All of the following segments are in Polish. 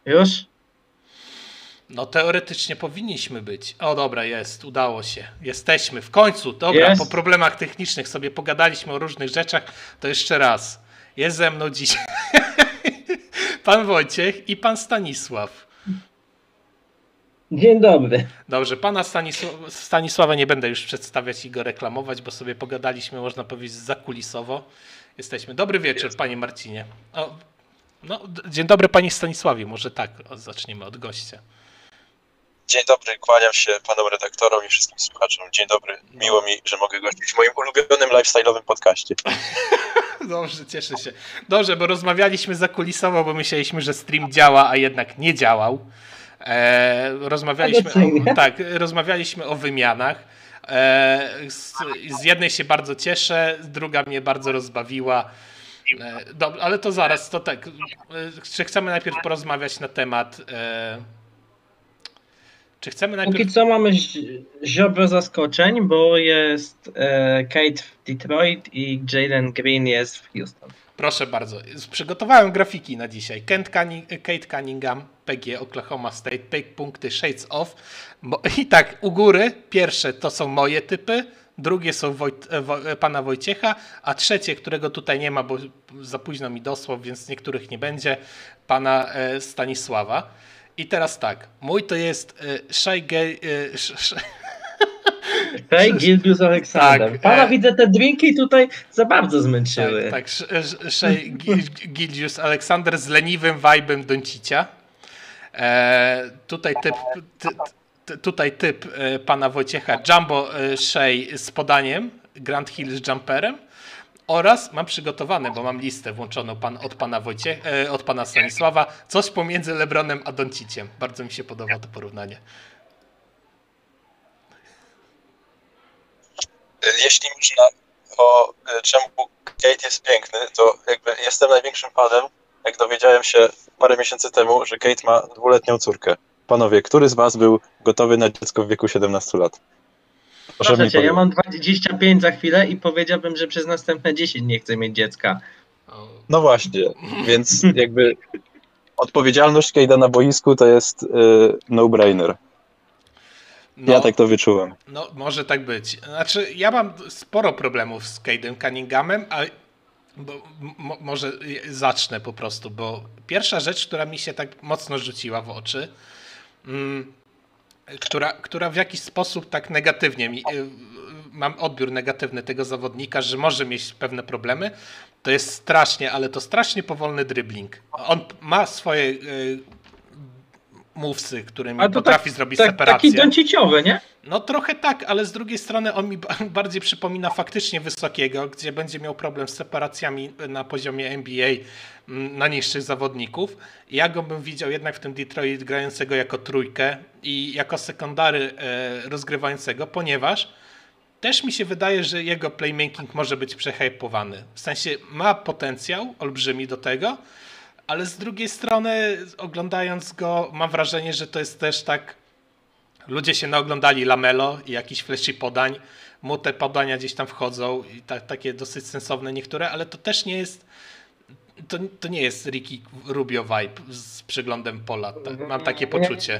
Już? No teoretycznie powinniśmy być. O dobra, jest, udało się. Jesteśmy, w końcu. Dobra, po Jest? problemach technicznych sobie pogadaliśmy o różnych rzeczach, to jeszcze raz. Jest ze mną dziś pan Wojciech i pan Stanisław. Dzień dobry. Dobrze, pana Stanisława nie będę już przedstawiać i go reklamować, bo sobie pogadaliśmy, można powiedzieć, zakulisowo. Jesteśmy. Dobry wieczór, panie Marcinie. O, no, dzień dobry, panie Stanisławie. Może tak, zaczniemy od gościa. Dzień dobry, kłaniam się panom redaktorom i wszystkim słuchaczom. Dzień dobry, miło mi, że mogę gościć w moim ulubionym lifestyle'owym podcaście. Dobrze, cieszę się. Dobrze, bo rozmawialiśmy zakulisowo, bo myśleliśmy, że stream działa, a jednak nie działał. Rozmawialiśmy o wymianach. Z jednej się bardzo cieszę, druga mnie bardzo rozbawiła. Ale to zaraz, to tak. Czy chcemy najpierw porozmawiać na temat. Czy chcemy najpierw. Póki co mamy ziobro zaskoczeń, bo jest Kate w Detroit i Jalen Green jest w Houston. Proszę bardzo. Przygotowałem grafiki na dzisiaj. Kate Cunningham, PG, Oklahoma State, take punkty, shades off. I tak, u góry pierwsze to są moje typy, drugie są pana Wojciecha, a trzecie, którego tutaj nie ma, bo za późno mi dosłał, więc niektórych nie będzie, pana Stanisława. I teraz tak, mój to jest Shai Gilgeous-Alexander. Tak, Pana widzę, te drinki tutaj za bardzo zmęczyły. Tak, Shai Gilgeous-Alexander z leniwym vibe'em Doncicia. Tutaj typ pana Wojciecha Jumbo Shea z podaniem, Grand Hill z jumperem oraz mam przygotowane, bo mam listę włączoną od pana Stanisława, coś pomiędzy LeBronem a Donciciem. Bardzo mi się podoba to porównanie. Jeśli można o czemu Kate jest piękny, to jakby jestem największym fanem, jak dowiedziałem się parę miesięcy temu, że Kate ma 2-letnią córkę. Panowie, który z was był gotowy na dziecko w wieku 17 lat? Proszę cię, ja mam 25 za chwilę i powiedziałbym, że przez następne 10 nie chcę mieć dziecka. No właśnie, więc jakby odpowiedzialność Kate'a na boisku to jest no-brainer. Ja tak to wyczułem. No, może tak być. Znaczy, ja mam sporo problemów z Cade'em Cunninghamem, ale może zacznę po prostu, bo pierwsza rzecz, która mi się tak mocno rzuciła w oczy, która w jakiś sposób tak negatywnie mam odbiór negatywny tego zawodnika, że może mieć pewne problemy, to jest strasznie, ale to strasznie powolny dribbling. On ma swoje movesy, którymi potrafi zrobić separację. Taki donciciowy, nie? No trochę tak, ale z drugiej strony on mi bardziej przypomina faktycznie wysokiego, gdzie będzie miał problem z separacjami na poziomie NBA na niższych zawodników. Ja go bym widział jednak w tym Detroit grającego jako trójkę i jako sekundary rozgrywającego, ponieważ też mi się wydaje, że jego playmaking może być przehypowany. W sensie ma potencjał olbrzymi do tego, ale z drugiej strony oglądając go mam wrażenie, że to jest też tak. Ludzie się naoglądali Lamelo i jakichś fleszy podań. Mu te podania gdzieś tam wchodzą i takie dosyć sensowne niektóre, ale to też nie jest. To nie jest Ricky Rubio vibe z przeglądem pola. Mam takie poczucie.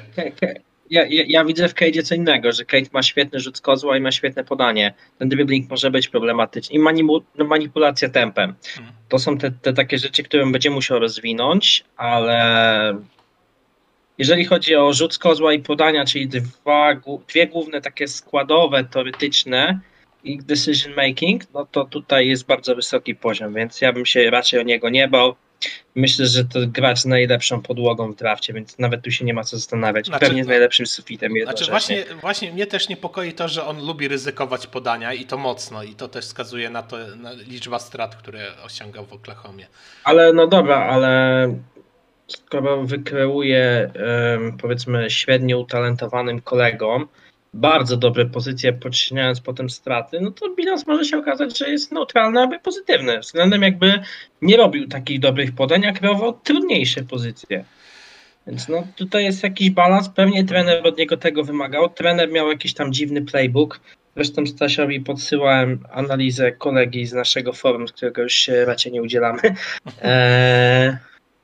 Ja widzę w Cade'ie co innego, że Cade ma świetny rzut z kozła i ma świetne podanie. Ten dribbling może być problematyczny. I manipulacja tempem. To są te takie rzeczy, które będzie musiał rozwinąć, ale jeżeli chodzi o rzut z kozła i podania, czyli dwie główne takie składowe, teoretyczne i decision making, no to tutaj jest bardzo wysoki poziom, więc ja bym się raczej o niego nie bał. Myślę, że to gracz z najlepszą podłogą w drafcie, więc nawet tu się nie ma co zastanawiać. Pewnie z najlepszym sufitem. Właśnie mnie też niepokoi to, że on lubi ryzykować podania i to mocno, i to też wskazuje na to liczba strat, które osiągał w Oklahomie. Ale no dobra, ale skoro wykreuje powiedzmy średnio utalentowanym kolegom bardzo dobre pozycje, podcinając potem straty, no to bilans może się okazać, że jest neutralny, albo pozytywny. Względem jakby nie robił takich dobrych podań, jak kreował trudniejsze pozycje. Więc no tutaj jest jakiś balans, pewnie trener od niego tego wymagał. Trener miał jakiś tam dziwny playbook. Zresztą Stasiowi podsyłałem analizę kolegi z naszego forum, z którego już się raczej nie udzielamy.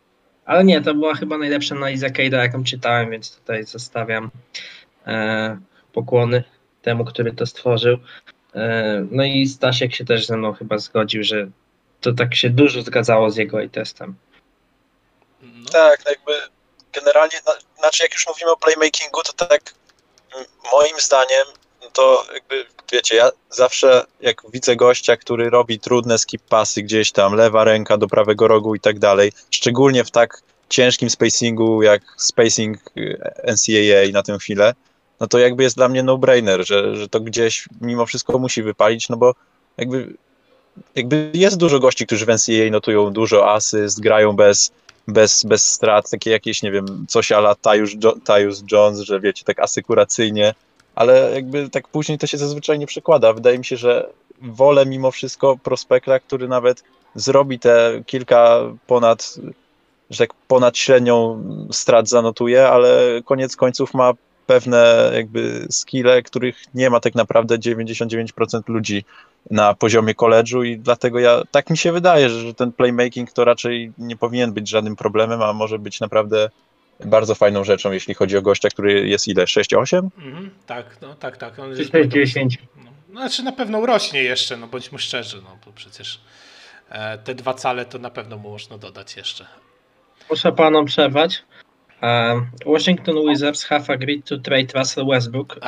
Ale nie, to była chyba najlepsza analiza Cade'a, jaką czytałem, więc tutaj zostawiam pokłony temu, który to stworzył. No i Stasiek się też ze mną chyba zgodził, że to tak się dużo zgadzało z jego testem. No. Tak, jakby generalnie, znaczy jak już mówimy o playmakingu, to tak moim zdaniem, to jakby, wiecie, ja zawsze jak widzę gościa, który robi trudne skip passy gdzieś tam, lewa ręka do prawego rogu i tak dalej, szczególnie w tak ciężkim spacingu jak spacing NCAA na tę chwilę, no to jakby jest dla mnie no-brainer, że to gdzieś mimo wszystko musi wypalić, no bo jakby jest dużo gości, którzy w NCAA notują dużo asyst, grają bez strat, takie jakieś, nie wiem, coś a la Tyus Jones, że wiecie, tak asykuracyjnie, ale jakby tak później to się zazwyczaj nie przekłada. Wydaje mi się, że wolę mimo wszystko prospekta, który nawet zrobi te kilka ponad średnią strat zanotuje, ale koniec końców ma pewne jakby skille, których nie ma tak naprawdę 99% ludzi na poziomie college'u i dlatego tak mi się wydaje, że ten playmaking to raczej nie powinien być żadnym problemem, a może być naprawdę bardzo fajną rzeczą, jeśli chodzi o gościa, który jest ile? 6-8? Tak, no tak. On 6-10. No, znaczy na pewno urośnie jeszcze, no bądźmy szczerzy, no bo przecież te 2 cale to na pewno mu można dodać jeszcze. Muszę panom przerwać. Washington Wizards have agreed to trade Russell Westbrook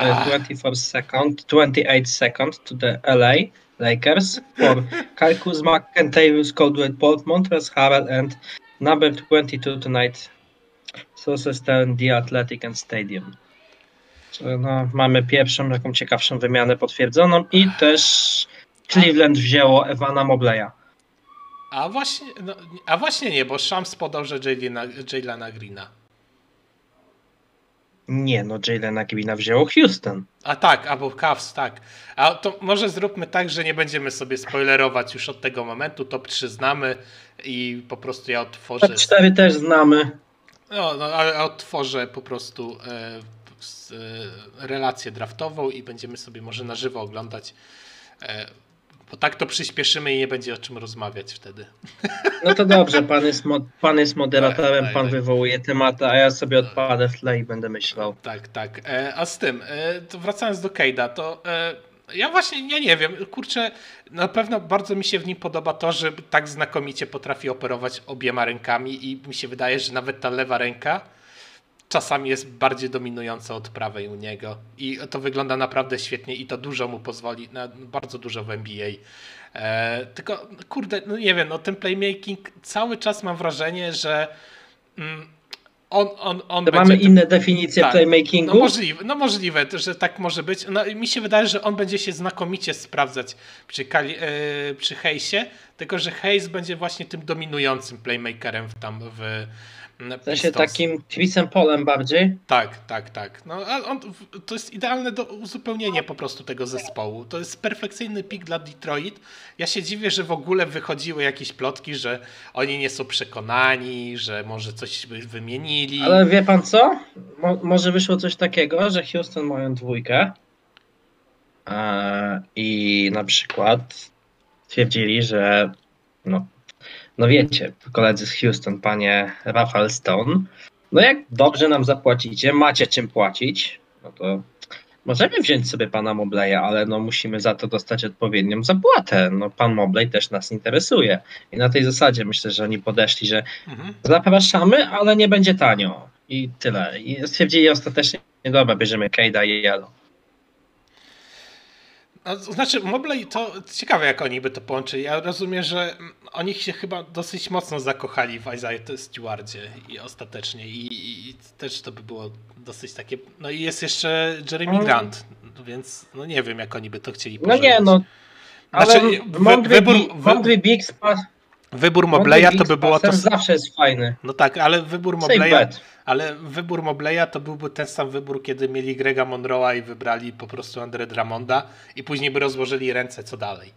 28 seconds to the LA Lakers for Kyle Kuzma, Kentavious Caldwell-Pope, Montrezl Harrell and number 22 tonight. Sources tell The Athletic and Stadium. No, mamy pierwszą taką ciekawszą wymianę potwierdzoną i też Cleveland wzięło Evana Mobleya. A właśnie nie, bo Shams podał, że Jaylena Greena. Nie, no Jaylena Greena wzięło Houston. A tak, albo Cavs, tak. A to może zróbmy tak, że nie będziemy sobie spoilerować już od tego momentu. Top 3 znamy i po prostu ja otworzę... Top 4 też znamy. No, ale otworzę po prostu relację draftową i będziemy sobie może na żywo oglądać. Bo tak to przyspieszymy i nie będzie o czym rozmawiać wtedy. No to dobrze, pan jest moderatorem, pan wywołuje tematy, a ja sobie odpadę w tle i będę myślał. Tak. A z tym, to wracając do Cade'a, to ja nie wiem, kurczę, na pewno bardzo mi się w nim podoba to, że tak znakomicie potrafi operować obiema rękami i mi się wydaje, że nawet ta lewa ręka czasami jest bardziej dominująca od prawej u niego i to wygląda naprawdę świetnie i to dużo mu pozwoli, bardzo dużo w NBA. Tylko kurde, no nie wiem, no ten playmaking cały czas mam wrażenie, że on to mamy inne definicje playmakingu? No możliwe, że tak może być. No, mi się wydaje, że on będzie się znakomicie sprawdzać przy Hayesie, tylko że Hayes będzie właśnie tym dominującym playmakerem w sensie takim Chrisem Polem bardziej? Tak. No, a to jest idealne do uzupełnienia po prostu tego zespołu. To jest perfekcyjny pick dla Detroit. Ja się dziwię, że w ogóle wychodziły jakieś plotki, że oni nie są przekonani, że może coś by wymienili. Ale wie pan co? Może wyszło coś takiego, że Houston mają 2 i na przykład twierdzili, że no wiecie, koledzy z Houston, panie Rafael Stone, no jak dobrze nam zapłacicie, macie czym płacić, no to możemy wziąć sobie pana Mobleya, ale no musimy za to dostać odpowiednią zapłatę. No pan Mobley też nas interesuje. I na tej zasadzie myślę, że oni podeszli, że zapraszamy, ale nie będzie tanio. I tyle. I stwierdzili ostatecznie, dobra, bierzemy Cade'a i Yellow. No, znaczy Mobley to ciekawe jak oni by to połączyli. Ja rozumiem, że oni się chyba dosyć mocno zakochali w Isaiah Stewardzie i ostatecznie i też to by było dosyć takie... No i jest jeszcze Jeremy Grant, więc no nie wiem jak oni by to chcieli pożenić. No nie, no ale wybór Mobleya to by było to... zawsze jest fajny. No tak, ale wybór Mobleya to byłby ten sam wybór, kiedy mieli Grega Monroe'a i wybrali po prostu Andre Drummonda i później by rozłożyli ręce, co dalej.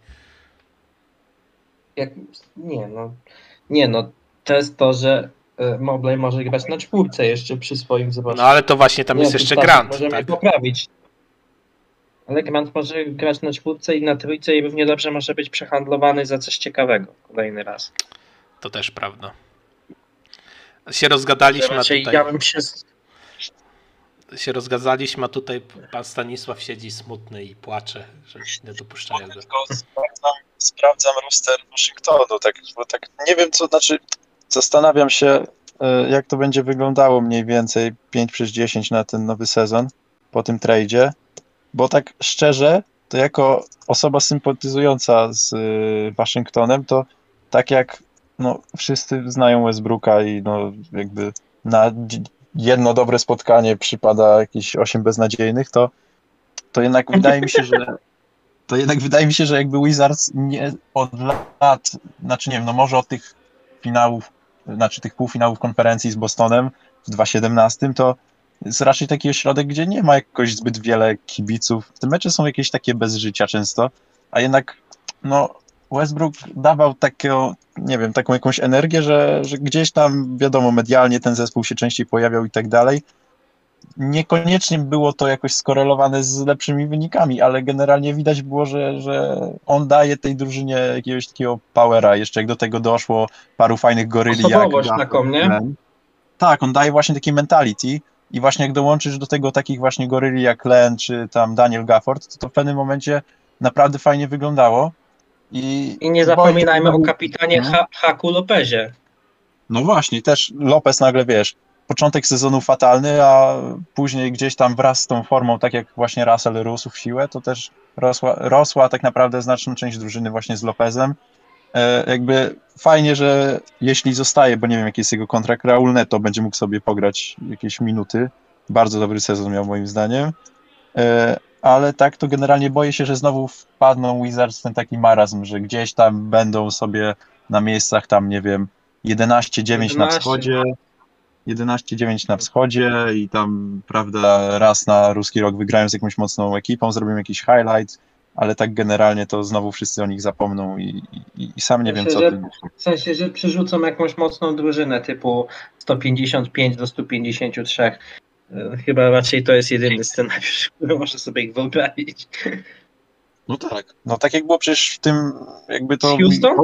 Nie no, to jest to, że Mobley może grać na 4 jeszcze przy swoim zobaczeniu. No ale to właśnie tam jest jeszcze Grant. Możemy poprawić. Ale Grant może grać na 4 i na 3 i równie dobrze może być przehandlowany za coś ciekawego kolejny raz. To też prawda. Się rozgadaliśmy, Raczej tutaj. ja bym Się rozgadzaliśmy, a tutaj pan Stanisław siedzi smutny i płacze, że nie dopuszczają go. Tylko sprawdzam roster Waszyngtonu, bo tak nie wiem co, znaczy zastanawiam się, jak to będzie wyglądało mniej więcej 5/10 na ten nowy sezon po tym tradzie, bo tak szczerze, to jako osoba sympatyzująca z Waszyngtonem, to tak jak no, wszyscy znają Westbrooka i no, jakby na jedno dobre spotkanie przypada jakieś 8 beznadziejnych, to jednak wydaje mi się, że jakby Wizards nie od lat, znaczy nie wiem, no może od tych finałów, znaczy tych półfinałów konferencji z Bostonem w 2017, to jest raczej taki ośrodek, gdzie nie ma jakoś zbyt wiele kibiców. Te mecze są jakieś takie bez życia często, a jednak no Westbrook dawał nie wiem, taką jakąś energię, że gdzieś tam, wiadomo, medialnie ten zespół się częściej pojawiał i tak dalej. Niekoniecznie było to jakoś skorelowane z lepszymi wynikami, ale generalnie widać było, że on daje tej drużynie jakiegoś takiego powera. Jeszcze jak do tego doszło paru fajnych goryli jak taką, nie? Tak, on daje właśnie takie mentality i właśnie jak dołączysz do tego takich właśnie goryli jak Len czy tam Daniel Gafford, to w pewnym momencie naprawdę fajnie wyglądało. I nie zapominajmy o kapitanie Haku Lopezie. No właśnie, też Lopez nagle, wiesz, początek sezonu fatalny, a później gdzieś tam wraz z tą formą, tak jak właśnie Russell rósł w siłę, to też rosła tak naprawdę znaczna część drużyny właśnie z Lopezem. Jakby fajnie, że jeśli zostaje, bo nie wiem jaki jest jego kontrakt, Raul Neto będzie mógł sobie pograć jakieś minuty. Bardzo dobry sezon miał moim zdaniem. Ale tak to generalnie boję się, że znowu wpadną Wizards w ten taki marazm, że gdzieś tam będą sobie na miejscach tam, nie wiem, 11-9 na wschodzie, 11-9 na wschodzie i tam, prawda, raz na ruski rok wygrają z jakąś mocną ekipą, zrobią jakiś highlight, ale tak generalnie to znowu wszyscy o nich zapomną i sam nie wiem, co o tym myślę. W sensie, że przerzucą jakąś mocną drużynę typu 155 do 153. Chyba raczej to jest jedyny scenariusz, który może sobie ich wyobrazić. No tak. No tak jak było przecież w tym jakby to... Z Houston?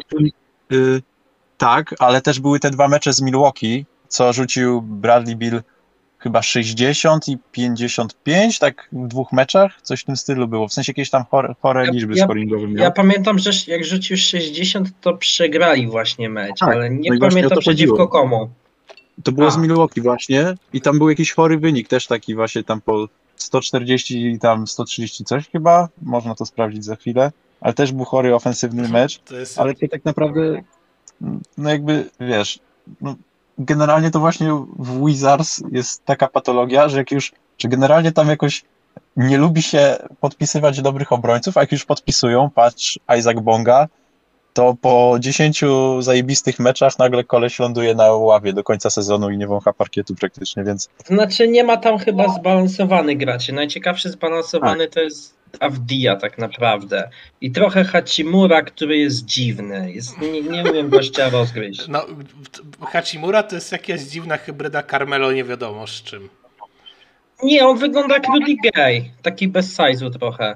Tak, ale też były te dwa mecze z Milwaukee, co rzucił Bradley Beal chyba 60 i 55, tak w dwóch meczach, coś w tym stylu było. W sensie jakieś tam chore liczby scoringowe miał. Ja pamiętam, że jak rzucił 60, to przegrali właśnie mecz, tak, ale nie pamiętam przeciwko komu. To było z Milwaukee właśnie i tam był jakiś chory wynik, też taki właśnie tam po 140 i tam 130 coś chyba, można to sprawdzić za chwilę, ale też był chory ofensywny mecz, ale to tak naprawdę, no jakby, wiesz, no generalnie to właśnie w Wizards jest taka patologia, że że generalnie tam jakoś nie lubi się podpisywać dobrych obrońców, a jak już podpisują, patrz Isaac Bonga, to po 10 zajebistych meczach nagle koleś ląduje na ławie do końca sezonu i nie wącha parkietu praktycznie, więc... Znaczy nie ma tam chyba zbalansowanych graczy. Najciekawszy zbalansowany to jest Avdia tak naprawdę. I trochę Hachimura, który jest dziwny. Nie umiem gościa rozgryźć. No, Hachimura to jest jakaś dziwna hybryda Carmelo, nie wiadomo z czym. Nie, on wygląda jak Rudy Gay. Taki bez size'u trochę.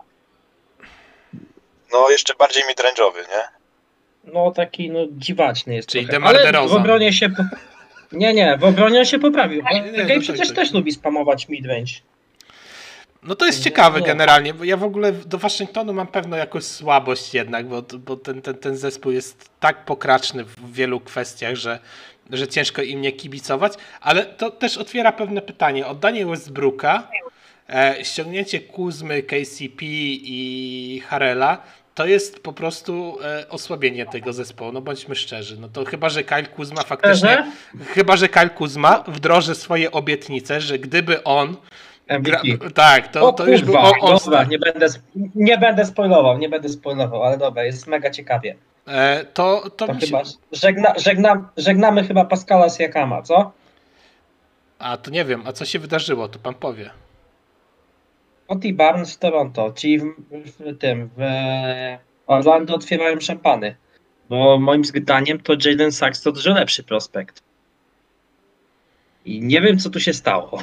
No jeszcze bardziej midrange'owy, nie? No taki dziwaczny jest. Czyli trochę. Ale w obronie się... Nie, w obronie się poprawił. Gay przecież też lubi spamować midrange. No to jest ciekawe generalnie, bo ja w ogóle do Waszyngtonu mam pewną jakąś słabość jednak, bo ten zespół jest tak pokraczny w wielu kwestiach, że ciężko im nie kibicować, ale to też otwiera pewne pytanie. Oddanie Westbrooka, ściągnięcie Kuzmy, KCP i Harrella, to jest po prostu osłabienie tego zespołu, no bądźmy szczerzy. No to chyba, że Kyle Kuzma faktycznie, wdroży swoje obietnice, że gdyby on tak, to już był on. Dobra, nie będę spoilował, ale dobra, jest mega ciekawie. To chyba żegnamy chyba Pascala Siakama, co? A to nie wiem, a co się wydarzyło, to pan powie. Scottie Barnes w Toronto, ci w Orlando otwierają szampany, bo moim zdaniem to Jalen Sachs to dużo lepszy prospekt. I nie wiem, co tu się stało.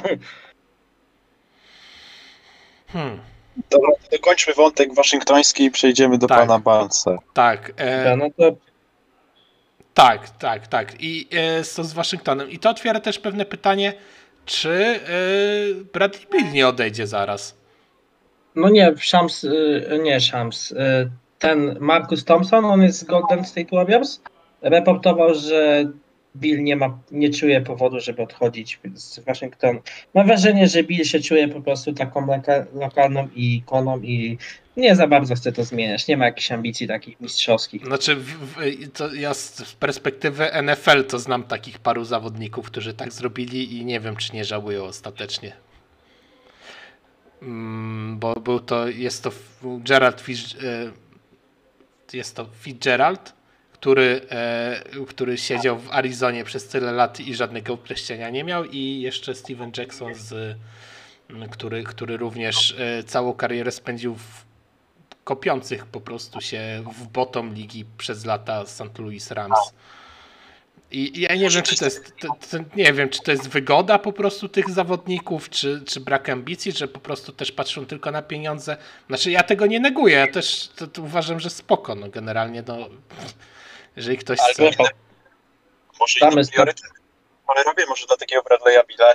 Dobra, dokończmy wątek waszyngtoński i przejdziemy do pana Barnesa. Tak. No to Tak. I to z Waszyngtonem. I to otwiera też pewne pytanie, czy Bradley Beal nie odejdzie zaraz. No nie, Shams. Ten Marcus Thompson, on jest z Golden State Warriors, reportował, że Bill nie czuje powodu, żeby odchodzić z Waszyngtonu. Mam wrażenie, że Bill się czuje po prostu taką lokalną ikoną i nie za bardzo chce to zmieniać. Nie ma jakichś ambicji takich mistrzowskich. Znaczy, to ja z perspektywy NFL to znam takich paru zawodników, którzy tak zrobili i nie wiem, czy nie żałują ostatecznie. Bo jest to Fitzgerald, który siedział w Arizonie przez tyle lat i żadnego uprześnienia nie miał, i jeszcze Steven Jackson, który również całą karierę spędził w kopiących po prostu się w bottom ligi przez lata St. Louis Rams. I ja nie wiem, czy to jest wygoda po prostu tych zawodników, czy brak ambicji, że po prostu też patrzą tylko na pieniądze. Znaczy, ja tego nie neguję, ja też to uważam, że spoko, no generalnie, no jeżeli ktoś chce. Może inny priorytet, ale robię może dla takiego Bradley'a Billa,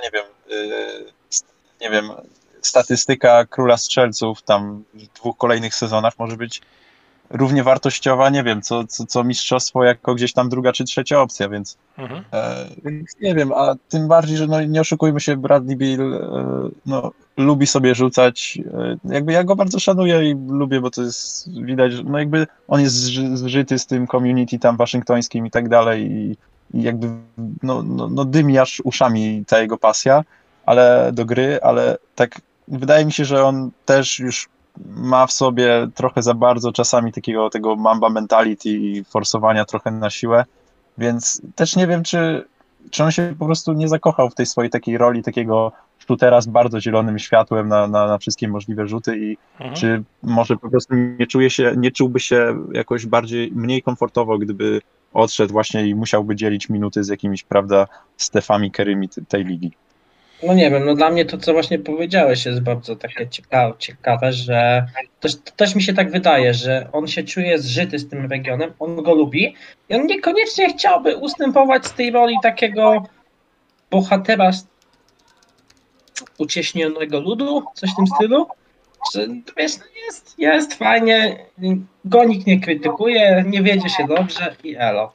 nie wiem, statystyka króla strzelców tam w 2 kolejnych sezonach może być równie wartościowa, nie wiem, co mistrzostwo jako gdzieś tam 2. czy 3. opcja, więc nie wiem, a tym bardziej, że no, nie oszukujmy się, Bradley Beal lubi sobie rzucać, jakby ja go bardzo szanuję i lubię, bo to jest widać, że no jakby on jest zżyty z tym community tam waszyngtońskim i tak dalej i jakby dymi aż uszami ta jego pasja, ale do gry, ale tak wydaje mi się, że on też już ma w sobie trochę za bardzo czasami tego Mamba mentality i forsowania trochę na siłę, więc też nie wiem, czy on się po prostu nie zakochał w tej swojej takiej roli takiego shootera z bardzo zielonym światłem na wszystkie możliwe rzuty i czy może po prostu nie czułby się jakoś mniej komfortowo, gdyby odszedł właśnie i musiałby dzielić minuty z jakimiś, prawda, Stephami Currymi tej ligi. No nie wiem, no dla mnie to, co właśnie powiedziałeś, jest bardzo takie ciekawe, że też mi się tak wydaje, że on się czuje zżyty z tym regionem, on go lubi i on niekoniecznie chciałby ustępować z tej roli takiego bohatera ucieśnionego ludu, coś w tym stylu. Że, wiesz, jest fajnie, go nikt nie krytykuje, nie wiedzie się dobrze i elo.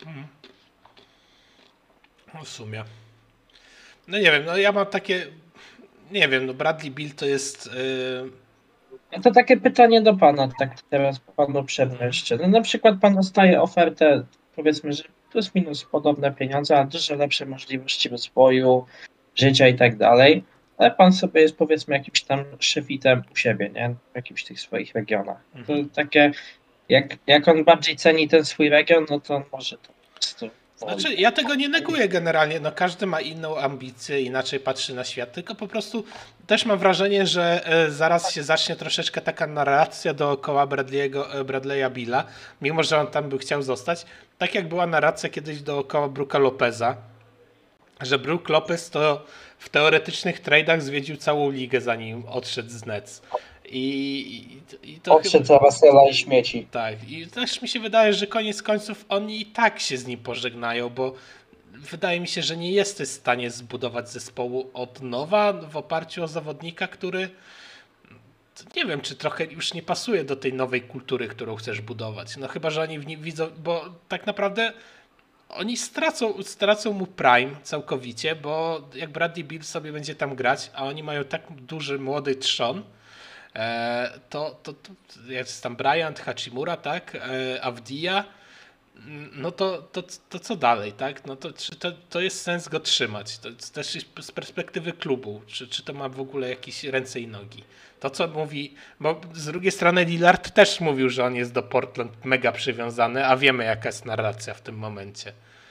No w sumie. No nie wiem, no ja mam takie, nie wiem, no Bradley Beal to jest... To takie pytanie do pana, tak teraz panu przemyślcie. No na przykład pan dostaje ofertę, powiedzmy, że plus minus podobne pieniądze, a dużo lepsze możliwości rozwoju, życia i tak dalej, ale pan sobie jest, powiedzmy, jakimś tam szefitem u siebie, nie? W jakimś tych swoich regionach. To takie, jak on bardziej ceni ten swój region, no to może to po prostu... Znaczy, ja tego nie neguję generalnie, no każdy ma inną ambicję, inaczej patrzy na świat, tylko po prostu też mam wrażenie, że zaraz się zacznie troszeczkę taka narracja dookoła Bradley'a Billa, mimo że on tam by chciał zostać, tak jak była narracja kiedyś dookoła Brooka Lopeza, że Brook Lopez to w teoretycznych trade'ach zwiedził całą ligę, zanim odszedł z Nets. I to odszedł za Russella i śmieci. Tak, i też mi się wydaje, że koniec końców oni i tak się z nim pożegnają, bo wydaje mi się, że nie jesteś w stanie zbudować zespołu od nowa w oparciu o zawodnika, który nie wiem, czy trochę już nie pasuje do tej nowej kultury, którą chcesz budować. No chyba, że oni w nim widzą, bo tak naprawdę oni stracą mu prime całkowicie, bo jak Bradley Beal sobie będzie tam grać, a oni mają tak duży młody trzon, to jest tam Bryant, Hachimura, tak, Avdija, no to co dalej, tak? No to czy to jest sens go trzymać? To też z perspektywy klubu, czy to ma w ogóle jakieś ręce i nogi? To co mówi, bo z drugiej strony Lillard też mówił, że on jest do Portland mega przywiązany, a wiemy jaka jest narracja w tym momencie.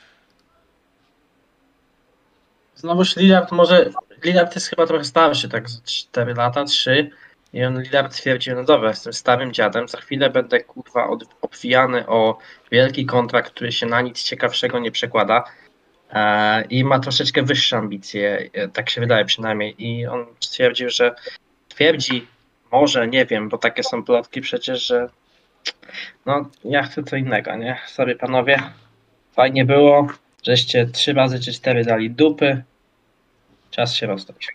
Znowuż Lillard jest chyba trochę starszy, tak z 4 lata, 3. I on Lillard twierdził, no dobra, jestem starym dziadem, za chwilę będę kurwa obwijany o wielki kontrakt, który się na nic ciekawszego nie przekłada i ma troszeczkę wyższe ambicje, tak się wydaje przynajmniej. I on twierdzi, może, nie wiem, bo takie są plotki przecież, że no ja chcę co innego, nie? Sorry panowie, Fajnie było, żeście 3 razy czy 4 dali dupy. Czas się rozstać.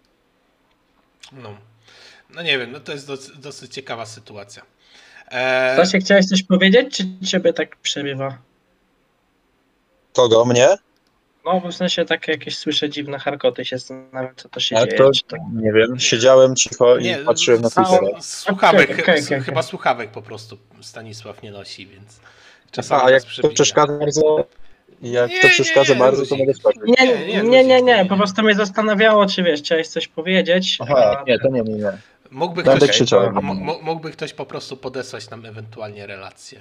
No nie wiem, no to jest dosyć ciekawa sytuacja. Stasiek, chciałeś coś powiedzieć, czy ciebie tak przerywa? Kogo? Mnie? No, w sensie takie jakieś słyszę dziwne harkoty, się zastanawiam, co to się A dzieje. to Czy to... nie wiem, siedziałem cicho Nie, i patrzyłem na Twittera. Słuchawek, Okej. chyba słuchawek po prostu Stanisław nie nosi, więc czasami A nas jak to przebija. przeszkadza bardzo, to mogę skoczyć. Nie, po prostu mnie zastanawiało, czy wiesz, chciałeś coś powiedzieć. Aha, nie, to nie. Mógłby ktoś po prostu podesłać nam ewentualnie relację.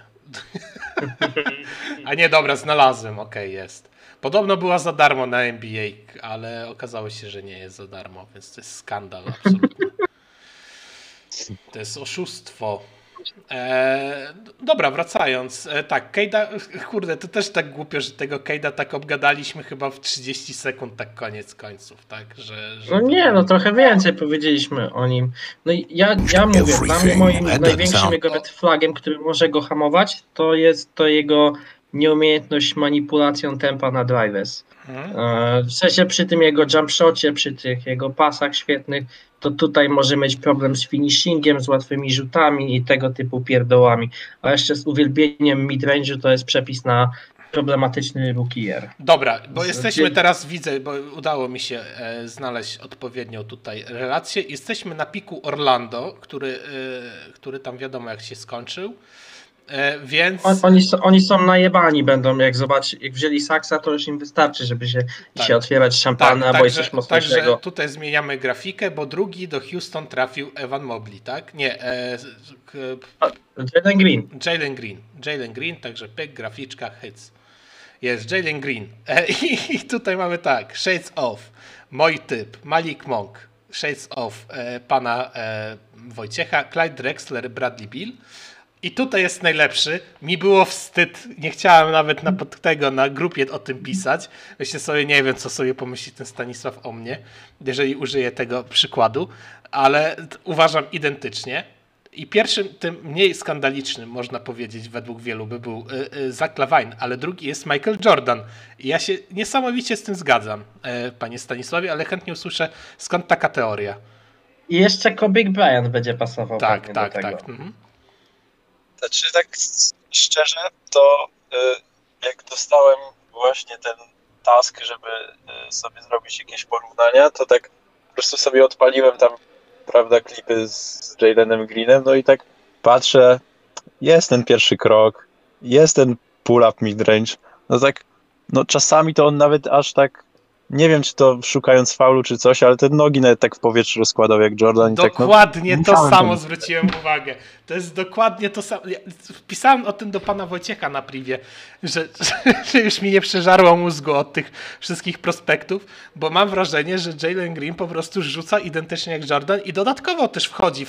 A nie, dobra, znalazłem, okej, jest. Podobno była za darmo na NBA, ale okazało się, że nie jest za darmo, więc to jest skandal absolutny. To jest oszustwo. Dobra, wracając. Tak, Cade'a, kurde, to też tak głupio, że tego Cade'a tak obgadaliśmy chyba w 30 sekund, tak koniec końców, tak? No nie, no trochę więcej powiedzieliśmy o nim. No i ja mówię, dla mnie moim największym jego red flagiem, który może go hamować, to jest to jego nieumiejętność manipulacją tempa na drivers. W sensie przy tym jego jump shocie, przy tych jego pasach świetnych, to tutaj może mieć problem z finishingiem, z łatwymi rzutami i tego typu pierdołami. A jeszcze z uwielbieniem midrange'u to jest przepis na problematyczny rookie year. Dobra, bo jesteśmy teraz, widzę, bo udało mi się znaleźć odpowiednią tutaj relację. Jesteśmy na piku Orlando, który tam wiadomo jak się skończył. Więc... Oni są najebani będą, jak wzięli Saksa, to już im wystarczy, żeby się otwierać szampana, bo jest coś mocniejszego. Także tutaj zmieniamy grafikę, bo drugi do Houston trafił Evan Mobley, tak? Nie. Jalen Green, także pyk, graficzka, hits. Jest Jalen Green. I tutaj mamy tak, Shades Off, mój typ, Malik Monk, Shades Off pana Wojciecha, Clyde Drexler, Bradley Beal. I tutaj jest najlepszy. Mi było wstyd. Nie chciałem nawet na grupie o tym pisać. Myślę sobie, nie wiem, co sobie pomyśli ten Stanisław o mnie, jeżeli użyję tego przykładu, ale uważam identycznie. I pierwszym, tym mniej skandalicznym, można powiedzieć, według wielu by był Zach LaVine, ale drugi jest Michael Jordan. I ja się niesamowicie z tym zgadzam, panie Stanisławie, ale chętnie usłyszę, skąd taka teoria. I jeszcze Kobe Bryant będzie pasował. Tak. Mhm. Znaczy tak szczerze, to jak dostałem właśnie ten task, żeby sobie zrobić jakieś porównania, to tak po prostu sobie odpaliłem tam, prawda, klipy z Jalenem Greenem, no i tak patrzę, jest ten pierwszy krok, jest ten pull-up mid-range, no tak, no czasami to on nawet aż tak, nie wiem czy to szukając faulu czy coś, ale te nogi nawet tak w powietrzu rozkładał jak Jordan. Dokładnie to samo zwróciłem uwagę. To jest dokładnie to samo. Ja pisałem o tym do pana Wojciecha na privie, że już mi nie przeżarło mózgu od tych wszystkich prospektów, bo mam wrażenie, że Jalen Green po prostu rzuca identycznie jak Jordan i dodatkowo też wchodzi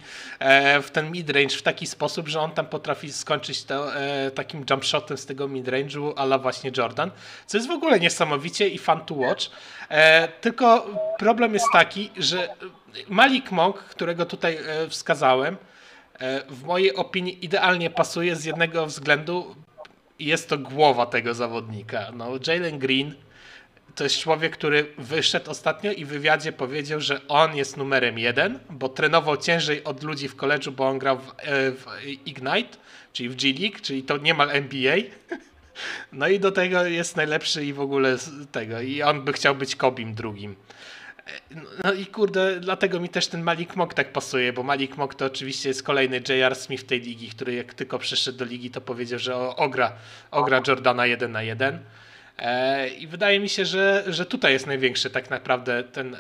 w ten midrange w taki sposób, że on tam potrafi skończyć takim jump shotem z tego midrange'u a la właśnie Jordan, co jest w ogóle niesamowicie i fun to watch. Tylko problem jest taki, że Malik Monk, którego tutaj wskazałem, w mojej opinii idealnie pasuje z jednego względu, jest to głowa tego zawodnika. No, Jalen Green to jest człowiek, który wyszedł ostatnio i w wywiadzie powiedział, że on jest numerem 1, bo trenował ciężej od ludzi w college'u, bo on grał w Ignite, czyli w G League, czyli to niemal NBA. No i do tego jest najlepszy i w ogóle tego. I on by chciał być Kobim drugim. No i kurde, dlatego mi też ten Malik Monk tak pasuje, bo Malik Monk to oczywiście jest kolejny J.R. Smith tej ligi, który jak tylko przyszedł do ligi, to powiedział, że ogra Jordana 1 na 1. I wydaje mi się, że tutaj jest największy tak naprawdę ten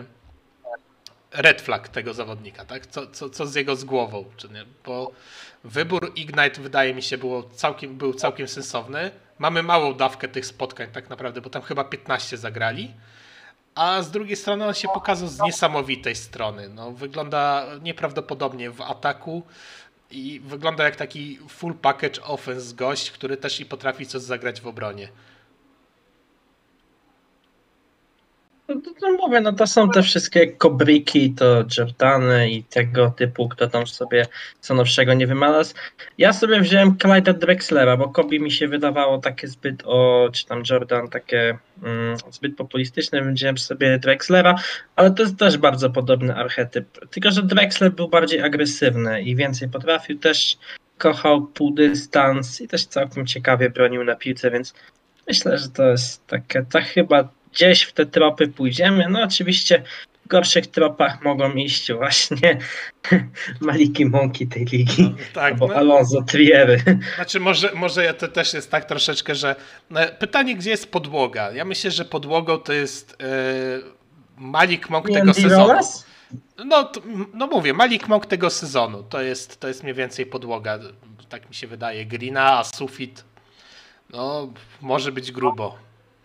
red flag tego zawodnika, tak? Co z jego z głową, czy nie? Bo wybór Ignite wydaje mi się był całkiem sensowny. Mamy małą dawkę tych spotkań tak naprawdę, bo tam chyba 15 zagrali. A z drugiej strony on się pokazał z niesamowitej strony. No, wygląda nieprawdopodobnie w ataku i wygląda jak taki full package offense gość, który też i potrafi coś zagrać w obronie. To mówię, no to są te wszystkie Kobryki, to Jordany i tego typu, kto tam sobie co nowszego nie wynalazł. Ja sobie wziąłem Clyde'a Drexlera, bo Kobe mi się wydawało takie zbyt, czy tam Jordan takie zbyt populistyczne, wziąłem sobie Drexlera, ale to jest też bardzo podobny archetyp. Tylko że Drexler był bardziej agresywny i więcej potrafił, też kochał półdystans i też całkiem ciekawie bronił na piłce, więc myślę, że to jest takie, tak chyba gdzieś w te tropy pójdziemy. No oczywiście w gorszych tropach mogą iść właśnie Maliki Monki tej ligi, No, tak, albo Alonso Triery. Znaczy może to też jest tak troszeczkę, że pytanie, gdzie jest podłoga? Ja myślę, że podłogą to jest Malik Monk tego sezonu. No mówię, Malik Monk tego sezonu. To jest mniej więcej podłoga. Tak mi się wydaje. Greena, a sufit no może być grubo.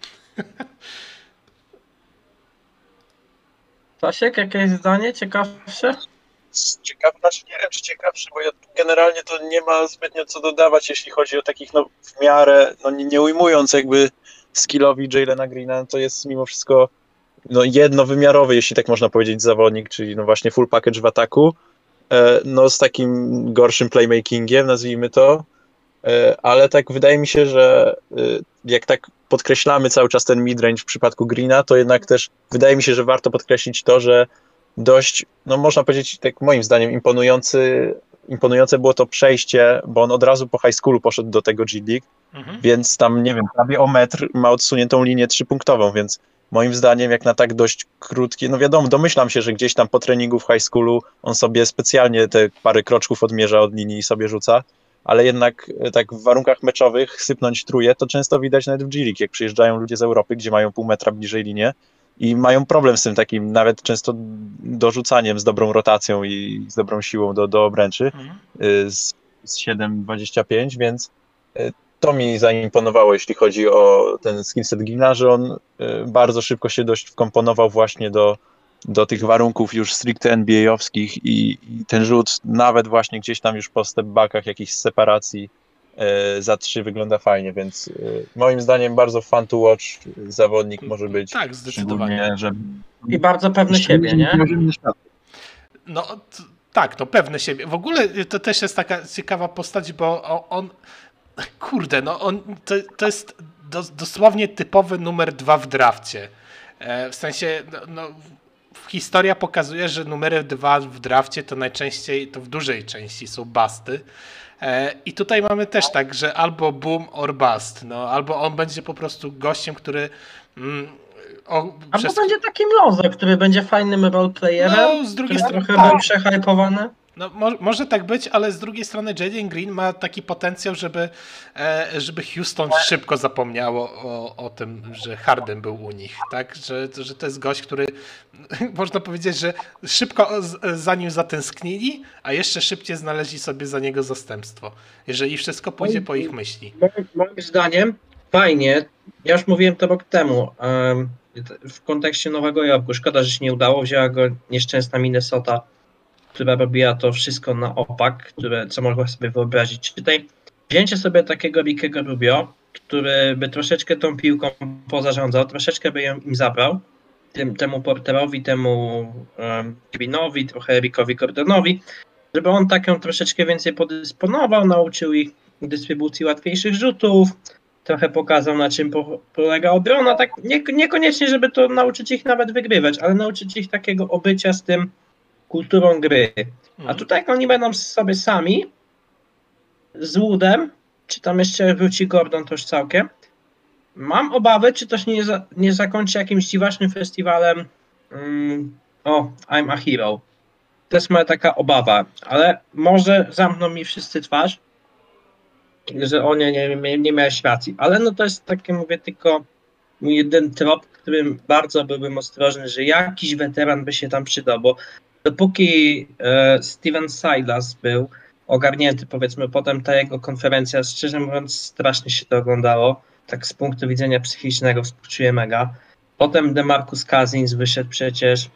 Stasiek, jakieś zdanie ciekawsze? Ciekawe, znaczy nie wiem, czy ciekawsze, bo ja generalnie to nie ma zbytnio co dodawać, jeśli chodzi o takich, no w miarę, no nie ujmując jakby skillowi Jalena Greena, to jest mimo wszystko no jednowymiarowy, jeśli tak można powiedzieć, zawodnik, czyli no właśnie full package w ataku, no z takim gorszym playmakingiem, nazwijmy to, ale tak wydaje mi się, że jak tak podkreślamy cały czas ten midrange w przypadku Greena, to jednak też wydaje mi się, że warto podkreślić to, że dość, no można powiedzieć, tak moim zdaniem imponujące było to przejście, bo on od razu po high schoolu poszedł do tego G League, więc tam, nie wiem, prawie o metr ma odsuniętą linię 3-punktową, więc moim zdaniem jak na tak dość krótkie, no wiadomo, domyślam się, że gdzieś tam po treningu w high schoolu on sobie specjalnie te parę kroczków odmierza od linii i sobie rzuca, ale jednak tak w warunkach meczowych sypnąć truje, to często widać nawet w G League, jak przyjeżdżają ludzie z Europy, gdzie mają pół metra bliżej linię i mają problem z tym takim nawet często dorzucaniem z dobrą rotacją i z dobrą siłą do obręczy z 7,25, więc to mi zaimponowało, jeśli chodzi o ten skillset Greena, że on bardzo szybko się dość wkomponował właśnie do tych warunków już stricte NBA-owskich i ten rzut nawet właśnie gdzieś tam już po step-backach jakichś separacji za 3 wygląda fajnie, więc moim zdaniem bardzo fun to watch zawodnik może być. Tak, zdecydowanie. I bardzo pewny siebie, nie? No tak, no pewny siebie. W ogóle to też jest taka ciekawa postać, bo on kurde, no to jest dosłownie typowy numer 2 w drafcie. W sensie, no historia pokazuje, że numery 2 w drafcie to najczęściej, to w dużej części są busty. I tutaj mamy też tak, że albo boom or bust, no, albo on będzie po prostu gościem, który albo będzie takim losem, który będzie fajnym roleplayerem, no, z drugiej strony trochę był przehypowany. No, może tak być, ale z drugiej strony Jalen Green ma taki potencjał, żeby Houston szybko zapomniało o tym, że Harden był u nich, tak? Że to jest gość, który można powiedzieć, że szybko za nim zatęsknili, a jeszcze szybciej znaleźli sobie za niego zastępstwo, jeżeli wszystko pójdzie po ich myśli. Moim zdaniem fajnie, ja już mówiłem to rok temu, w kontekście Nowego Jorku, szkoda, że się nie udało, wzięła go nieszczęsna Minnesota, która robiła to wszystko na opak, co można sobie wyobrazić. Tutaj wzięcie sobie takiego Rickiego Rubio, który by troszeczkę tą piłką pozarządzał, troszeczkę by ją im zabrał, temu Porterowi, temu Greenowi, trochę Rickowi Gordonowi, żeby on tak ją troszeczkę więcej podysponował, nauczył ich dystrybucji łatwiejszych rzutów, trochę pokazał, na czym polega obrona, tak niekoniecznie, żeby to nauczyć ich nawet wygrywać, ale nauczyć ich takiego obycia z tym kulturą gry. A tutaj jak oni będą sobie sami z Woodem, czy tam jeszcze wróci Gordon, to już całkiem, mam obawy, czy to się nie zakończy jakimś dziwacznym festiwalem I'm a Hero. To jest moja taka obawa, ale może zamkną mi wszyscy twarz, że nie miałeś racji, ale no to jest takie, mówię, tylko mój jeden trop, którym bardzo byłbym ostrożny, że jakiś weteran by się tam przydał, bo dopóki Steven Silas był ogarnięty, powiedzmy, potem ta jego konferencja, szczerze mówiąc, strasznie się to oglądało, tak z punktu widzenia psychicznego współczuję mega. Potem DeMarcus Cousins wyszedł przecież,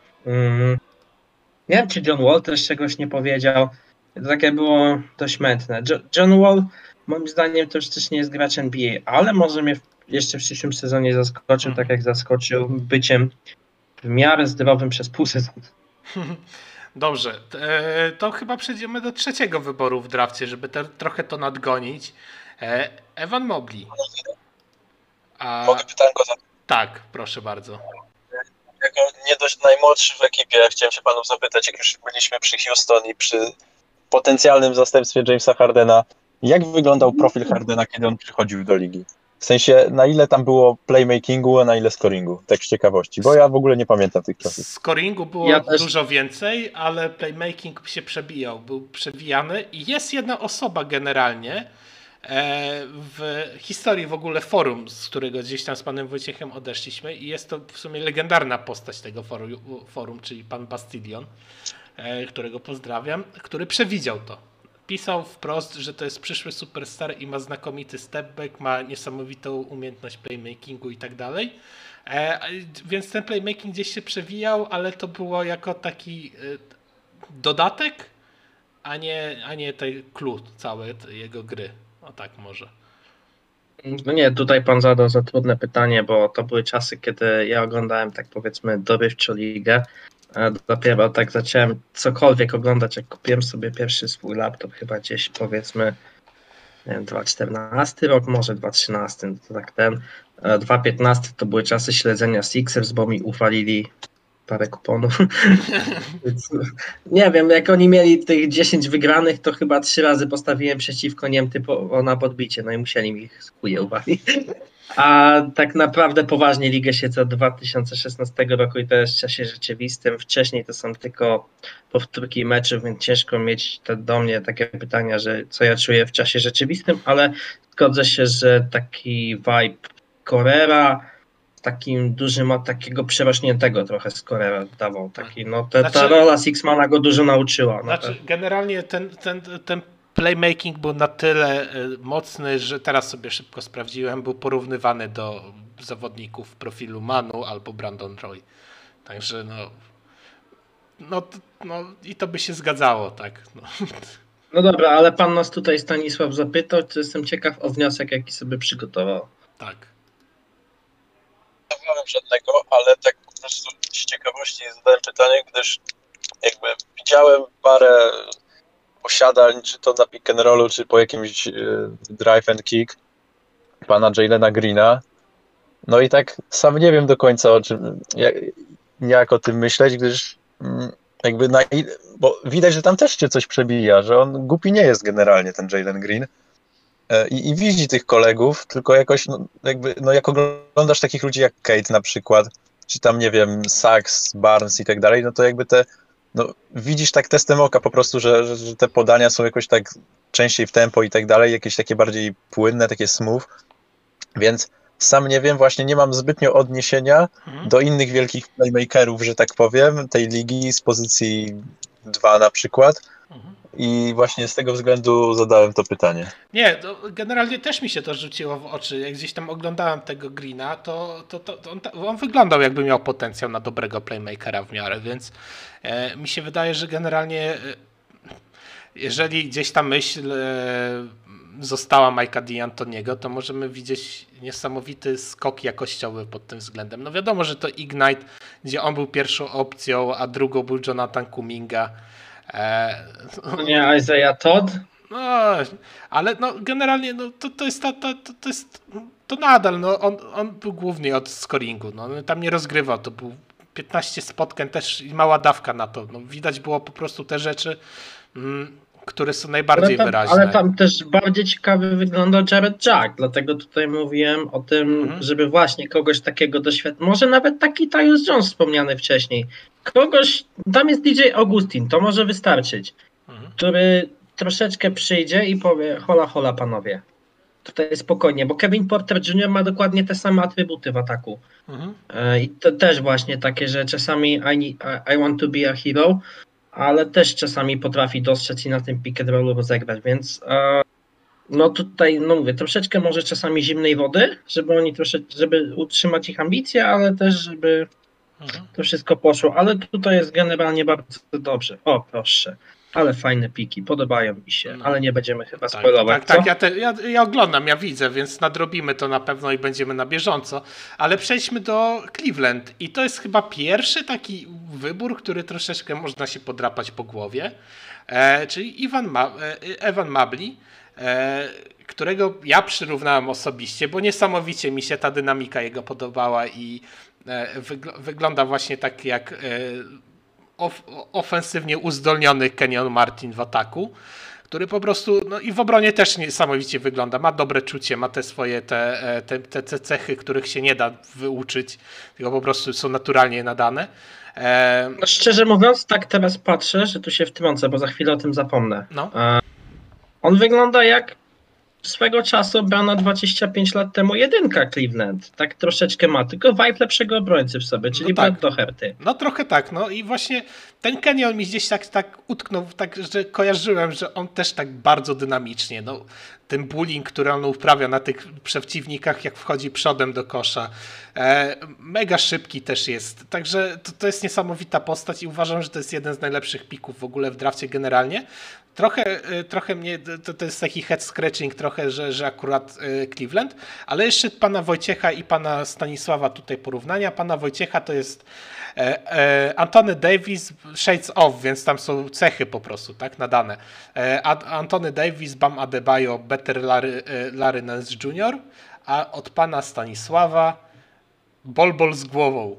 nie wiem, czy John Wall też czegoś nie powiedział, to takie było dość mętne. John Wall, moim zdaniem, to już też nie jest gracz NBA, ale może mnie jeszcze w przyszłym sezonie zaskoczył, tak jak zaskoczył byciem w miarę zdrowym przez pół sezonu. Dobrze, to chyba przejdziemy do trzeciego wyboru w drafcie, żeby trochę to nadgonić. Evan Mobley. Mogę pytanko zadać? Tak, proszę bardzo. Jako nie dość najmłodszy w ekipie, chciałem się panów zapytać, jak już byliśmy przy Houston i przy potencjalnym zastępstwie Jamesa Hardena, jak wyglądał profil Hardena, kiedy on przychodził do ligi? W sensie, na ile tam było playmakingu, a na ile scoringu? Tak z ciekawości, bo ja w ogóle nie pamiętam tych czasów. Scoringu było dużo więcej, ale playmaking się przebijał, był przewijany i jest jedna osoba generalnie w historii w ogóle forum, z którego gdzieś tam z panem Wojciechem odeszliśmy i jest to w sumie legendarna postać tego forum, czyli pan Bastillion, którego pozdrawiam, który przewidział to. Pisał wprost, że to jest przyszły superstar i ma znakomity stepback, ma niesamowitą umiejętność playmakingu i tak dalej. Więc ten playmaking gdzieś się przewijał, ale to było jako taki dodatek, a nie ten clue całej jego gry. O tak może. No nie, tutaj pan zadał za trudne pytanie, bo to były czasy, kiedy ja oglądałem tak powiedzmy dorywczo ligę. Dopiero tak zacząłem cokolwiek oglądać, jak kupiłem sobie pierwszy swój laptop, chyba gdzieś powiedzmy, nie wiem, 2014 rok, może 2013, to tak 2015 to były czasy śledzenia Sixers, bo mi ufalili parę kuponów. Nie wiem, jak oni mieli tych 10 wygranych, to chyba 3 razy postawiłem przeciwko niem typu na podbicie, no i musieli mi ich skuje uwalić. A tak naprawdę poważnie ligę siedzę od 2016 roku i to jest w czasie rzeczywistym. Wcześniej to są tylko powtórki meczów, więc ciężko mieć do mnie takie pytania, że co ja czuję w czasie rzeczywistym, ale zgodzę się, że taki vibe Correra, takim dużym, takiego przerośniętego trochę scorera dawał. Taki, no, ta rola Sixmana go dużo nauczyła. Znaczy, generalnie ten playmaking był na tyle mocny, że teraz sobie szybko sprawdziłem, był porównywany do zawodników w profilu Manu albo Brandon Roy. Także no i to by się zgadzało, tak. No dobra, ale pan nas tutaj Stanisław zapytał, to jestem ciekaw o wniosek, jaki sobie przygotował. Tak. Nie miałem żadnego, ale tak po prostu z ciekawości zadałem pytanie, gdyż jakby widziałem parę posiadań, czy to na pick and rollu, czy po jakimś drive and kick pana Jaylena Greena. No i tak sam nie wiem do końca o czym, jak o tym myśleć, gdyż jakby bo widać, że tam też się coś przebija, że on głupi nie jest generalnie ten Jaylen Green i widzi tych kolegów, tylko jakoś jak oglądasz takich ludzi jak Kate na przykład, czy tam nie wiem, Sachs, Barnes i tak dalej, no to jakby widzisz tak testem oka po prostu, że te podania są jakoś tak częściej w tempo i tak dalej, jakieś takie bardziej płynne, takie smooth, więc sam nie wiem, właśnie nie mam zbytnio odniesienia do innych wielkich playmakerów, że tak powiem, tej ligi z pozycji 2 na przykład i właśnie z tego względu zadałem to pytanie. Nie, generalnie też mi się to rzuciło w oczy. Jak gdzieś tam oglądałem tego Greena, to on wyglądał jakby miał potencjał na dobrego playmakera w miarę, więc mi się wydaje, że generalnie jeżeli gdzieś ta myśl została Mike'a D'Antoniego, to możemy widzieć niesamowity skok jakościowy pod tym względem. No wiadomo, że to Ignite, gdzie on był pierwszą opcją, a drugą był Jonathan Kuminga. Nie Isaiah Todd? No, ale generalnie to nadal, on był głównie od scoringu, tam nie rozgrywał, to był 15 spotkań też i mała dawka na to. Widać było po prostu te rzeczy, które są najbardziej wyraźne. Ale tam też bardziej ciekawy wygląda Jared Jack, dlatego tutaj mówiłem o tym, żeby właśnie kogoś takiego doświadczyć. Może nawet taki Tyus Jones wspomniany wcześniej. Kogoś, tam jest DJ Augustin, to może wystarczyć, który troszeczkę przyjdzie i powie hola panowie. Tutaj spokojnie, bo Kevin Porter Jr. ma dokładnie te same atrybuty w ataku. I to też właśnie takie, że czasami I want to be a hero, ale też czasami potrafi dostrzec i na tym pick and rollu rozegrać, więc no tutaj, no mówię, troszeczkę może czasami zimnej wody, żeby utrzymać ich ambicje, ale też żeby to wszystko poszło, ale tutaj jest generalnie bardzo dobrze. O, proszę. Ale fajne piki, podobają mi się, ale nie będziemy chyba Tak, spoilować. ja oglądam, ja widzę, więc nadrobimy to na pewno i będziemy na bieżąco. Ale przejdźmy do Cleveland i to jest chyba pierwszy taki wybór, który troszeczkę można się podrapać po głowie, czyli Evan Mobley, którego ja przyrównałem osobiście, bo niesamowicie mi się ta dynamika jego podobała i wygląda właśnie tak jak ofensywnie uzdolniony Kenyon Martin w ataku, który po prostu, no i w obronie też niesamowicie wygląda, ma dobre czucie, ma te swoje te cechy, których się nie da wyuczyć, tylko po prostu są naturalnie nadane. No, szczerze mówiąc, tak teraz patrzę, że tu się wtrącę, bo za chwilę o tym zapomnę. No. On wygląda jak swego czasu brana 25 lat temu jedynka Cleveland. Tak troszeczkę ma, tylko vibe lepszego obrońcy w sobie, czyli Brad Doherty. No trochę tak, no i właśnie ten Kenyon mi gdzieś tak utknął, tak, że kojarzyłem, że on też tak bardzo dynamicznie, no ten bullying, który on uprawia na tych przeciwnikach, jak wchodzi przodem do kosza. Mega szybki też jest, także to jest niesamowita postać i uważam, że to jest jeden z najlepszych pików w ogóle w drafcie generalnie. Trochę mnie, to jest taki head scratching trochę, że akurat Cleveland, ale jeszcze pana Wojciecha i pana Stanisława tutaj porównania. Pana Wojciecha to jest Anthony Davis, Shades Off, więc tam są cechy po prostu, tak, nadane. Anthony Davis, Bam Adebayo, Better Larry Nance Jr., a od pana Stanisława Bol z głową.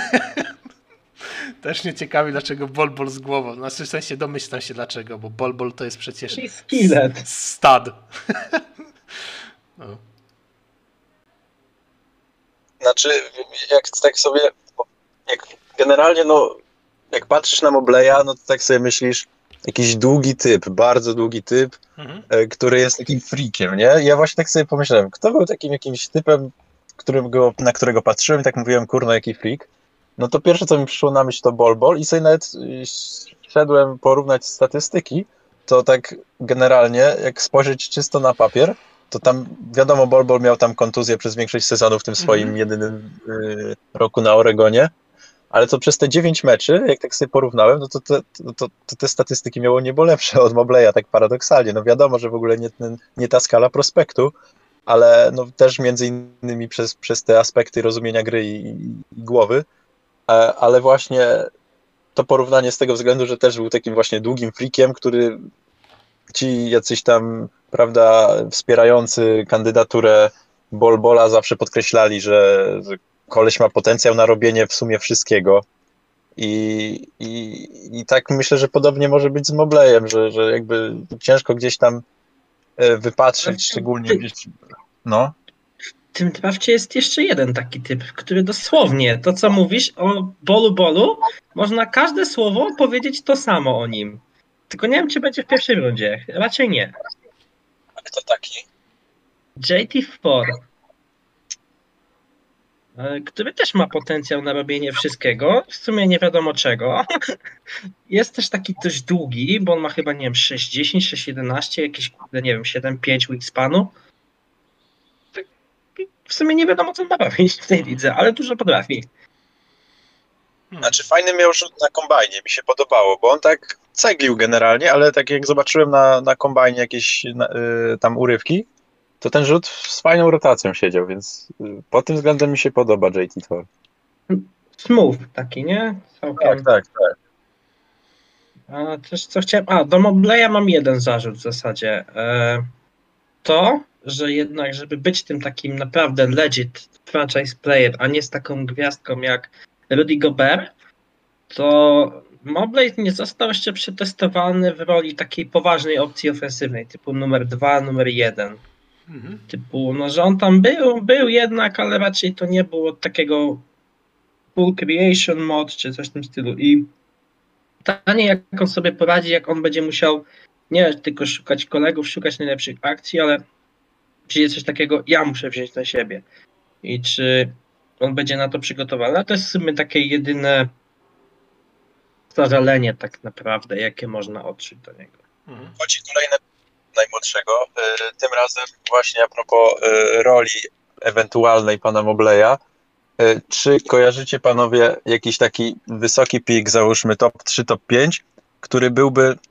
Też mnie ciekawi, dlaczego Bol z głową. No, w sensie domyślam się dlaczego, bo Bol to jest przecież stud. No. Znaczy, jak tak sobie, generalnie no, jak patrzysz na Mobleya, no to tak sobie myślisz, jakiś długi typ, bardzo długi typ, który jest takim freakiem, nie? Ja właśnie tak sobie pomyślałem, kto był takim jakimś typem, na którego patrzyłem i tak mówiłem, kurno, jaki freak. No to pierwsze, co mi przyszło na myśl, to Bol i sobie nawet szedłem porównać statystyki, to tak generalnie, jak spojrzeć czysto na papier, to tam wiadomo, Bol miał tam kontuzję przez większość sezonu w tym swoim jedynym roku na Oregonie, ale to przez te 9 meczy, jak tak sobie porównałem, no to te statystyki miało niebo lepsze od Mobleya, tak paradoksalnie. No wiadomo, że w ogóle nie ta skala prospektu, ale no też między innymi przez te aspekty rozumienia gry i głowy, ale właśnie to porównanie z tego względu, że też był takim właśnie długim freakiem, który ci jacyś tam, prawda, wspierający kandydaturę Bola zawsze podkreślali, że koleś ma potencjał na robienie w sumie wszystkiego. I tak myślę, że podobnie może być z Mobleyem, że jakby ciężko gdzieś tam wypatrzeć, szczególnie gdzieś, no. W tym drafcie jest jeszcze jeden taki typ, który dosłownie, to co mówisz o Bolu, można każde słowo powiedzieć to samo o nim. Tylko nie wiem, czy będzie w pierwszej rundzie. Raczej nie. A kto taki? JT4, który też ma potencjał na robienie wszystkiego, w sumie nie wiadomo czego. Jest też taki dość długi, bo on ma chyba, nie wiem, 6'10", 6'11", jakieś, nie wiem, 7'5" wingspanu. W sumie nie wiadomo, co on ma robić w tej lidze, ale dużo potrafi. Znaczy fajny miał rzut na kombajnie, mi się podobało, bo on tak ceglił generalnie, ale tak jak zobaczyłem na kombajnie jakieś tam urywki, to ten rzut z fajną rotacją siedział, więc pod tym względem mi się podoba JT4. Smooth taki, nie? Całkiem. Tak. A też co chciałem... do Mobleya mam jeden zarzut w zasadzie. To, że jednak, żeby być tym takim naprawdę legit franchise player, a nie z taką gwiazdką jak Rudy Gobert, to Mobley nie został jeszcze przetestowany w roli takiej poważnej opcji ofensywnej, typu numer 2, numer 1. Typu, no że on tam był jednak, ale raczej to nie było takiego full creation mode, czy coś w tym stylu. I pytanie, jak on sobie poradzi, jak on będzie musiał nie tylko szukać kolegów, szukać najlepszych akcji, ale przyjdzie coś takiego, ja muszę wziąć na siebie. I czy on będzie na to przygotowany? A to jest w sumie takie jedyne zażalenie tak naprawdę, jakie można odczuć do niego. Chodzi kolejne najmłodszego. Tym razem właśnie a propos roli ewentualnej pana Mobleya. Czy kojarzycie panowie jakiś taki wysoki pik, załóżmy top 3, top 5, który byłby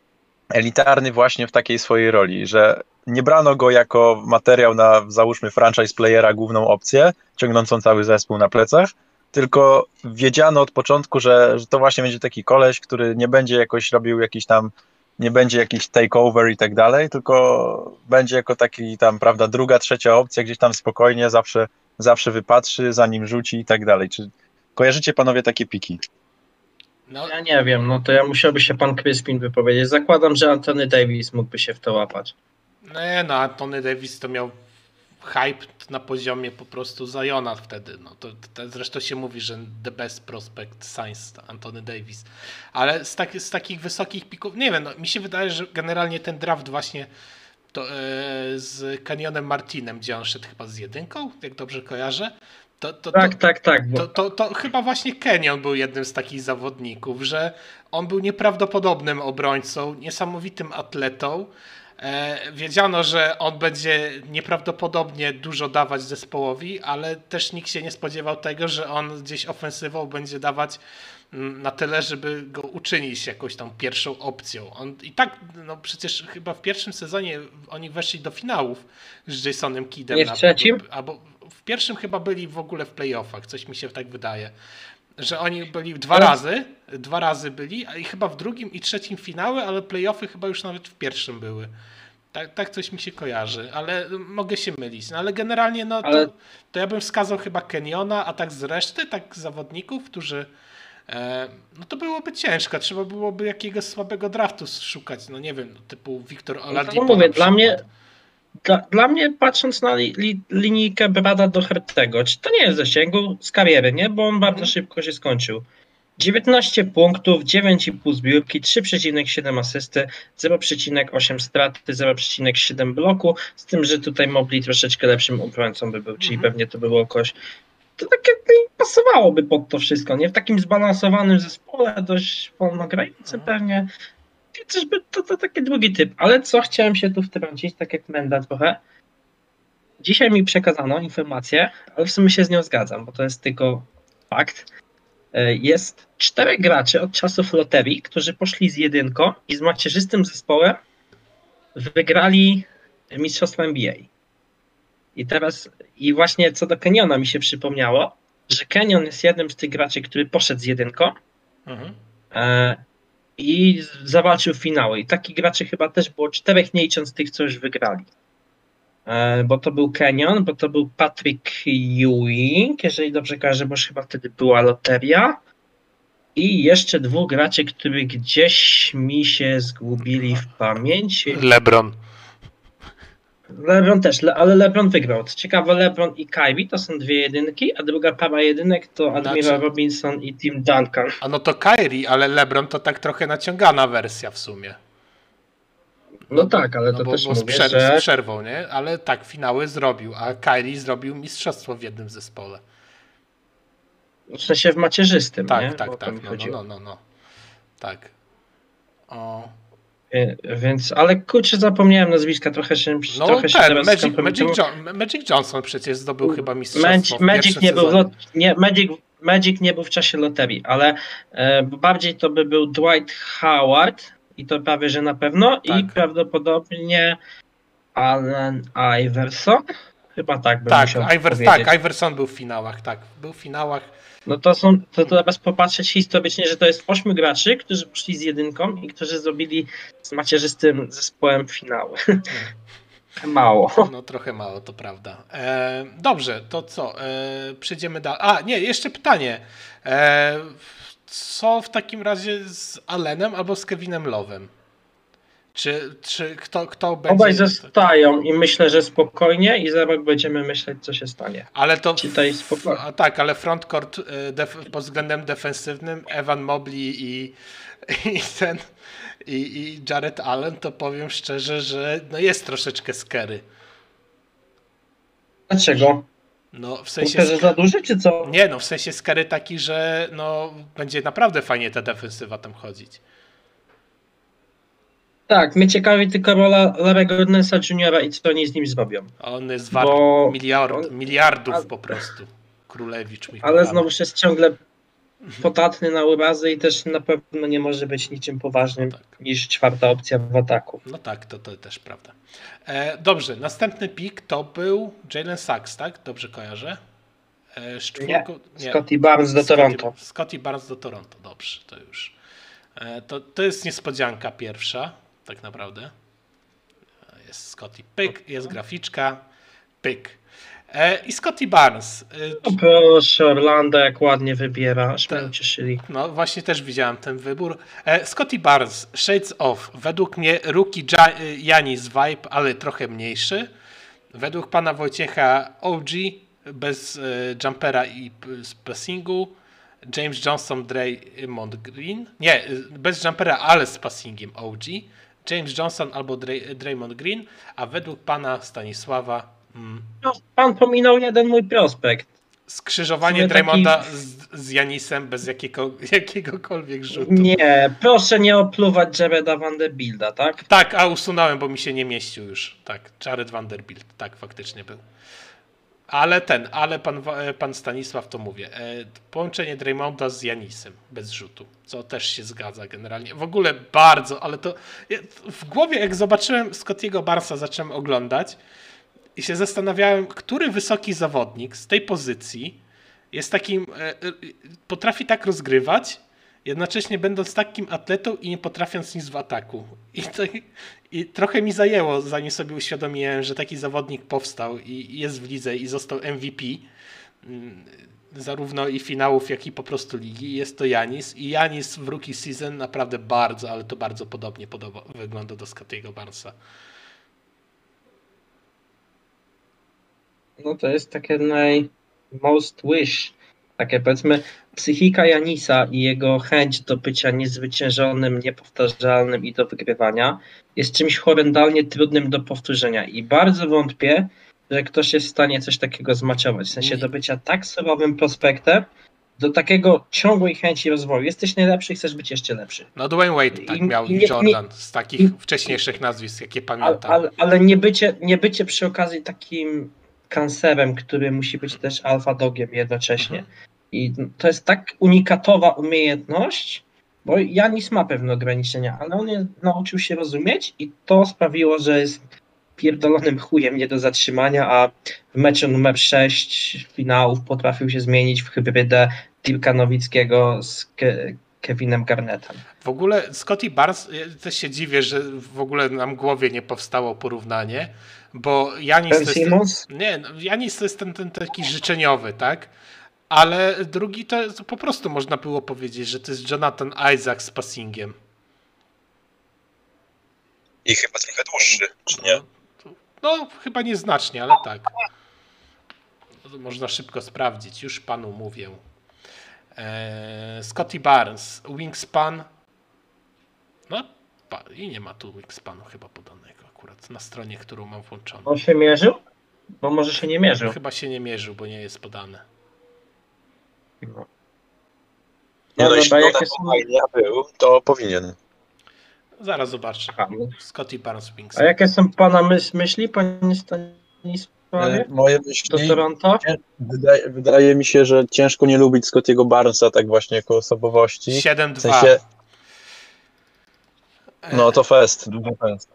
elitarny właśnie w takiej swojej roli, że nie brano go jako materiał na, załóżmy, franchise playera, główną opcję, ciągnącą cały zespół na plecach, tylko wiedziano od początku, że to właśnie będzie taki koleś, który nie będzie jakoś robił jakiś tam, nie będzie jakiś takeover i tak dalej, tylko będzie jako taki tam, prawda, druga, trzecia opcja, gdzieś tam spokojnie, zawsze wypatrzy, zanim rzuci i tak dalej. Czy kojarzycie panowie takie piki? No, Ja nie wiem, no to ja musiałby się pan Crispin wypowiedzieć. Zakładam, że Anthony Davis mógłby się w to łapać. no Anthony Davis to miał hype na poziomie po prostu Ziona wtedy. No to zresztą się mówi, że the best prospect science Anthony Davis. Ale z takich wysokich pików, nie wiem, no, mi się wydaje, że generalnie ten draft właśnie to, z Kenyonem Martinem, gdzie on szedł chyba z 1, jak dobrze kojarzę. Tak. To chyba właśnie Kenyon był jednym z takich zawodników, że on był nieprawdopodobnym obrońcą, niesamowitym atletą. Wiedziano, że on będzie nieprawdopodobnie dużo dawać zespołowi, ale też nikt się nie spodziewał tego, że on gdzieś ofensywą będzie dawać na tyle, żeby go uczynić jakąś tam pierwszą opcją. On i tak, no przecież chyba w pierwszym sezonie oni weszli do finałów z Jasonem Kiddem. Nie w trzecim? Albo w pierwszym chyba byli w ogóle w playoffach, coś mi się tak wydaje. Że oni byli dwa razy byli, a i chyba w drugim i trzecim finały, ale playoffy chyba już nawet w pierwszym były. Tak coś mi się kojarzy, ale mogę się mylić. No ale generalnie no to ja bym wskazał chyba Kenyona, a tak z reszty, tak zawodników, którzy no to byłoby ciężko, trzeba byłoby jakiegoś słabego draftu szukać, no nie wiem, typu Wiktor Oladipo. No mówię, dla mnie patrząc na linijkę Brada do Hertego, czy to nie jest zasięgu z kariery, nie? Bo on bardzo szybko się skończył. 19 punktów, 9,5 zbiórki, 3,7 asysty, 0,8 straty, 0,7 bloku, z tym, że tutaj Mobley troszeczkę lepszym obrońcą by był, czyli pewnie to było jakoś, to takie pasowałoby pod to wszystko, nie? W takim zbalansowanym zespole, dość wolnogrającym pewnie. Czyżby to taki drugi typ, ale co chciałem się tu wtrącić, tak jak Menda trochę. Dzisiaj mi przekazano informację, ale w sumie się z nią zgadzam, bo to jest tylko fakt. Jest 4 graczy od czasów loterii, którzy poszli z 1 i z macierzystym zespołem wygrali mistrzostwo NBA. I właśnie co do Kenyona mi się przypomniało, że Kenyon jest jednym z tych graczy, który poszedł z 1 i zawalczył finały. I takich graczy chyba też było 4, nie licząc tych, co już wygrali. Bo to był Kenyon, bo to był Patrick Ewing, jeżeli dobrze kojarzę, bo już chyba wtedy była loteria. I jeszcze 2 graczy, którzy gdzieś mi się zgubili w pamięci. LeBron też, ale LeBron wygrał. Co ciekawe, LeBron i Kyrie to są 2 jedynki, a druga para jedynek to Admiral Robinson i Tim Duncan. A no to Kyrie, ale LeBron to tak trochę naciągana wersja w sumie. No tak, ale to też mówię, z przerwą, nie? Ale tak, finały zrobił, a Kyrie zrobił mistrzostwo w jednym zespole. W sensie w macierzystym, tak, nie? Tak, no. Tak. O. Więc, ale kurczę, zapomniałem nazwiska, trochę się teraz Magic Johnson przecież zdobył chyba mistrzostwo Magic nie był w czasie loterii, ale bardziej to by był Dwight Howard i to prawie, że na pewno i prawdopodobnie Allen Iverson. Chyba tak bym musiał powiedzieć. Iverson był w finałach, No to teraz popatrzeć historycznie, że to jest 8 graczy, którzy poszli z 1 i którzy zrobili z macierzystym zespołem finały. Mało. No trochę mało, to prawda. Dobrze, to co? Przejdziemy dalej. Nie, jeszcze pytanie. Co w takim razie z Allenem albo z Kevinem Love'em? Czy kto będzie... Obaj zostają i myślę, że spokojnie i za rok będziemy myśleć, co się stanie. Ale to... ale frontcourt pod względem defensywnym Evan Mobley i Jarrett Allen, to powiem szczerze, że no jest troszeczkę scary. Dlaczego? No w sensie... że za duży, czy co? Nie, no w sensie scary taki, że no będzie naprawdę fajnie ta defensywa tam chodzić. Tak, mnie ciekawi tylko rola Larry'ego Nance Juniora i co oni z nim zrobią. On jest wart miliardów po prostu. Królewicz. Ale znowu jest ciągle podatny na urazy i też na pewno nie może być niczym poważnym niż czwarta opcja w ataku. No tak, to też prawda. Dobrze, następny pick to był Jalen Suggs, tak? Dobrze kojarzę? Nie. Scottie Barnes do Toronto. Scottie Barnes do Toronto, dobrze, to już. To jest niespodzianka pierwsza, tak naprawdę. Jest Scottie, pyk, jest graficzka, pyk. I Scottie Barnes. O proszę, Orlando jak ładnie wybiera, aż mnie ucieszyli. No właśnie też widziałem ten wybór. Scottie Barnes, Shades Off. Według mnie rookie Giannis vibe, ale trochę mniejszy. Według pana Wojciecha OG, bez jumpera i passingu. James Johnson, Draymond Green. Nie, bez jumpera, ale z passingiem OG. James Johnson albo Draymond Green. A według pana Stanisława... No, pan pominął jeden mój prospekt. Skrzyżowanie Draymonda z Janisem bez jakiegokolwiek rzutu. Nie, proszę nie opluwać Jareda Vanderbilta, tak? Tak, a usunąłem, bo mi się nie mieścił już. Tak, Jared Vanderbilt, tak faktycznie był. Ale pan Stanisław to mówię. Połączenie Draymonda z Janisem bez rzutu, co też się zgadza generalnie. W ogóle bardzo, ale to w głowie jak zobaczyłem Scottiego Barnesa, zacząłem oglądać i się zastanawiałem, który wysoki zawodnik z tej pozycji jest takim, potrafi tak rozgrywać, jednocześnie będąc takim atletą i nie potrafiąc nic w ataku. I trochę mi zajęło, zanim sobie uświadomiłem, że taki zawodnik powstał i jest w lidze i został MVP zarówno i finałów, jak i po prostu ligi. Jest to Giannis i Giannis w rookie season naprawdę bardzo, ale to bardzo podobnie wygląda do Scottiego Barnesa. No to jest takie most wish. Takie powiedzmy psychika Janisa i jego chęć do bycia niezwyciężonym, niepowtarzalnym i do wygrywania jest czymś horrendalnie trudnym do powtórzenia i bardzo wątpię, że ktoś jest w stanie coś takiego zmaczować. W sensie do bycia tak surowym prospektem, do takiego ciągłej chęci rozwoju. Jesteś najlepszy i chcesz być jeszcze lepszy. No Dwayne Wade tak miał i Jordan z takich wcześniejszych nazwisk, jakie pamiętam. Ale nie bycie przy okazji takim kancerem, który musi być też alfa dogiem jednocześnie. I to jest tak unikatowa umiejętność, bo Giannis ma pewne ograniczenia, ale on nauczył się rozumieć i to sprawiło, że jest pierdolonym chujem nie do zatrzymania, a w meczu numer 6 finałów potrafił się zmienić w hybrydę Dirka Nowickiego z Kevinem Garnettem. W ogóle Scottie Barnes, ja też się dziwię, że w ogóle nam w głowie nie powstało porównanie, bo Giannis to jest ten taki życzeniowy, tak? Ale drugi to po prostu można było powiedzieć, że to jest Jonathan Isaac z passingiem. I chyba trochę dłuższy, czy nie? No chyba nieznacznie, ale tak. To można szybko sprawdzić, już panu mówię. Scottie Barnes, wingspan. No i nie ma tu wingspanu chyba podanego akurat na stronie, którą mam włączoną. On się mierzył? Bo może się nie mierzył. Chyba się nie mierzył, bo nie jest podane. Jeśli był, to powinien. Zaraz zobaczę. Scottie Barnes Wings. A jakie są pana myśli, panie Stanisławie? Moje myśli, do Toronto? Wydaje mi się, że ciężko nie lubić Scottiego Barnesa tak właśnie jako osobowości. 7-2. W sensie, no to fest, duży fest.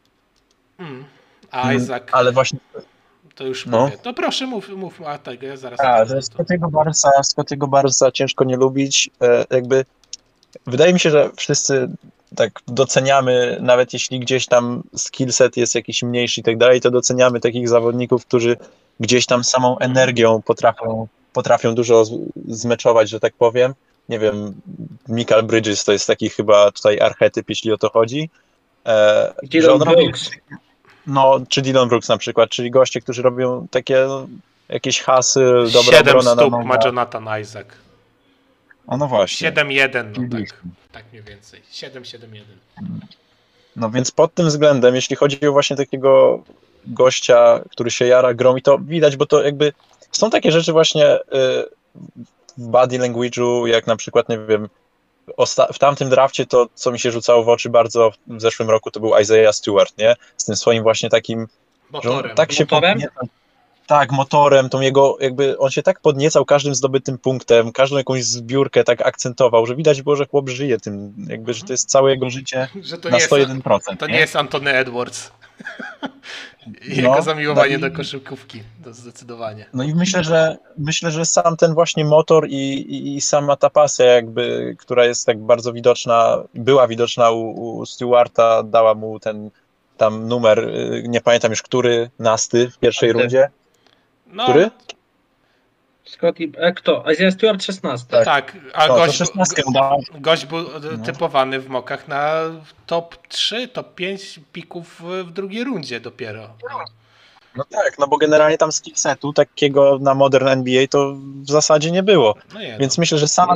A Isaac. Ale właśnie... To już mówię. To proszę mów a tego, ja zaraz... że Scottiego Barnesa ciężko nie lubić. Jakby wydaje mi się, że wszyscy tak doceniamy, nawet jeśli gdzieś tam skillset jest jakiś mniejszy i tak dalej, to doceniamy takich zawodników, którzy gdzieś tam samą energią potrafią dużo zmeczować, że tak powiem. Nie wiem, Mikal Bridges to jest taki chyba tutaj archetyp, jeśli o to chodzi. Dillon Brooks. Czy Dillon Brooks na przykład, czyli goście, którzy robią takie jakieś hasy, dobra 7 obrona. 7 stóp ma Jonathan Isaac. No właśnie. 7-1, tak mniej więcej. 7-7-1. No więc pod tym względem, jeśli chodzi o właśnie takiego gościa, który się jara grą i to widać, bo to jakby są takie rzeczy właśnie w body language'u, jak na przykład, nie wiem, w tamtym drafcie to, co mi się rzucało w oczy bardzo w zeszłym roku, to był Isaiah Stewart, nie? Z tym swoim właśnie takim motorem. Tak się Tak, motorem, tą jego, jakby on się tak podniecał każdym zdobytym punktem, każdą jakąś zbiórkę tak akcentował, że widać było, że chłop żyje tym, jakby, że to jest całe jego życie Że to na nie 101%. To nie jest Anthony Edwards. Jego No, zamiłowanie no do koszykówki, to zdecydowanie. No i myślę, że sam ten właśnie motor i sama ta pasja jakby, która jest tak bardzo widoczna, była widoczna u Stewarta, dała mu ten tam numer, nie pamiętam już który, nasty w pierwszej rundzie. No, Który? Scotty, kto? Isaiah Stewart 16. Tak, a No, gość był typowany w mokach na top 3, top 5 pików w drugiej rundzie dopiero. No tak, no bo generalnie tam skillsetu takiego na Modern NBA to w zasadzie nie było. Więc myślę, że sama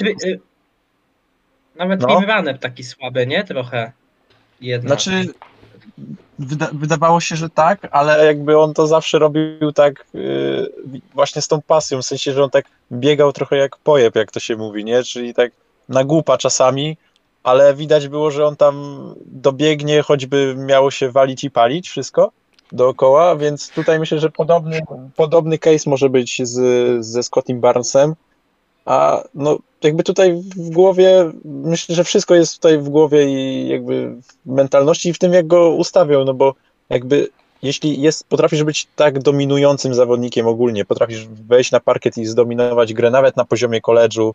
Nawet Tim Runner taki słaby, nie? Trochę. Jednak. Znaczy, wydawało się, że tak, ale jakby on to zawsze robił tak właśnie z tą pasją, w sensie, że on tak biegał trochę jak pojeb, jak to się mówi, nie? Czyli tak na głupa czasami, ale widać było, że on tam dobiegnie, choćby miało się walić i palić wszystko dookoła, więc tutaj myślę, że podobny case może być ze Scottim Barnesem, a no jakby tutaj w głowie, myślę, że wszystko jest tutaj w głowie i jakby w mentalności i w tym, jak go ustawią, no bo jakby jeśli potrafisz być tak dominującym zawodnikiem ogólnie, potrafisz wejść na parkiet i zdominować grę nawet na poziomie koledżu,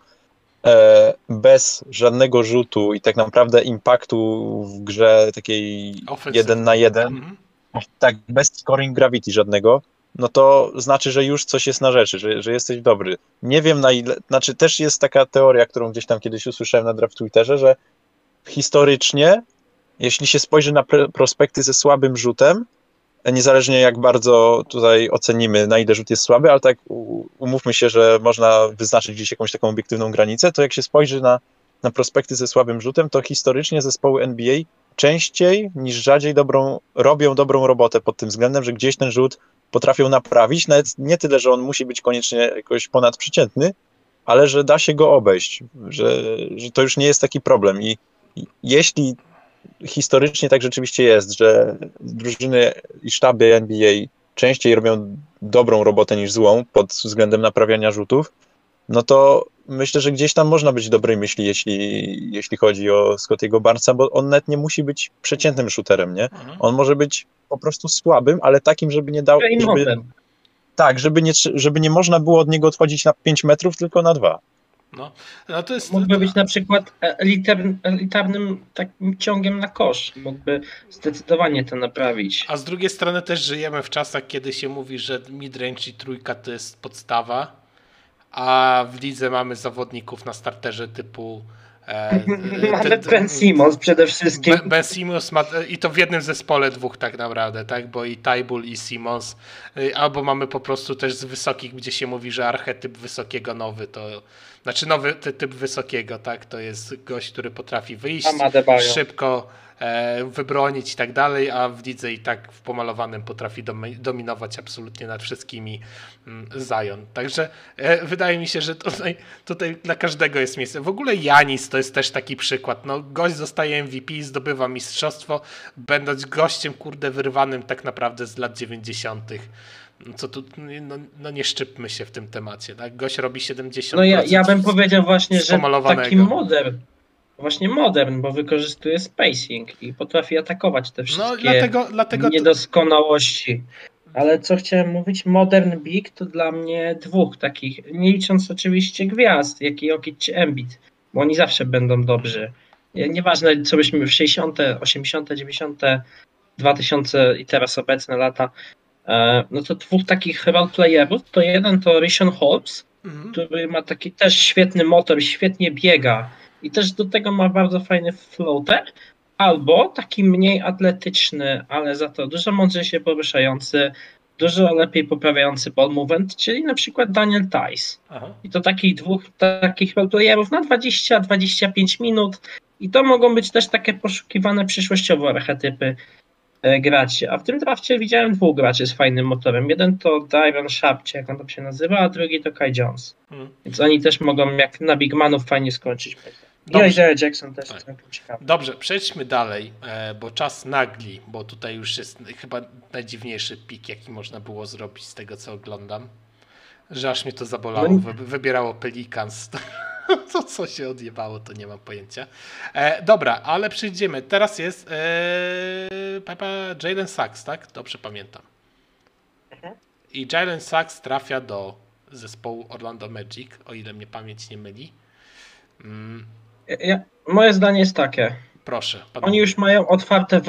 bez żadnego rzutu i tak naprawdę impaktu w grze takiej 1 na 1, tak, bez scoring gravity żadnego, no to znaczy, że już coś jest na rzeczy, że jesteś dobry. Nie wiem na ile, znaczy też jest taka teoria, którą gdzieś tam kiedyś usłyszałem na Draft Twitterze, że historycznie, jeśli się spojrzy na prospekty ze słabym rzutem, niezależnie jak bardzo tutaj ocenimy, na ile rzut jest słaby, ale tak umówmy się, że można wyznaczyć gdzieś jakąś taką obiektywną granicę, to jak się spojrzy na prospekty ze słabym rzutem, to historycznie zespoły NBA częściej niż rzadziej robią dobrą robotę pod tym względem, że gdzieś ten rzut potrafią naprawić, nawet nie tyle, że on musi być koniecznie jakoś ponadprzeciętny, ale że da się go obejść, że to już nie jest taki problem i jeśli historycznie tak rzeczywiście jest, że drużyny i sztaby NBA częściej robią dobrą robotę niż złą pod względem naprawiania rzutów, no to myślę, że gdzieś tam można być dobrej myśli, jeśli chodzi o Scottiego Barnesa, bo on nawet nie musi być przeciętnym shooterem, nie? On może być po prostu słabym, ale takim, żeby nie dał... Tak, żeby nie można było od niego odchodzić na 5 metrów, tylko na 2. No to jest... Mógłby być na przykład elitarnym takim ciągiem na kosz. Mógłby zdecydowanie to naprawić. A z drugiej strony też żyjemy w czasach, kiedy się mówi, że midrange i trójka to jest podstawa, a w lidze mamy zawodników na starterze typu... Ben Simmons przede wszystkim. Ben Simmons ma, i to w jednym zespole dwóch tak naprawdę, tak? Bo i Thybulle i Simmons, albo mamy po prostu też z wysokich, gdzie się mówi, że archetyp wysokiego nowy to, znaczy nowy typ wysokiego, tak? To jest gość, który potrafi wyjść szybko, wybronić i tak dalej, a w lidze i tak w pomalowanym potrafi dominować absolutnie nad wszystkimi Zion. Także wydaje mi się, że tutaj dla każdego jest miejsce. W ogóle Giannis to jest też taki przykład. No, gość zostaje MVP, zdobywa mistrzostwo, będąc gościem, wyrwanym tak naprawdę z lat 90. Co tu, no nie szczypmy się w tym temacie. Tak? Gość robi 70%. No ja bym powiedział właśnie, że taki modern, bo wykorzystuje spacing i potrafi atakować te wszystkie niedoskonałości. Ale co chciałem mówić, modern big to dla mnie dwóch takich, nie licząc oczywiście gwiazd, jak i Jokic czy Embiid, bo oni zawsze będą dobrzy. Nieważne, co byśmy w 60., 80., 90., 2000 i teraz obecne lata, no to dwóch takich roleplayerów, to jeden to Richaun Holmes, który ma taki też świetny motor, świetnie biega i też do tego ma bardzo fajny floater, albo taki mniej atletyczny, ale za to dużo mądrzej się poruszający, dużo lepiej poprawiający ball movement, czyli na przykład Daniel Theis. I to dwóch takich roleplayerów na 20-25 minut i to mogą być też takie poszukiwane przyszłościowo archetypy graczy. A w tym drafcie widziałem dwóch graczy z fajnym motorem. Jeden to Dairon Sharp, czy jak on tam się nazywa, a drugi to Kai Jones. Więc oni też mogą jak na bigmanów fajnie skończyć. I Isaiah Jackson też tak. całkiem ciekawy. Dobrze, przejdźmy dalej, bo czas nagli, bo tutaj już jest chyba najdziwniejszy pik, jaki można było zrobić z tego, co oglądam. Że aż mnie to zabolało. Wybierało Pelicans. To co się odjebało, to nie mam pojęcia. Dobra, ale przejdziemy. Teraz jest Jalen Suggs, tak? Dobrze pamiętam. I Jalen Suggs trafia do zespołu Orlando Magic, o ile mnie pamięć nie myli. Moje zdanie jest takie. Proszę. Oni już mają otwarte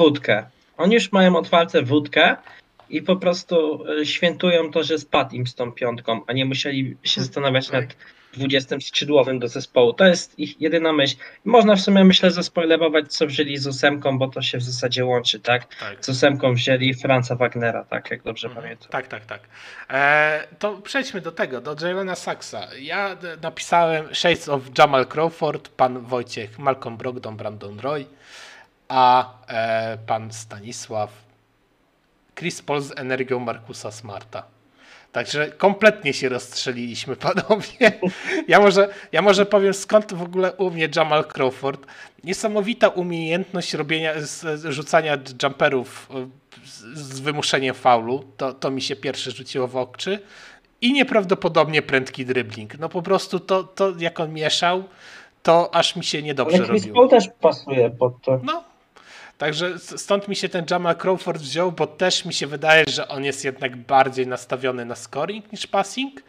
wódkę i po prostu świętują to, że spadł im z tą piątką, a nie musieli się zastanawiać nad 20 skrzydłowym do zespołu. To jest ich jedyna myśl. Można w sumie, myślę, zaspoilerować, co wzięli z ósemką, bo to się w zasadzie łączy, tak? Z ósemką wzięli Franza Wagnera, tak, jak dobrze pamiętam. Tak. To przejdźmy do tego, do Jalena Suggsa. Ja napisałem Shades of Jamal Crawford, pan Wojciech Malcolm Brogdon, Brandon Roy, a pan Stanisław Chris Paul z energią Marcusa Smarta. Także kompletnie się rozstrzeliliśmy, panowie. Ja może powiem, skąd w ogóle u mnie Jamal Crawford. Niesamowita umiejętność rzucania jumperów z wymuszeniem faulu. To mi się pierwsze rzuciło w oczy. I nieprawdopodobnie prędki dribbling. No po prostu to jak on mieszał, to aż mi się niedobrze robiło. Ale Chris Paul też pasuje pod to. No. Także stąd mi się ten Jamal Crawford wziął, bo też mi się wydaje, że on jest jednak bardziej nastawiony na scoring niż passing.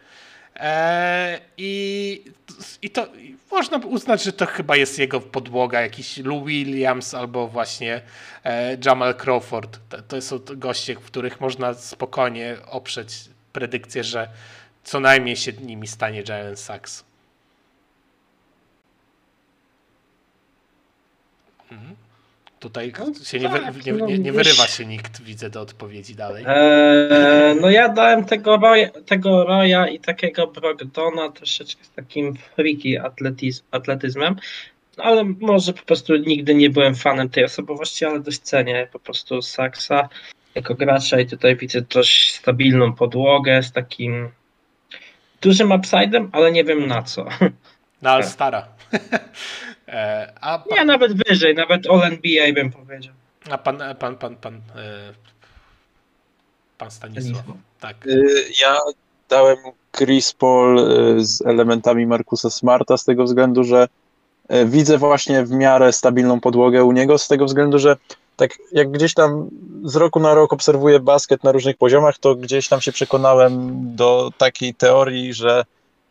I to można uznać, że to chyba jest jego podłoga, jakiś Lou Williams albo właśnie Jamal Crawford. To są goście, w których można spokojnie oprzeć predykcję, że co najmniej się nimi stanie Jalen Suggs. Tutaj się nie wyrywa się nikt, widzę, do odpowiedzi dalej. No ja dałem tego Roya i takiego Brogdona troszeczkę z takim freaky atletyzmem, ale może po prostu nigdy nie byłem fanem tej osobowości, ale dość cenię po prostu Suggsa jako gracza i tutaj widzę dość stabilną podłogę z takim dużym upside'em, ale nie wiem na co. Na All-Stara. Nie, nawet wyżej, nawet All-NBA bym powiedział. A pan Stanisław. Tak. Ja dałem Chris Paul z elementami Marcusa Smarta z tego względu, że widzę właśnie w miarę stabilną podłogę u niego, z tego względu, że tak jak gdzieś tam z roku na rok obserwuję basket na różnych poziomach, to gdzieś tam się przekonałem do takiej teorii, że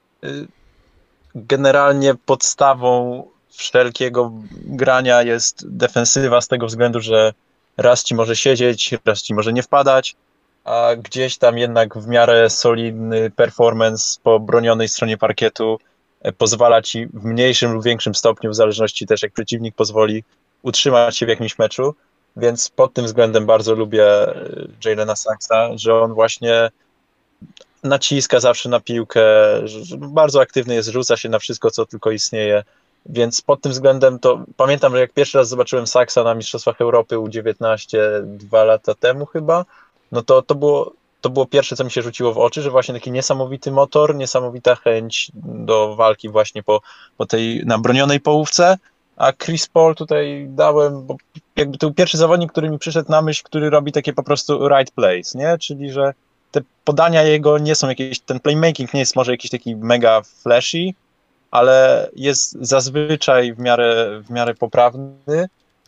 generalnie podstawą wszelkiego grania jest defensywa z tego względu, że raz ci może siedzieć, raz ci może nie wpadać, a gdzieś tam jednak w miarę solidny performance po bronionej stronie parkietu pozwala ci w mniejszym lub większym stopniu, w zależności też jak przeciwnik pozwoli, utrzymać się w jakimś meczu, więc pod tym względem bardzo lubię Jalena Suggsa, że on właśnie naciska zawsze na piłkę, że bardzo aktywny jest, rzuca się na wszystko, co tylko istnieje, więc pod tym względem to pamiętam, że jak pierwszy raz zobaczyłem Suggsa na Mistrzostwach Europy U19 2 lata temu chyba, no to było pierwsze, co mi się rzuciło w oczy, że właśnie taki niesamowity motor, niesamowita chęć do walki właśnie po tej nabronionej połówce, a Chris Paul tutaj dałem, bo jakby to był pierwszy zawodnik, który mi przyszedł na myśl, który robi takie po prostu right plays, nie? Czyli, że te podania jego nie są jakieś, ten playmaking nie jest może jakiś taki mega flashy, ale jest zazwyczaj w miarę poprawny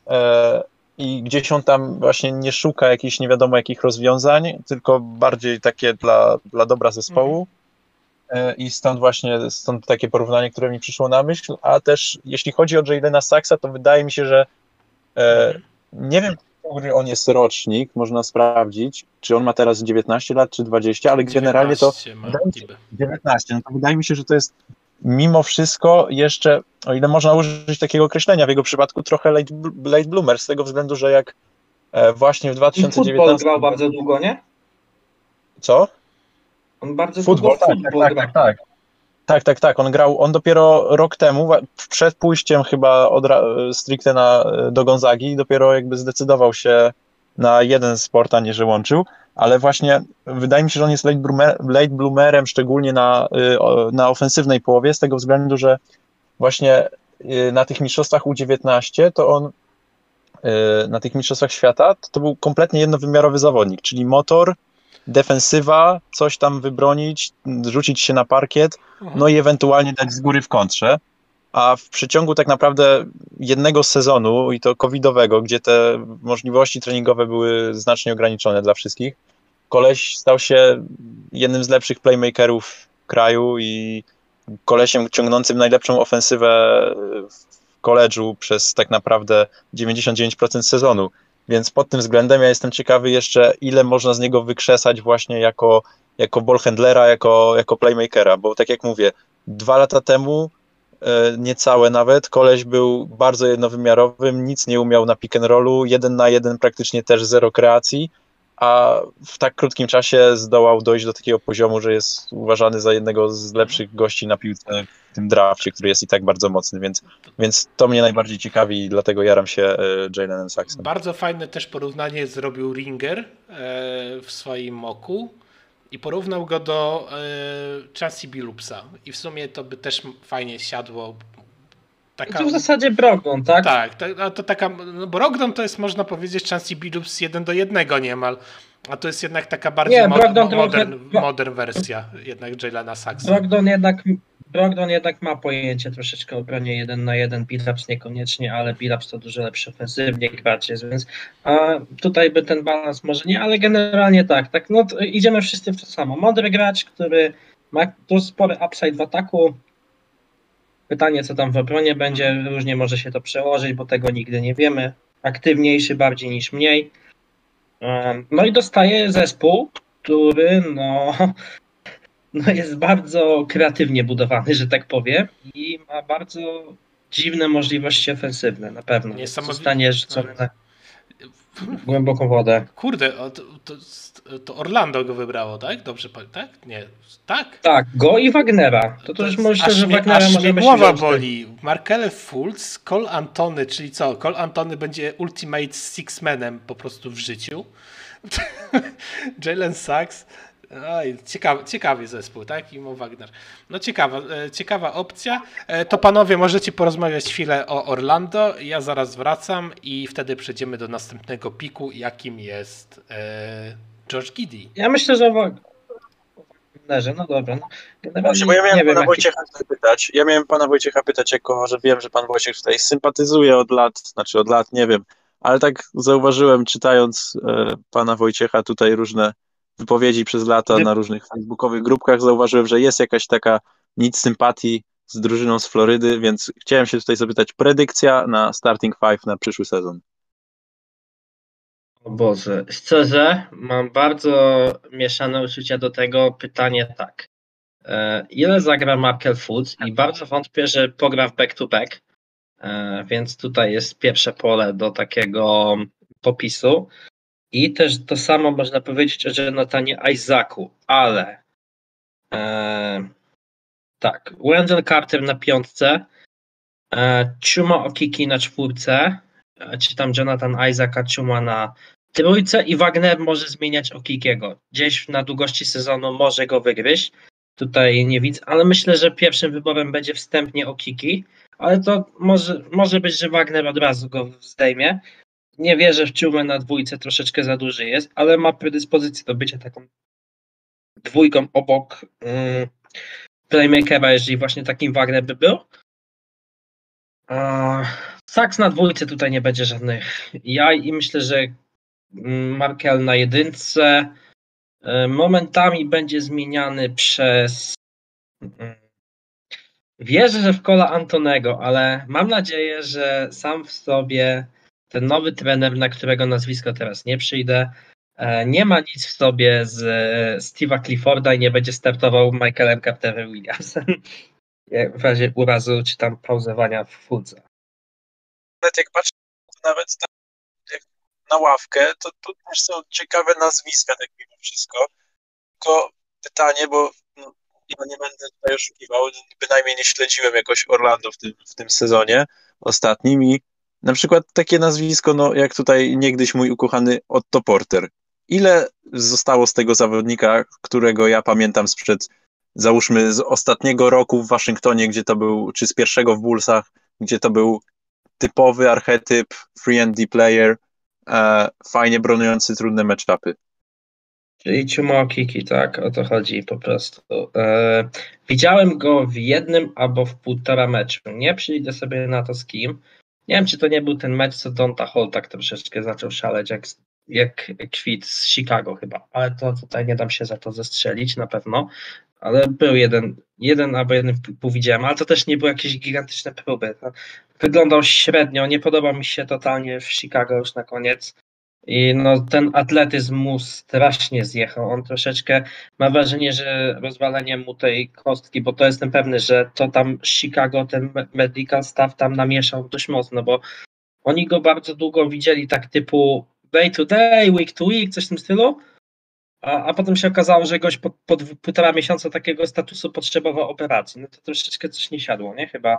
i gdzieś on tam właśnie nie szuka jakichś nie wiadomo jakich rozwiązań, tylko bardziej takie dla dobra zespołu. I stąd takie porównanie, które mi przyszło na myśl, a też jeśli chodzi o Jalena Suggsa, to wydaje mi się, że nie wiem, który on jest rocznik, można sprawdzić, czy on ma teraz 19 lat, czy 20, ale generalnie to 19, no to wydaje mi się, że to jest mimo wszystko jeszcze, o ile można użyć takiego określenia w jego przypadku, trochę late bloomer, z tego względu, że jak właśnie w 2019... Futbol grał bardzo długo, nie? Co? On bardzo długo futbol grał. Tak. On dopiero rok temu, przed pójściem chyba stricte do Gonzagi, dopiero jakby zdecydował się na jeden sport, a nie że łączył, ale właśnie wydaje mi się, że on jest late bloomerem, szczególnie na ofensywnej połowie, z tego względu, że właśnie na tych mistrzostwach U19, to on na tych mistrzostwach świata to był kompletnie jednowymiarowy zawodnik, czyli motor, defensywa, coś tam wybronić, rzucić się na parkiet, no i ewentualnie dać z góry w kontrze. A w przeciągu tak naprawdę jednego sezonu, i to covidowego, gdzie te możliwości treningowe były znacznie ograniczone dla wszystkich, koleś stał się jednym z lepszych playmakerów kraju i kolesiem ciągnącym najlepszą ofensywę w koledżu przez tak naprawdę 99% sezonu. Więc pod tym względem ja jestem ciekawy jeszcze, ile można z niego wykrzesać właśnie jako ballhandlera, jako playmakera, bo tak jak mówię, 2 lata temu, niecałe nawet, koleś był bardzo jednowymiarowym, nic nie umiał na pick and rollu, 1 na 1 praktycznie też zero kreacji, a w tak krótkim czasie zdołał dojść do takiego poziomu, że jest uważany za jednego z lepszych gości na piłce w tym drafcie, który jest i tak bardzo mocny, więc to mnie najbardziej ciekawi i dlatego jaram się Jaylenem Saxem. Bardzo fajne też porównanie zrobił Ringer w swoim moku i porównał go do Chauncey Billupsa i w sumie to by też fajnie siadło. To w zasadzie Brogdon, tak? Tak, to taka, no Brogdon to jest, można powiedzieć, Chauncey Billups 1:1 niemal, a to jest jednak taka bardziej modern wersja jednak Jaylena Saxa. Brogdon jednak ma pojęcie troszeczkę o obronie 1 na 1, Billups niekoniecznie, ale Billups to dużo lepszy ofensywnie gracz jest, więc tutaj by ten balans może nie, ale generalnie tak, no idziemy wszyscy w to samo. Mądry gracz, który ma tu spory upside w ataku. Pytanie, co tam w obronie będzie, różnie może się to przełożyć, bo tego nigdy nie wiemy. Aktywniejszy bardziej niż mniej. No i dostaje zespół, który jest bardzo kreatywnie budowany, że tak powiem, i ma bardzo dziwne możliwości ofensywne, na pewno. Zostanie rzucony na głęboką wodę. Kurde, to Orlando go wybrało, tak? Dobrze, tak? Nie, tak? Tak, go i Wagnera. To już myślę, że Wagnera możemy się głowa boli. Markelle Fultz, Cole Antony, czyli co? Cole Antony będzie Ultimate Six-Manem po prostu w życiu. Jaylen Sachs. Oj, ciekawy zespół, tak? I Mo Wagner. No ciekawa opcja. To panowie, możecie porozmawiać chwilę o Orlando. Ja zaraz wracam i wtedy przejdziemy do następnego piku, jakim jest Josh Giddey. Ja myślę, że Wagnerze, no dobra. Bo ja miałem pana Wojciecha pytać. Ja miałem pana Wojciecha pytać, jako że wiem, że pan Wojciech tutaj sympatyzuje od lat, nie wiem, ale tak zauważyłem, czytając pana Wojciecha tutaj różne wypowiedzi przez lata na różnych facebookowych grupkach, zauważyłem, że jest jakaś taka nić sympatii z drużyną z Florydy, więc chciałem się tutaj zapytać, predykcja na starting five na przyszły sezon. O Boże, szczerze mam bardzo mieszane uczucia do tego. Pytanie tak. Ile zagra Markelle Fultz? I bardzo wątpię, że pogra w back-to-back, więc tutaj jest pierwsze pole do takiego popisu. I też to samo można powiedzieć o Jonathanie Isaacu, ale tak, Wendell Carter na 5, Chuma Okiki na 4, czy tam Jonathan Isaac, a Chuma na 3 i Wagner może zmieniać Okikiego. Gdzieś na długości sezonu może go wygryźć. Tutaj nie widzę, ale myślę, że pierwszym wyborem będzie wstępnie Okiki, ale to może być, że Wagner od razu go zdejmie. Nie wierzę w Chumę na 2, troszeczkę za duży jest, ale ma predyspozycję do bycia taką 2 obok playmakera, jeżeli właśnie takim Wagner by był. Sachs na 2 tutaj nie będzie żadnych jaj i myślę, że Markelle na 1 momentami będzie zmieniany przez wierzę, że w Cola Antonego, ale mam nadzieję, że sam w sobie ten nowy trener, na którego nazwisko teraz nie przyjdę, nie ma nic w sobie z Steve'a Clifforda i nie będzie startował Michaelem Carterem Williamsem w razie urazu czy tam pauzowania w Fultza. Nawet jak patrzę nawet jak na ławkę, to tu też są ciekawe nazwiska, tak mimo wszystko. Tylko pytanie, bo ja nie będę tutaj oszukiwał, bynajmniej nie śledziłem jakoś Orlando w tym sezonie ostatnim i na przykład takie nazwisko, jak tutaj niegdyś mój ukochany Otto Porter. Ile zostało z tego zawodnika, którego ja pamiętam załóżmy z ostatniego roku w Waszyngtonie, gdzie to był, czy z pierwszego w Bullsach, gdzie to był typowy archetyp free and D player, fajnie bronujący trudne matchupy. Czyli Chuma Okiki, tak? O to chodzi po prostu. Widziałem go w jednym albo w 1,5 meczu. Nie przyjdę sobie na to z kim. Nie wiem, czy to nie był ten mecz, co Donta Hall tak troszeczkę zaczął szaleć, jak kwit z Chicago chyba. Ale to tutaj nie dam się za to zestrzelić na pewno. Ale był jeden albo jeden pół widziałem, ale to też nie były jakieś gigantyczne próby. Wyglądał średnio, nie podoba mi się totalnie w Chicago już na koniec. I no, ten atletyzm mu strasznie zjechał. On troszeczkę ma wrażenie, że rozwalenie mu tej kostki, bo to jestem pewny, że to tam Chicago, ten medical staff tam namieszał dość mocno, bo oni go bardzo długo widzieli tak typu day to day, week to week, coś w tym stylu, a potem się okazało, że gość po 1,5 miesiąca takiego statusu potrzebował operacji. No to troszeczkę coś nie siadło, nie? Chyba.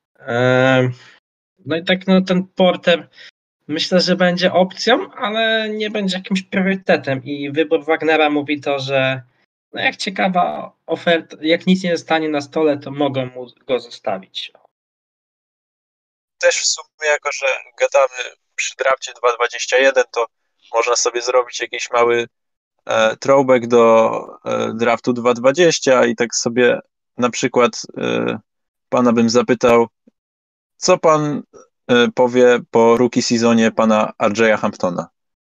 No i tak no, ten Porter myślę, że będzie opcją, ale nie będzie jakimś priorytetem i wybór Wagnera mówi to, że no jak ciekawa oferta, jak nic nie stanie na stole, to mogą mu go zostawić. Też w sumie, jako że gadamy przy drafcie 2.21, to można sobie zrobić jakiś mały throwback do draftu 2.20 i tak sobie na przykład pana bym zapytał, co pan powie po rookie sezonie pana RJ'a Hamptona?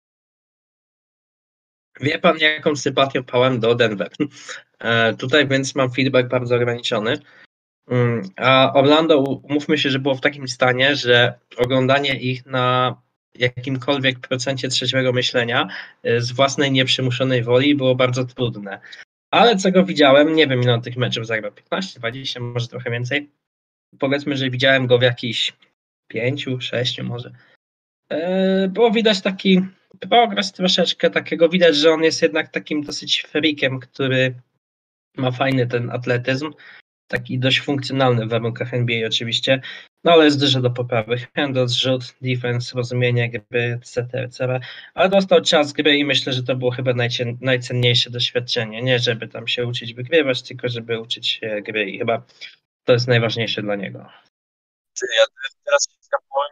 Wie pan, jaką sympatią pałem do Denver. Tutaj więc mam feedback bardzo ograniczony. A Orlando, umówmy się, że było w takim stanie, że oglądanie ich na jakimkolwiek procencie trzeciego myślenia z własnej nieprzymuszonej woli było bardzo trudne. Ale co go widziałem, nie wiem ile on tych meczów zagrał, 15, 20, może trochę więcej. Powiedzmy, że widziałem go w jakichś 5, 6 może. Było widać taki progres troszeczkę, takiego widać, że on jest jednak takim dosyć freakiem, który ma fajny ten atletyzm, taki dość funkcjonalny w warunkach NBA oczywiście, no ale jest dużo do poprawy. Handles, rzut, defense, rozumienie gry, etc. Ale dostał czas gry i myślę, że to było chyba najcenniejsze doświadczenie. Nie żeby tam się uczyć wygrywać, tylko żeby uczyć się gry i chyba to jest najważniejsze dla niego. Ja teraz się skapnąłem,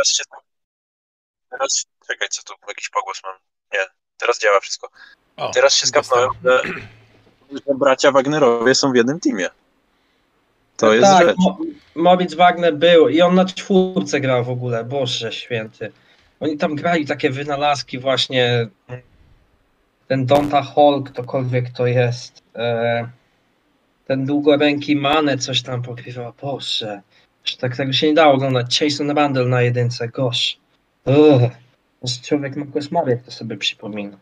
czekaj, co tu, jakiś pogłos mam. Nie, teraz działa wszystko. Teraz się skapnąłem, że bracia Wagnerowie są w jednym teamie. To jest tak, rzecz. Moritz Wagner był i on na 4 grał w ogóle, Boże święty. Oni tam grali takie wynalazki właśnie, ten Donta Hall, ktokolwiek to jest, ten długoręki Mane coś tam pokrywał, Boże. Tak tego się nie dało oglądać. Jason Randle na 1, gosh. Człowiek ma koszmar, jak to sobie przypomina.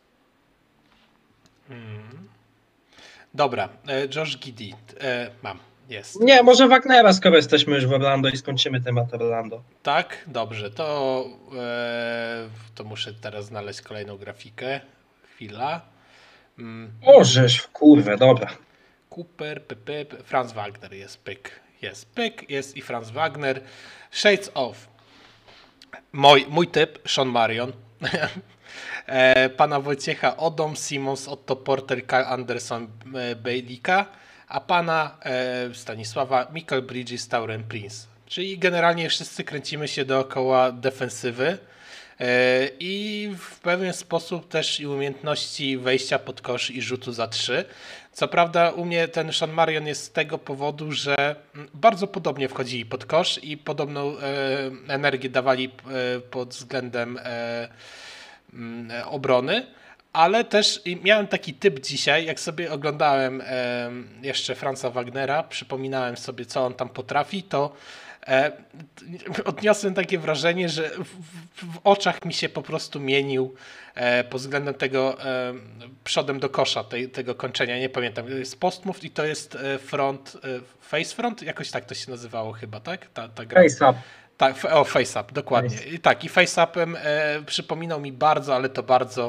Dobra, Josh Giddey, mam, jest. Nie, może Wagnera, skoro jesteśmy już w Orlando i skończymy temat Orlando. Tak, dobrze, to muszę teraz znaleźć kolejną grafikę. Chwila. Żeż, kurwę, dobra. Cooper, Franz Wagner jest pyk, jest i Franz Wagner. Shades of. Mój typ, Sean Marion. Pana Wojciecha Odom, Simons, Otto Porter, Kyle Anderson, Bejlika, a pana Stanisława Michael Bridges, Tauren Prince. Czyli generalnie wszyscy kręcimy się dookoła defensywy i w pewien sposób też i umiejętności wejścia pod kosz i rzutu za 3. Co prawda u mnie ten Sean Marion jest z tego powodu, że bardzo podobnie wchodzili pod kosz i podobną energię dawali pod względem obrony, ale też miałem taki typ dzisiaj, jak sobie oglądałem jeszcze Franza Wagnera, przypominałem sobie, co on tam potrafi, to odniosłem takie wrażenie, że w oczach mi się po prostu mienił pod względem tego przodem do kosza, tego kończenia, nie pamiętam, jest postmove i to jest face front, jakoś tak to się nazywało chyba, tak? Ta gra. Face up. Tak, face up, dokładnie. I tak, i face upem przypominał mi bardzo, ale to bardzo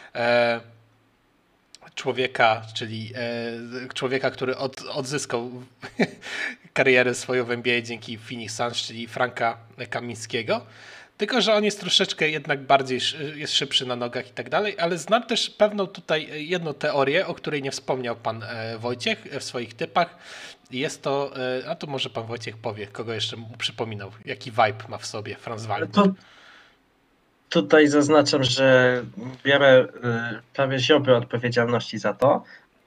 człowieka, czyli człowieka, który odzyskał karierę swoją w NBA dzięki Phoenix Suns, czyli Franka Kamińskiego. Tylko że on jest troszeczkę jednak bardziej, jest szybszy na nogach i tak dalej, ale znam też pewną tutaj jedną teorię, o której nie wspomniał pan Wojciech w swoich typach Jest to, a to może pan Wojciech powie, kogo jeszcze mu przypominał, jaki vibe ma w sobie Franz Wagner. Tutaj zaznaczam, że biorę prawie ziobro odpowiedzialności za to.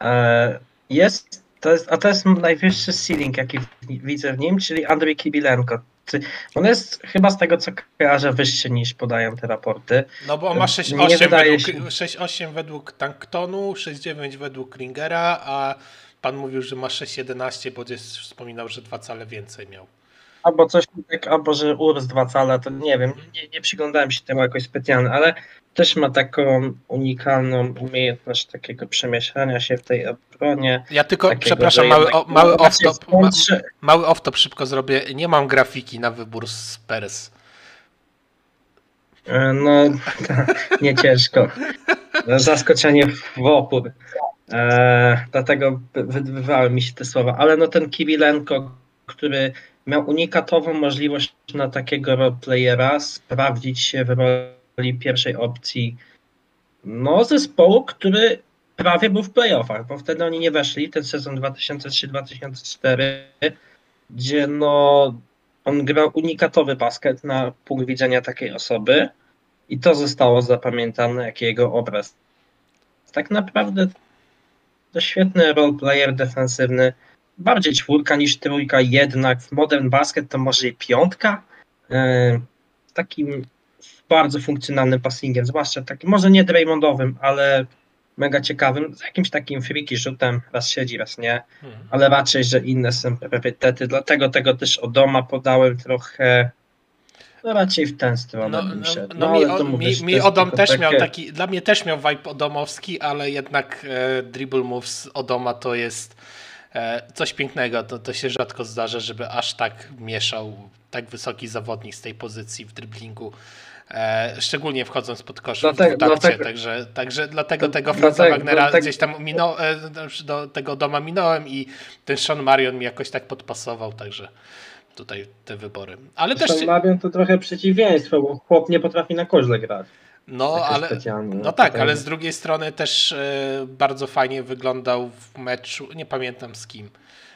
To jest najwyższy ceiling, jaki widzę w nim, czyli Andrzej Kibilenko. On jest chyba z tego, co kojarzę, wyższy niż podają te raporty. No bo on ma 6,8 według Tanktonu, 6,9 według Klingera, a pan mówił, że ma 6,11, bo gdzieś wspominał, że 2 cale więcej miał. Albo coś tak, albo że urósł 2 cale, to nie wiem, nie przyglądałem się temu jakoś specjalnie, ale też ma taką unikalną umiejętność takiego przemieszczania się w tej obronie. Ja tylko, takiego, przepraszam, mały off-top szybko zrobię. Nie mam grafiki na wybór z Spurs. No, nie ciężko. Zaskoczenie w opór. Dlatego wywały mi się te słowa. Ale no ten Kibilenko, który miał unikatową możliwość na takiego roleplayera sprawdzić się w roli pierwszej opcji zespołu, który prawie był w playoffach, bo wtedy oni nie weszli, ten sezon 2003-2004, gdzie on grał unikatowy basket na punkt widzenia takiej osoby i to zostało zapamiętane jako jego obraz. Tak naprawdę to świetny roleplayer defensywny, bardziej 4 niż 3, jednak w Modern Basket to może i 5. Takim bardzo funkcjonalnym passingiem, zwłaszcza takim, może nie Draymondowym, ale mega ciekawym, z jakimś takim freaky rzutem, raz siedzi, raz nie, ale raczej, że inne są priorytety, dlatego tego też Odoma podałem trochę, raczej w tę stronę bym szedł. Mi Odom też miał taki, dla mnie też miał vibe odomowski, ale jednak dribble moves Odoma to jest coś pięknego, to się rzadko zdarza, żeby aż tak mieszał tak wysoki zawodnik z tej pozycji w driblingu, szczególnie wchodząc pod kosz w dwutakcie, także dlatego tego Franza Wagnera gdzieś tam do tego Doma minąłem i ten Sean Marion mi jakoś tak podpasował, także tutaj te wybory. Ale też Sean Marion to trochę przeciwieństwo, bo chłop nie potrafi na koźle grać. Ale z drugiej strony też bardzo fajnie wyglądał w meczu, nie pamiętam z kim,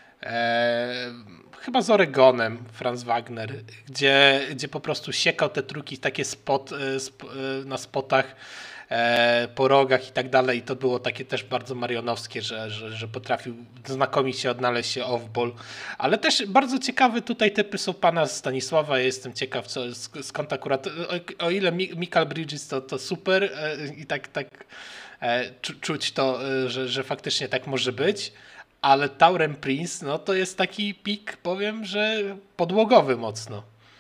chyba z Oregonem Franz Wagner, gdzie po prostu siekał te trójki takie na spotach po rogach i tak dalej. I to było takie też bardzo marionowskie, że potrafił znakomicie odnaleźć się off-ball. Ale też bardzo ciekawe tutaj typy są pana Stanisława. Ja jestem ciekaw, skąd akurat, o ile Mikal Bridges to super i tak czuć to, że faktycznie tak może być. Ale Taurean Prince, to jest taki pik, powiem, że podłogowy mocno.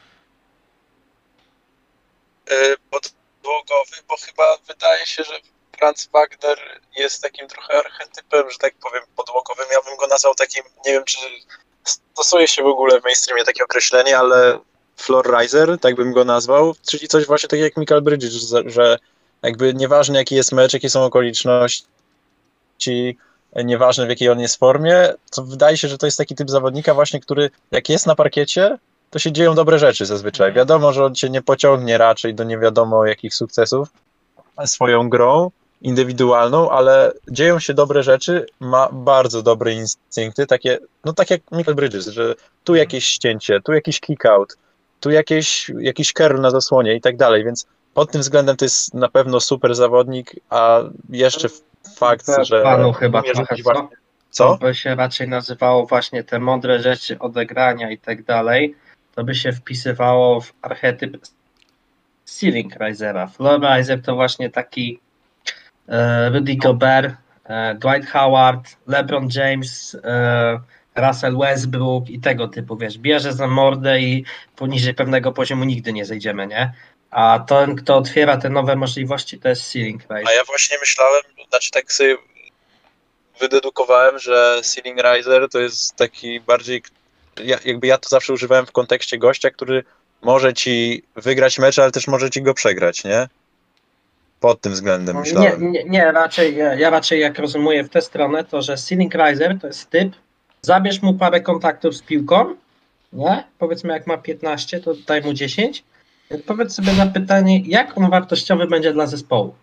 Podłogowy, bo chyba wydaje się, że Franz Wagner jest takim trochę archetypem, że tak powiem, podłogowym. Ja bym go nazwał takim, nie wiem, czy stosuje się w ogóle w mainstreamie takie określenie, ale floor riser, tak bym go nazwał, czyli coś właśnie takiego jak Mikal Bridges, że jakby nieważne jaki jest mecz, jakie są okoliczności, nieważne w jakiej on jest formie, to wydaje się, że to jest taki typ zawodnika właśnie, który jak jest na parkiecie, to się dzieją dobre rzeczy zazwyczaj. Wiadomo, że on cię nie pociągnie raczej do nie wiadomo jakich sukcesów swoją grą indywidualną, ale dzieją się dobre rzeczy, ma bardzo dobre instynkty, takie, tak jak Mikal Bridges, że tu jakieś ścięcie, tu jakiś kick-out, tu jakiś curl na zasłonie i tak dalej, więc pod tym względem to jest na pewno super zawodnik, a jeszcze fakt, że... Panu chyba trochę, co? To by się raczej nazywało właśnie te mądre rzeczy, odegrania i tak dalej, to by się wpisywało w archetyp ceiling risera. Floor riser to właśnie taki Rudy Gobert, Dwight Howard, LeBron James, Russell Westbrook i tego typu, bierze za mordę i poniżej pewnego poziomu nigdy nie zejdziemy, nie? A ten, kto otwiera te nowe możliwości, to jest ceiling riser. A ja właśnie myślałem, tak sobie wydedukowałem, że ceiling riser to jest taki bardziej, ja to zawsze używałem w kontekście gościa, który może ci wygrać mecz, ale też może ci go przegrać, nie? Pod tym względem myślałem. Nie, ja raczej jak rozumuję w tę stronę, to że ceiling riser to jest typ, zabierz mu parę kontaktów z piłką, nie? Powiedzmy jak ma 15, to daj mu 10. Powiedz sobie na pytanie, jak on wartościowy będzie dla zespołu.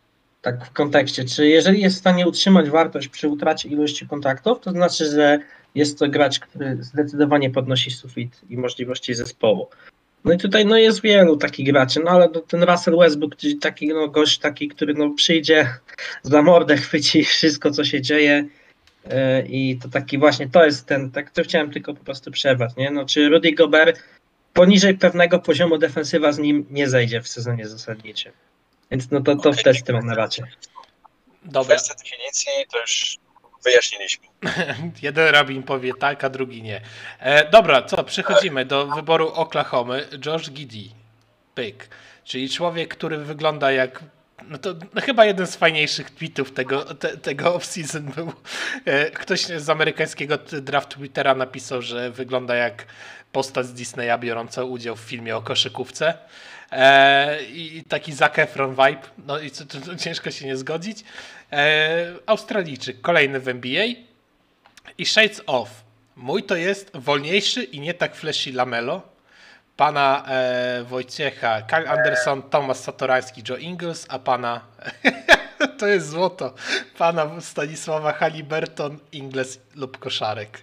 Tak w kontekście, czy jeżeli jest w stanie utrzymać wartość przy utracie ilości kontaktów, to znaczy, że jest to gracz, który zdecydowanie podnosi sufit i możliwości zespołu. No i tutaj jest wielu takich graczy, ale ten Russell Westbrook, taki gość taki, który przyjdzie, za mordę chwyci wszystko, co się dzieje i to taki właśnie, to jest ten, tak to chciałem tylko po prostu przerwać, nie? Czy Rudy Gobert poniżej pewnego poziomu defensywa z nim nie zejdzie w sezonie zasadniczym. Więc to w tę stronę raczej. Dobra. Kwestia definicji to już wyjaśniliśmy. Jeden rabin powie tak, a drugi nie. Dobra, przechodzimy do wyboru Oklahomy. Josh Giddey, pyk. Czyli człowiek, który wygląda jak... chyba jeden z fajniejszych tweetów tego off-season był. Ktoś z amerykańskiego draft Twittera napisał, że wygląda jak postać z Disneya biorąca udział w filmie o koszykówce. I taki Zac Efron vibe. No i to ciężko się nie zgodzić. Australijczyk, kolejny w NBA. I Shades Off. Mój to jest wolniejszy i nie tak flashy Lamelo. Pana Wojciecha, Kyle Anderson, Tomasz Satorański, Joe Ingles, a pana to jest złoto. Pana Stanisława Haliburton, Ingles lub Koszarek.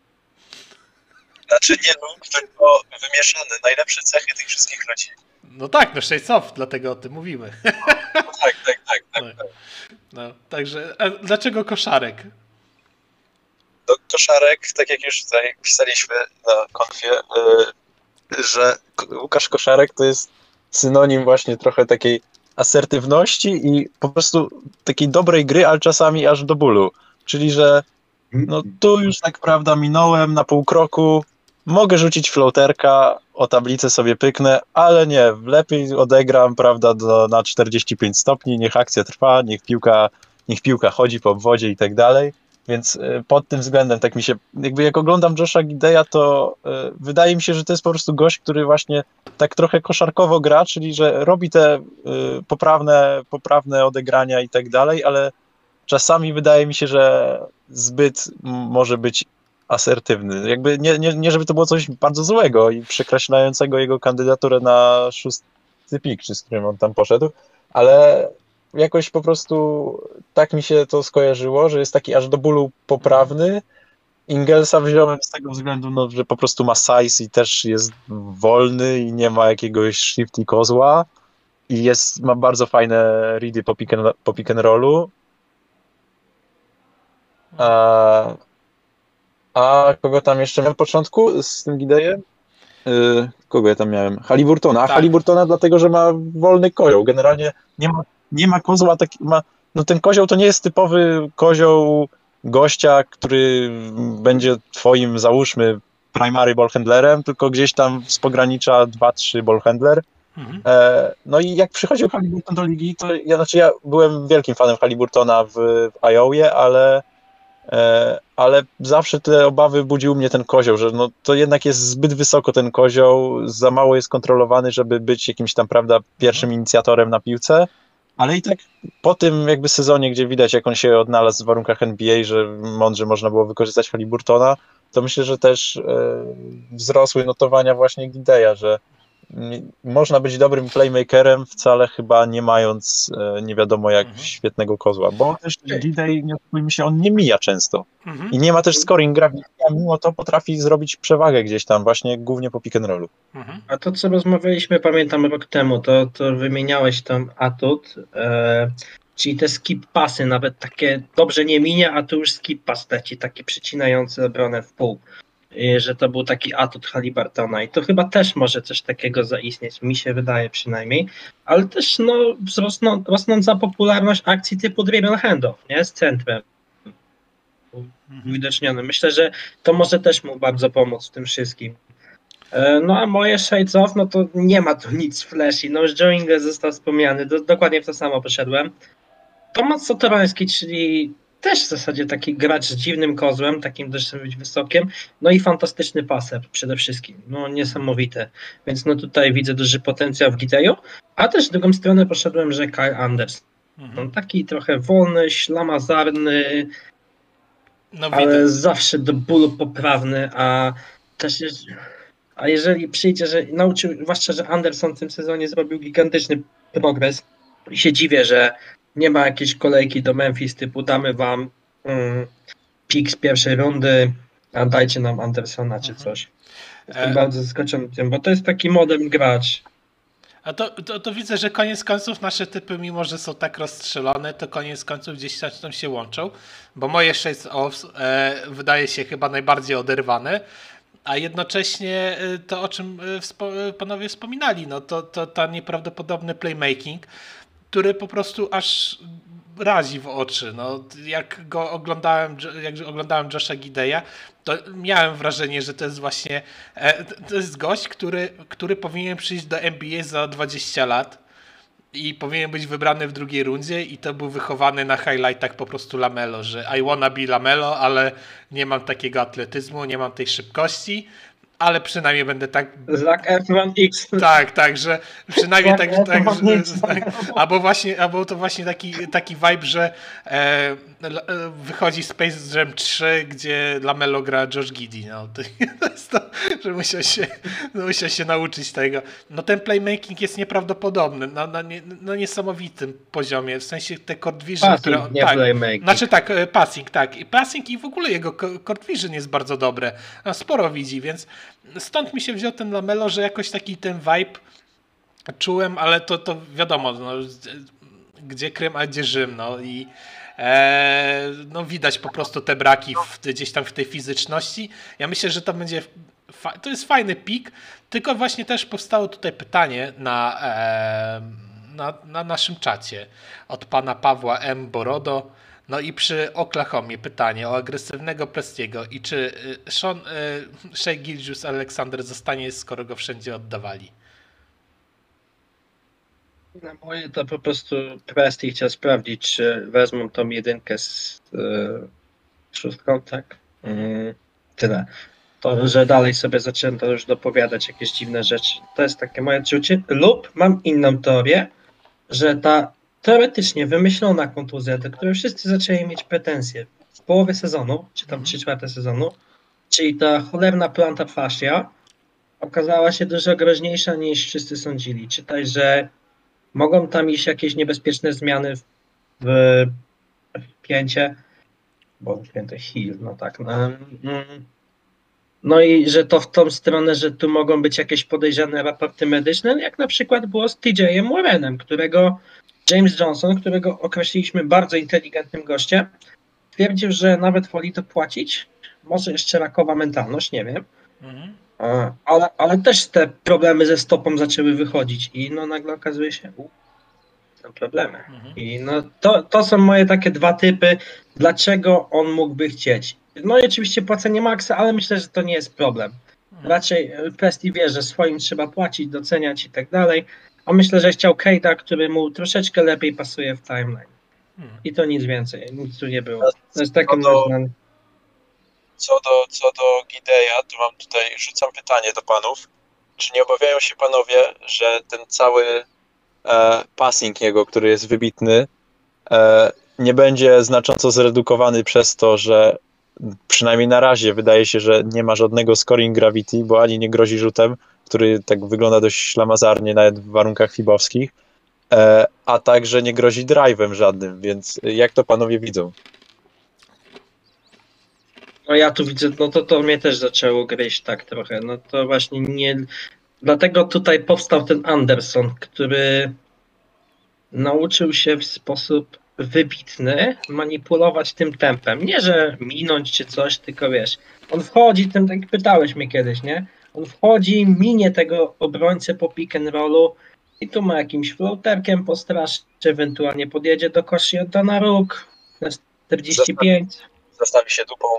Znaczy nie lub, tylko wymieszane. Najlepsze cechy tych wszystkich ludzi. No tak, Shades Off, dlatego o tym mówimy. No tak. No, także, a dlaczego Koszarek? Koszarek, tak jak już tutaj pisaliśmy na konfie, że Łukasz Koszarek to jest synonim właśnie trochę takiej asertywności i po prostu takiej dobrej gry, ale czasami aż do bólu. Czyli, że tu już tak prawda minąłem na pół kroku, mogę rzucić floaterka, o tablicę sobie pyknę, ale nie, lepiej odegram, prawda, na 45 stopni, niech akcja trwa, niech piłka chodzi po obwodzie i tak dalej. Więc pod tym względem tak mi się, jakby jak oglądam Josha Giddeya, to wydaje mi się, że to jest po prostu gość, który właśnie tak trochę koszarkowo gra, czyli że robi te poprawne odegrania i tak dalej, ale czasami wydaje mi się, że zbyt może być asertywny. Jakby nie żeby to było coś bardzo złego i przekreślającego jego kandydaturę na 6. pik, czy z którym on tam poszedł, ale jakoś po prostu tak mi się to skojarzyło, że jest taki aż do bólu poprawny. Inglesa wziąłem z tego względu, że po prostu ma size i też jest wolny i nie ma jakiegoś shifty kozła i ma bardzo fajne ready po pick and rollu. A kogo tam jeszcze miałem na początku z tym Gideyem? Kogo ja tam miałem? Haliburtona. Tak. Haliburtona dlatego, że ma wolny kozioł. Generalnie nie ma kozła, ten kozioł to nie jest typowy kozioł gościa, który będzie twoim, załóżmy, primary ballhandlerem, tylko gdzieś tam z pogranicza 2-3 ballhandler. Mhm. No i jak przychodził Haliburton do ligi, to ja byłem wielkim fanem Haliburtona w Iowie, ale zawsze te obawy budził mnie ten kozioł, że to jednak jest zbyt wysoko ten kozioł, za mało jest kontrolowany, żeby być jakimś tam, prawda, pierwszym inicjatorem na piłce, ale i tak po tym jakby sezonie, gdzie widać, jak on się odnalazł w warunkach NBA, że mądrze można było wykorzystać Haliburtona, to myślę, że też wzrosły notowania właśnie Gideya, że można być dobrym playmakerem, wcale chyba nie mając nie wiadomo jak świetnego kozła, bo też Gidey, nie oszukujmy się, on nie mija często i nie ma też scoring grafiki, a mimo to potrafi zrobić przewagę gdzieś tam, właśnie głównie po pick and rollu. A to, co rozmawialiśmy, pamiętam rok temu, to wymieniałeś tam atut, czyli te skip pasy, nawet takie dobrze nie minie, a tu już skip pass leci, taki przycinający obronę w pół. Że to był taki atut Haliburtona i to chyba też może coś takiego zaistnieć, mi się wydaje przynajmniej, ale też rosnąca popularność akcji typu dribble handoff, nie? Z centrem uwidoczniony. Myślę, że to może też mu bardzo pomóc w tym wszystkim. A moje Shades Off, to nie ma tu nic flashy, już Joe Ingles został wspomniany, dokładnie w to samo poszedłem. Tomasz Satorański, czyli też w zasadzie taki gracz z dziwnym kozłem, takim dość wysokim, i fantastyczny paser przede wszystkim, niesamowity. Więc tutaj widzę duży potencjał w Gideyu, a też w drugą stronę poszedłem, że Kyle Anderson. Taki trochę wolny, ślamazarny, ale zawsze do bólu poprawny, a też jeżeli przyjdzie, że nauczył, zwłaszcza, że Anderson w tym sezonie zrobił gigantyczny progres i się dziwię, że nie ma jakiejś kolejki do Memphis typu damy wam pik z pierwszej rundy A dajcie nam Andersona czy coś. Jestem bardzo zaskoczony tym, bo to jest taki modern gracz. A to widzę, że koniec końców nasze typy, mimo że są tak rozstrzelone, to koniec końców gdzieś tam się łączą, bo moje Shades of wydaje się chyba najbardziej oderwane, a jednocześnie to, o czym panowie wspominali, no to ten nieprawdopodobny playmaking, który po prostu aż razi w oczy. No, jak oglądałem Josha Gideya, to miałem wrażenie, że to jest właśnie to jest gość, który powinien przyjść do NBA za 20 lat i powinien być wybrany w drugiej rundzie i to był wychowany na highlightach po prostu Lamelo, że I wanna be Lamelo, ale nie mam takiego atletyzmu, nie mam tej szybkości, ale przynajmniej będę tak... Zac Efron X. Tak, że przynajmniej albo to właśnie taki vibe, że wychodzi Space Jam 3, gdzie Lamelo gra Josh Giddey. No, to jest to, że musiał się nauczyć tego. No ten playmaking jest nieprawdopodobny, na niesamowitym poziomie, w sensie te court vision, passing, nie playmaking. Znaczy tak, passing, tak. I passing i w ogóle jego court vision jest bardzo dobre. Sporo widzi, więc stąd mi się wziął ten Lamelo, że jakoś taki ten vibe czułem, ale to wiadomo, no, gdzie Krym, a gdzie Rzym, no i no widać po prostu te braki gdzieś tam w tej fizyczności. Ja myślę, że to jest fajny pik, tylko właśnie też powstało tutaj pytanie na naszym czacie od pana Pawła M. Borodo. No i przy Oklahomie pytanie o agresywnego Prestiego i czy Shai Gilgeous-Alexander zostanie, skoro go wszędzie oddawali? Na moje to po prostu Presti chciał sprawdzić, czy wezmą tą jedynkę z szóstką, tak? Tyle. To, że dalej sobie zaczęto już dopowiadać jakieś dziwne rzeczy, to jest takie moje odczucie. Lub mam inną teorię, że ta teoretycznie wymyślona kontuzja, do której wszyscy zaczęli mieć pretensje w połowie sezonu, czy tam 3/4 sezonu, czyli ta cholerna planta fascia, okazała się dużo groźniejsza niż wszyscy sądzili. Czytaj, że mogą tam iść jakieś niebezpieczne zmiany w pięcie, bo pięte heel, no tak. No i że to w tą stronę, że tu mogą być jakieś podejrzane raporty medyczne, jak na przykład było z TJ-em Warrenem, którego James Johnson, którego określiliśmy bardzo inteligentnym gościem, twierdził, że nawet woli to płacić. Może jeszcze rakowa mentalność, nie wiem. Ale też te problemy ze stopą zaczęły wychodzić i no nagle okazuje się, są problemy. I no to są moje takie dwa typy, dlaczego on mógłby chcieć. No i oczywiście płacenie maksa, ale myślę, że to nie jest problem. Raczej Presti wie, że swoim trzeba płacić, doceniać i tak dalej. A myślę, że chciał Cade'a, który mu troszeczkę lepiej pasuje w timeline. I to nic więcej, nic tu nie było. To jest takie Co do Gideya, to mam tutaj, rzucam pytanie do panów. Czy nie obawiają się panowie, że ten cały passing jego, który jest wybitny, nie będzie znacząco zredukowany przez to, że przynajmniej na razie wydaje się, że nie ma żadnego scoring gravity, bo ani nie grozi rzutem, który tak wygląda dość ślamazarnie nawet w warunkach fibowskich, a także nie grozi drive'em żadnym, więc jak to panowie widzą? No ja tu widzę, no to mnie też zaczęło gryźć tak trochę, no to właśnie nie, dlatego tutaj powstał ten Anderson, który nauczył się w sposób wybitny manipulować tym tempem, nie że minąć czy coś, tylko wiesz, on wchodzi tym, tak jak pytałeś mnie kiedyś, nie? On wchodzi, minie tego obrońcę po pick and rollu i tu ma jakimś floaterkiem postraszy, ewentualnie podjedzie do koszy i odda na róg na 45. Zastawi się dupą.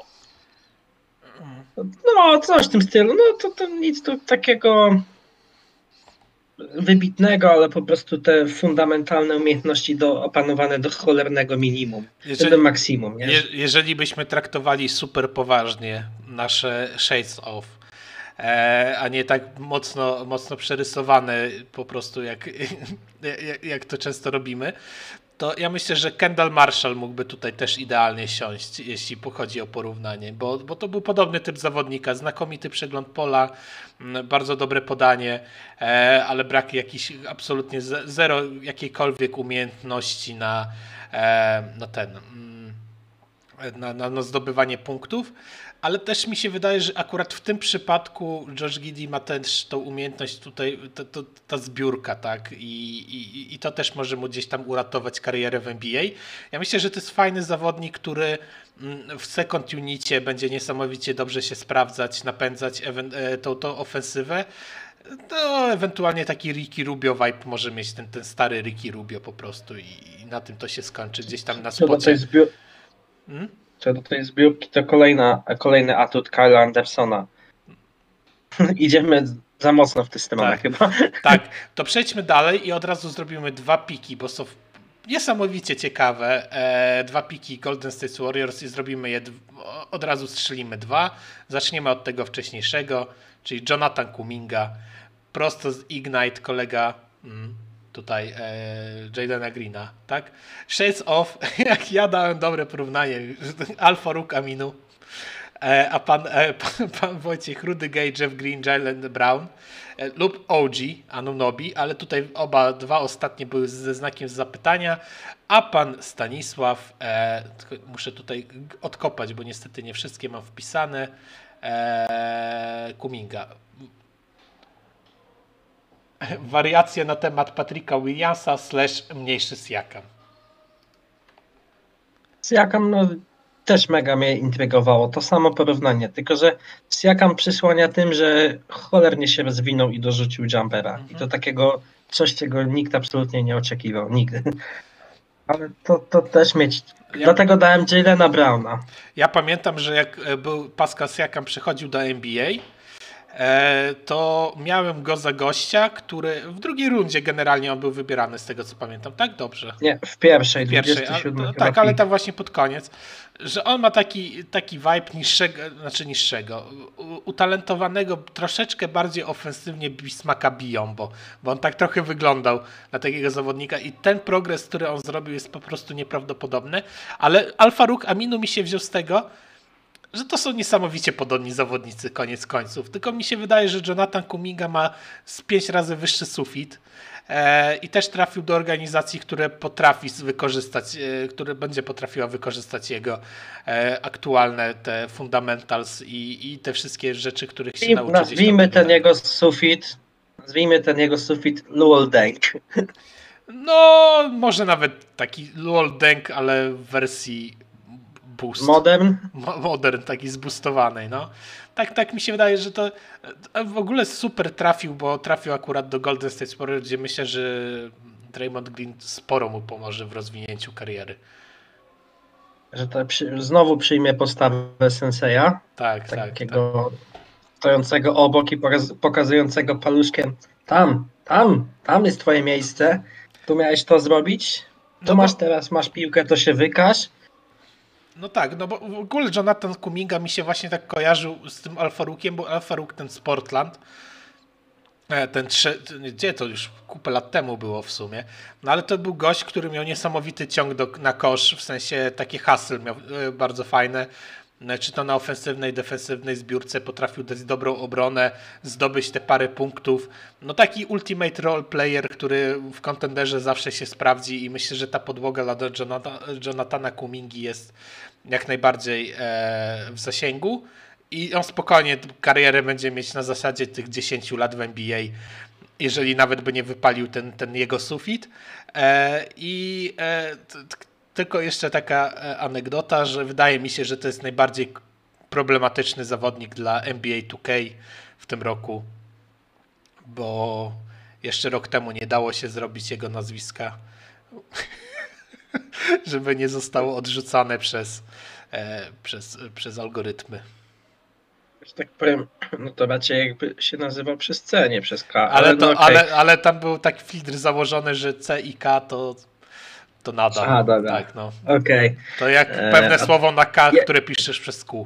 No, coś w tym stylu. No, to nic tu takiego wybitnego, ale po prostu te fundamentalne umiejętności opanowane do cholernego minimum. Do maksimum. Nie? Jeżeli byśmy traktowali super poważnie nasze Shades of, a nie tak mocno przerysowane po prostu jak to często robimy, to ja myślę, że Kendall Marshall mógłby tutaj też idealnie siąść, jeśli chodzi o porównanie, bo to był podobny typ zawodnika, znakomity przegląd pola, bardzo dobre podanie, ale brak jakiś absolutnie zero jakiejkolwiek umiejętności na na zdobywanie punktów, ale też mi się wydaje, że akurat w tym przypadku Josh Giddey ma też tą umiejętność tutaj, ta zbiórka, tak? I to też może mu gdzieś tam uratować karierę w NBA. Ja myślę, że to jest fajny zawodnik, który w second unicie będzie niesamowicie dobrze się sprawdzać, napędzać tą ofensywę. No, ewentualnie taki Ricky Rubio vibe może mieć ten stary Ricky Rubio po prostu i na tym to się skończy gdzieś tam na spocie. Co do tej zbiórki, to kolejny atut Kyla Andersona. Idziemy za mocno w tę stronę chyba. Tak, to przejdźmy dalej i od razu zrobimy 2 piki, bo są niesamowicie ciekawe. 2 piki Golden State Warriors i zrobimy je, od razu strzelimy 2. Zaczniemy od tego wcześniejszego, czyli Jonathan Kuminga, prosto z Ignite, kolega tutaj Jaylena Greena, tak? Shades of, jak ja dałem dobre porównanie, Al-Farouq Aminu, a pan Wojciech Rudy Gay, Jeff Green, Jaylen Brown lub OG Anunobi, ale tutaj dwa ostatnie były ze znakiem zapytania, a pan Stanisław, muszę tutaj odkopać, bo niestety nie wszystkie mam wpisane, Kuminga. Wariacje na temat Patricka Williamsa / mniejszy Siakam. Siakam, no też mega mnie intrygowało. To samo porównanie, tylko że Siakam przysłania tym, że cholernie się rozwinął i dorzucił jumpera. I to takiego coś, czego nikt absolutnie nie oczekiwał. Nigdy. Ale to też mieć... Dlatego dałem Jaylena Browna. Ja pamiętam, że jak był Pascal Siakam przychodził do NBA, to miałem go za gościa, który w drugiej rundzie generalnie on był wybierany, z tego co pamiętam, tak? Dobrze. Nie, w pierwszej 27. Tak, ale tam właśnie pod koniec, że on ma taki vibe niższego, utalentowanego, troszeczkę bardziej ofensywnie Bismacka Biyombo, bo on tak trochę wyglądał na takiego zawodnika i ten progres, który on zrobił, jest po prostu nieprawdopodobny, ale Al-Farouq Aminu mi się wziął z tego, że to są niesamowicie podobni zawodnicy koniec końców. Tylko mi się wydaje, że Jonathan Kuminga ma z 5 razy wyższy sufit i też trafił do organizacji, które będzie potrafiła wykorzystać jego aktualne te fundamentals i te wszystkie rzeczy, których się nauczył. Nazwijmy ten jego sufit Luol Deng. No, może nawet taki Luol Deng, ale w wersji boost. Modern, taki zboostowanej, no. Tak mi się wydaje, że to w ogóle super trafił, bo trafił akurat do Golden State Warriors, gdzie myślę, że Draymond Green sporo mu pomoże w rozwinięciu kariery. Że znowu przyjmie postawę senseja. Takiego stojącego obok i pokazującego paluszkiem tam jest twoje miejsce, tu miałeś to zrobić, masz piłkę, to się wykaż. No tak, no bo w ogóle Jonathan Kuminga mi się właśnie tak kojarzył z tym Al-Farouqiem, bo Al-Farouq ten z Portland, gdzie to już kupę lat temu było w sumie, no ale to był gość, który miał niesamowity ciąg na kosz, w sensie takie hustle miał bardzo fajne, czy to na ofensywnej, defensywnej zbiórce potrafił dać dobrą obronę, zdobyć te parę punktów. No taki ultimate role player, który w kontenderze zawsze się sprawdzi i myślę, że ta podłoga dla Jonathana Kumingi jest jak najbardziej w zasięgu i on spokojnie karierę będzie mieć na zasadzie tych 10 lat w NBA, jeżeli nawet by nie wypalił ten jego sufit. Tylko jeszcze taka anegdota, że wydaje mi się, że to jest najbardziej problematyczny zawodnik dla NBA 2K w tym roku, bo jeszcze rok temu nie dało się zrobić jego nazwiska, żeby nie zostało odrzucane przez algorytmy. Że tak powiem, no to raczej jakby się nazywał przez C, nie przez K. Ale tam był taki filtr założony, że C i K to nada. Dobra. Tak, no. Okay. To jak pewne słowo na K, które piszesz przez Q.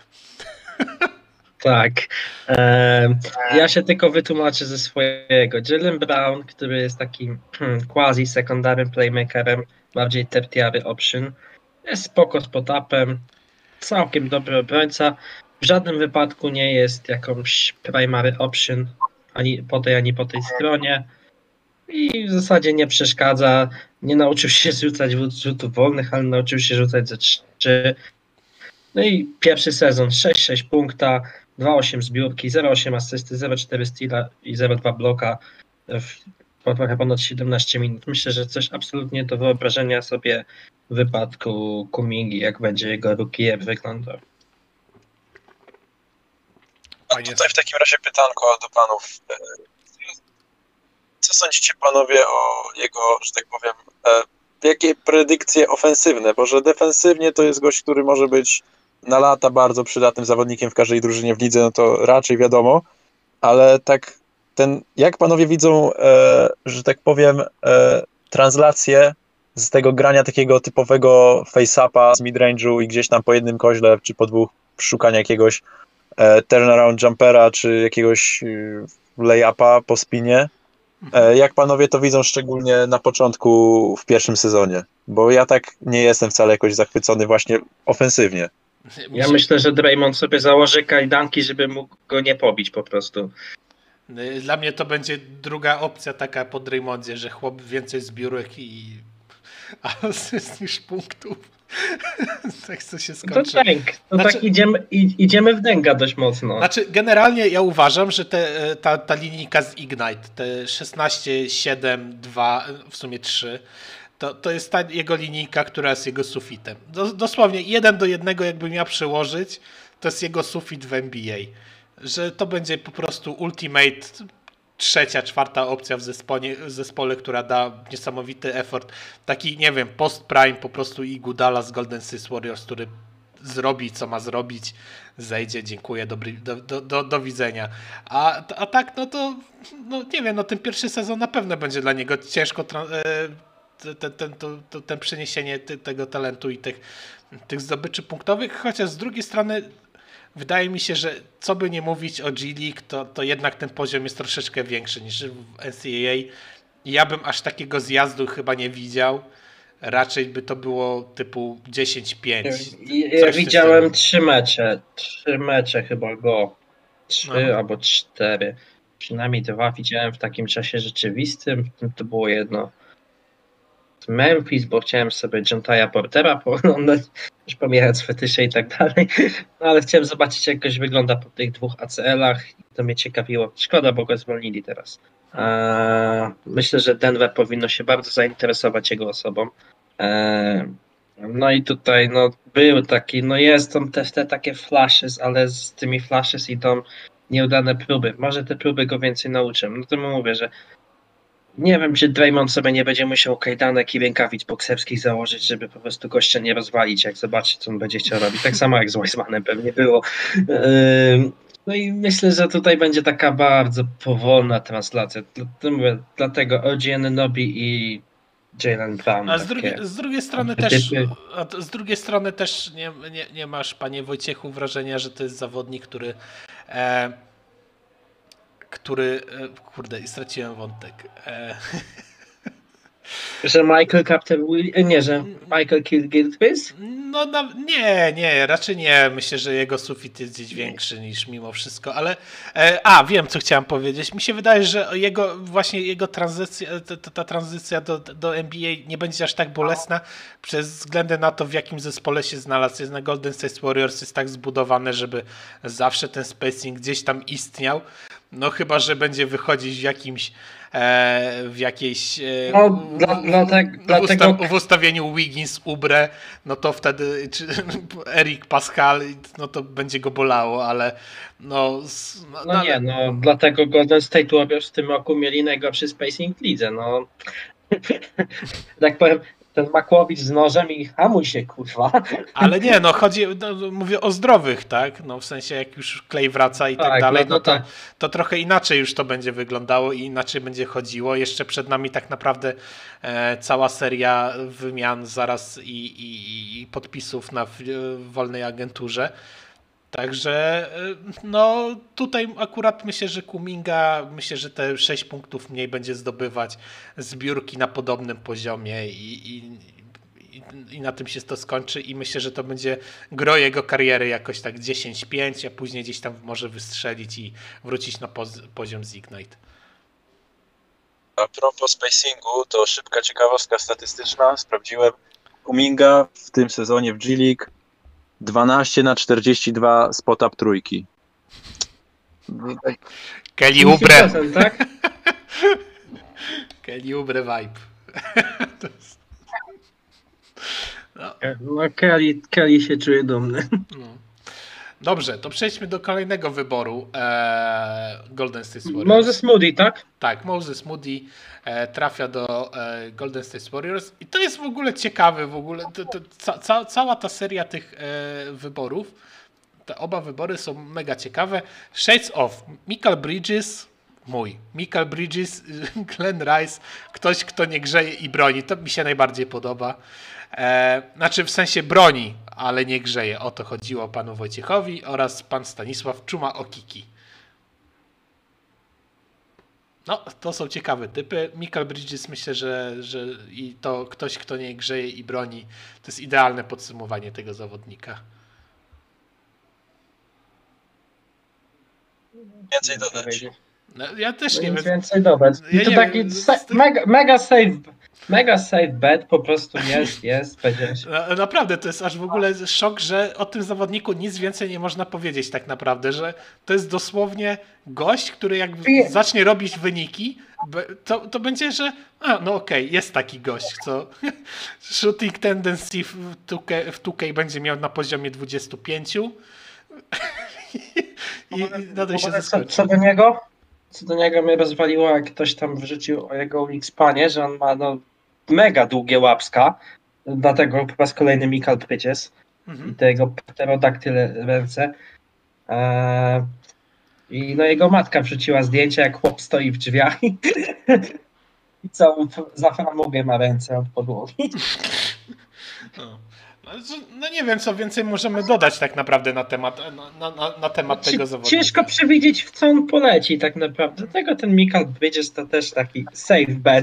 Tak. Ja się tylko wytłumaczę ze swojego. Jaylen Brown, który jest takim quasi sekundarnym playmakerem, bardziej tertiary option, jest spoko z potapem, całkiem dobry obrońca. W żadnym wypadku nie jest jakąś primary option ani po tej stronie. I w zasadzie nie przeszkadza. Nie nauczył się rzucać rzutów wolnych, ale nauczył się rzucać ze 3. No i pierwszy sezon 6,6 punkta, 2,8 zbiórki, 0,8 asysty, 0,4 steala i 0,2 bloka po trochę ponad 17 minut. Myślę, że coś absolutnie do wyobrażenia sobie w wypadku Kumingi, jak będzie jego rookie year wyglądał. A tutaj w takim razie pytanko do panów. Co sądzicie panowie o jego, że tak powiem, jakie predykcje ofensywne? Bo że defensywnie to jest gość, który może być na lata bardzo przydatnym zawodnikiem w każdej drużynie w lidze, no to raczej wiadomo, ale tak jak panowie widzą, że tak powiem, translację z tego grania takiego typowego face-upa z mid-range'u i gdzieś tam po jednym koźle, czy po dwóch szukania jakiegoś turnaround jumpera, czy jakiegoś lay-upa po spinie. Jak panowie to widzą szczególnie na początku w pierwszym sezonie? Bo ja tak nie jestem wcale jakoś zachwycony właśnie ofensywnie. Ja myślę, że Draymond sobie założy kajdanki, żeby mógł go nie pobić po prostu. Dla mnie to będzie druga opcja taka po Draymondzie, że chłop więcej zbiórek i asyst niż punktów. Tak co się skończy. To tak idziemy w dęga dość mocno. Znaczy generalnie ja uważam, że ta linijka z Ignite, te 16, 7, 2, w sumie 3, to jest ta jego linijka, która jest jego sufitem. Dosłownie 1:1 jakbym miał przełożyć, to jest jego sufit w NBA. Że to będzie po prostu ultimate, trzecia, czwarta opcja w zespole, która da niesamowity effort. Taki, nie wiem, post-prime po prostu Iguodala z Golden State Warriors, który zrobi, co ma zrobić, zejdzie, dziękuję, do widzenia. A tak, no to, no nie wiem, no ten pierwszy sezon na pewno będzie dla niego ciężko ten przeniesienie tego talentu i tych zdobyczy punktowych, chociaż z drugiej strony wydaje mi się, że co by nie mówić o G League, to jednak ten poziom jest troszeczkę większy niż w NCAA. I ja bym aż takiego zjazdu chyba nie widział. Raczej by to było typu 10-5. Ja widziałem 3 mecze chyba go. 3 albo 4. Przynajmniej 2 widziałem w takim czasie rzeczywistym. To było jedno Memphis, bo chciałem sobie Jontaya Portera pooglądać, już pomijając fetysze i tak dalej, no ale chciałem zobaczyć, jak goś wygląda po tych 2 ACL-ach i to mnie ciekawiło. Szkoda, bo go zwolnili teraz. Myślę, że Denver powinno się bardzo zainteresować jego osobą. No i tutaj był taki, jest on też te takie flashes, ale z tymi flashes idą nieudane próby. Może te próby go więcej nauczą. No to mówię, że nie wiem, czy Draymond sobie nie będzie musiał kajdanek i rękawic bokserskich założyć, żeby po prostu gościa nie rozwalić, jak zobaczy, co on będzie chciał robić. Tak samo jak z Weissmanem pewnie było. No i myślę, że tutaj będzie taka bardzo powolna translacja. Dlatego OG Anunoby i Jaylen Brown. A z drugiej strony też nie masz, panie Wojciechu, wrażenia, że to jest zawodnik, który kurde, straciłem wątek. Że Michael że Michael Gilchrist? No nie, raczej nie. Myślę, że jego sufit jest gdzieś większy niż mimo wszystko, ale wiem, co chciałem powiedzieć. Mi się wydaje, że jego tranzycja, ta tranzycja do NBA nie będzie aż tak bolesna przez względy na to, w jakim zespole się znalazł. Jest na Golden State Warriors jest tak zbudowane, żeby zawsze ten spacing gdzieś tam istniał. No chyba, że będzie wychodzić w jakiejś w ustawieniu Wiggins, Ubre, no to wtedy Eric Pascal, no to będzie go bolało, ale dlatego Golden State Warriors w tym roku mieli najgorszy spacing w lidze, tak powiem, ten Makłowicz z nożem i hamuj się, kurwa. Ale nie, mówię o zdrowych, tak? No w sensie jak już Klay wraca i tak dalej, to trochę inaczej już to będzie wyglądało i inaczej będzie chodziło. Jeszcze przed nami tak naprawdę cała seria wymian zaraz i podpisów na wolnej agenturze. Także tutaj akurat myślę, że Kuminga, że te 6 punktów mniej będzie zdobywać, zbiórki na podobnym poziomie i na tym się to skończy i myślę, że to będzie gro jego kariery jakoś tak 10-5, a później gdzieś tam może wystrzelić i wrócić na poziom z Ignite. A propos spacingu, to szybka ciekawostka statystyczna. Sprawdziłem Kuminga w tym sezonie w G League 12/42 spot-up trójki. Kelly Oubre. 50%, tak? Kelly Oubre vibe. No Kelly się czuje dumny. No. Dobrze, to przejdźmy do kolejnego wyboru Golden State Warriors. Moses Moody, tak? Tak, Moses Moody trafia do Golden State Warriors i to jest w ogóle ciekawe, cała ta seria tych wyborów, te oba wybory są mega ciekawe. Shades of, Mikal Bridges, Mikal Bridges, Glenn Rice, ktoś, kto nie grzeje i broni, to mi się najbardziej podoba. Znaczy w sensie broni, ale nie grzeje. O to chodziło panu Wojciechowi oraz pan Stanisław Czuma Okiki. No, to są ciekawe typy. Mikal Bridges myślę, że i to ktoś, kto nie grzeje i broni, to jest idealne podsumowanie tego zawodnika. Więcej dodać. No, ja też No nie nic wiem. więcej dodać. Ja To nie taki wiem, mega safe bet po prostu jest, powiedziałeś. Naprawdę, to jest aż w ogóle szok, że o tym zawodniku nic więcej nie można powiedzieć tak naprawdę, że to jest dosłownie gość, który jak zacznie robić wyniki, to będzie, że no okej, jest taki gość, co shooting tendency w 2K będzie miał na poziomie 25 i nadal się zaskoczy. Co do niego mnie rozwaliło, jak ktoś tam wrzucił o jego Wingspanie, że on ma mega długie łapska, dlatego po raz kolejny Mikal Bridges i te jego pterodaktyle ręce. I jego matka wrzuciła zdjęcie, jak chłop stoi w drzwiach i całą za framugę ma ręce od podłogi. No nie wiem, co więcej możemy dodać tak naprawdę na temat tego zawodnika. Ciężko przewidzieć, w co on poleci tak naprawdę. Dlatego ten Mikal Bridges to też taki safe bet.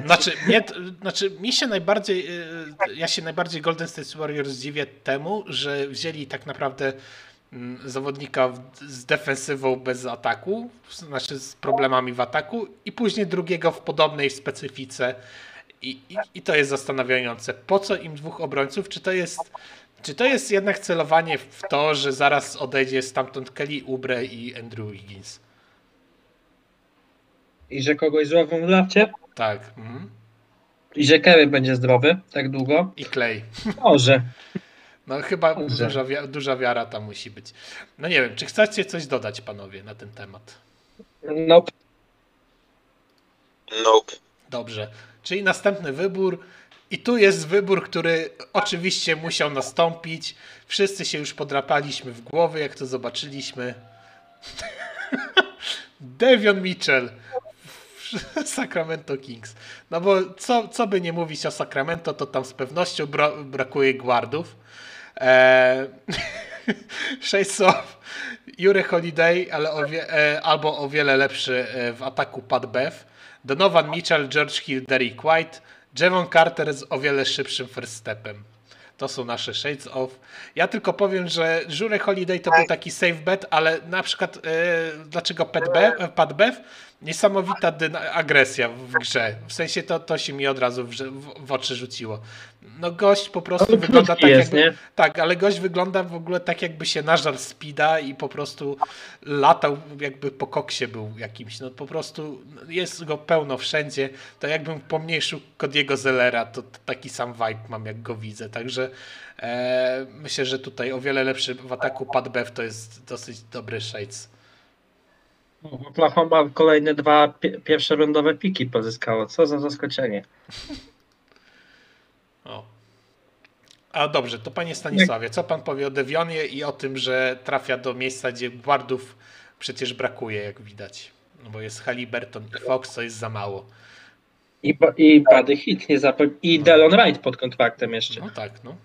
Ja się najbardziej Golden State Warriors dziwię temu, że wzięli tak naprawdę zawodnika z defensywą bez ataku, znaczy z problemami w ataku i później drugiego w podobnej specyfice. I to jest zastanawiające. Po co im dwóch obrońców? Czy to jest jednak celowanie w to, że zaraz odejdzie stamtąd Kelly Oubre i Andrew Wiggins? I że kogoś złową w lafcie? Tak. I że Kerry będzie zdrowy tak długo? I Clay. Może. No chyba duża wiara tam musi być. No nie wiem, czy chcecie coś dodać, panowie, na ten temat? Nope. Dobrze. Czyli następny wybór. I tu jest wybór, który oczywiście musiał nastąpić. Wszyscy się już podrapaliśmy w głowy, jak to zobaczyliśmy. Davion Mitchell w Sacramento Kings. No bo co by nie mówić o Sacramento, to tam z pewnością brakuje guardów. Shades of Jrue Holiday, ale albo o wiele lepszy w ataku Pat Bev. Donovan Mitchell, George Hill, Derrick White, Javon Carter z o wiele szybszym first stepem. To są nasze Shades of. Ja tylko powiem, że Jrue Holiday to był taki safe bet, ale na przykład dlaczego Pat Bev? Niesamowita agresja w grze. W sensie to się mi od razu w oczy rzuciło. No gość po prostu wygląda tak jest, jakby... nie? Tak, ale gość wygląda w ogóle tak jakby się nażarł speeda i po prostu latał jakby po koksie był jakimś. No po prostu jest go pełno wszędzie. To jakbym pomniejszył Cody'ego Zellera, to taki sam vibe mam jak go widzę. Także myślę, że tutaj o wiele lepszy w ataku Pat Bev to jest dosyć dobry Shades. Oklahoma kolejne 2 pierwszorundowe piki pozyskało. Co za zaskoczenie. A dobrze, to panie Stanisławie, co pan powie o Devionie i o tym, że trafia do miejsca, gdzie guardów przecież brakuje, jak widać. No bo jest Haliburton i Fox, co jest za mało. I Buddy Hield i Delon Wright pod kontraktem jeszcze. No tak, no.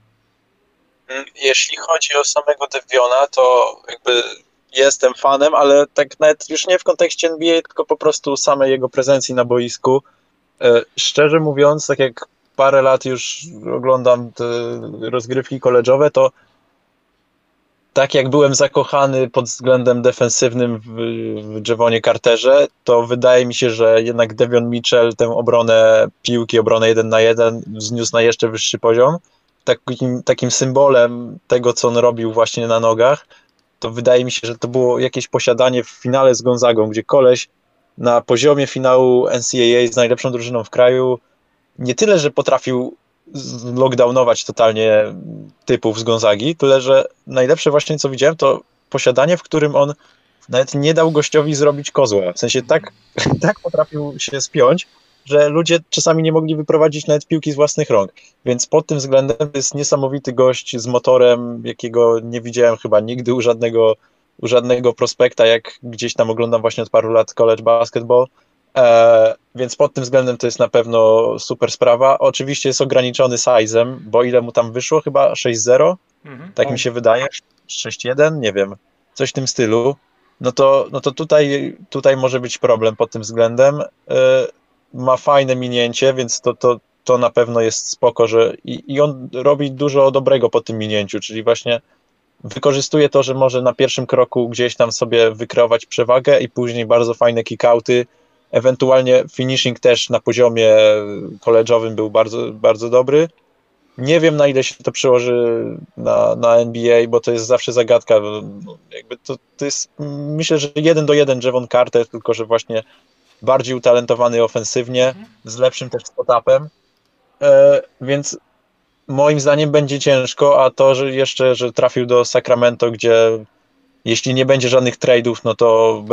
Jeśli chodzi o samego Deviona, to jakby jestem fanem, ale tak nawet już nie w kontekście NBA, tylko po prostu samej jego prezencji na boisku. Szczerze mówiąc, tak jak parę lat już oglądam te rozgrywki koledżowe, to tak jak byłem zakochany pod względem defensywnym w Javonie Carterze, to wydaje mi się, że jednak Davion Mitchell tę obronę piłki, obronę 1 na 1 wzniósł na jeszcze wyższy poziom. takim symbolem tego, co on robił właśnie na nogach, to wydaje mi się, że to było jakieś posiadanie w finale z Gonzagą, gdzie koleś na poziomie finału NCAA z najlepszą drużyną w kraju nie tyle, że potrafił lockdownować totalnie typów z Gonzagi, tyle, że najlepsze właśnie, co widziałem, to posiadanie, w którym on nawet nie dał gościowi zrobić kozła. W sensie tak potrafił się spiąć, że ludzie czasami nie mogli wyprowadzić nawet piłki z własnych rąk. Więc pod tym względem to jest niesamowity gość z motorem, jakiego nie widziałem chyba nigdy u żadnego prospekta, jak gdzieś tam oglądam właśnie od paru lat college basketball. Więc pod tym względem to jest na pewno super sprawa. Oczywiście jest ograniczony size'em, bo ile mu tam wyszło? Chyba 6-0? Tak mi się wydaje. 6-1? Nie wiem. Coś w tym stylu. No to tutaj może być problem pod tym względem. Ma fajne minięcie, więc to na pewno jest spoko, że i on robi dużo dobrego po tym minięciu, czyli właśnie wykorzystuje to, że może na pierwszym kroku gdzieś tam sobie wykreować przewagę i później bardzo fajne kickouty, ewentualnie finishing też na poziomie college'owym był bardzo, bardzo dobry. Nie wiem, na ile się to przełoży na NBA, bo to jest zawsze zagadka. Jakby to jest, myślę, że 1-1 Jevon Carter, tylko że właśnie bardziej utalentowany ofensywnie, z lepszym też spot-upem, więc moim zdaniem będzie ciężko, a to, że jeszcze, że trafił do Sacramento, gdzie jeśli nie będzie żadnych trade'ów, no to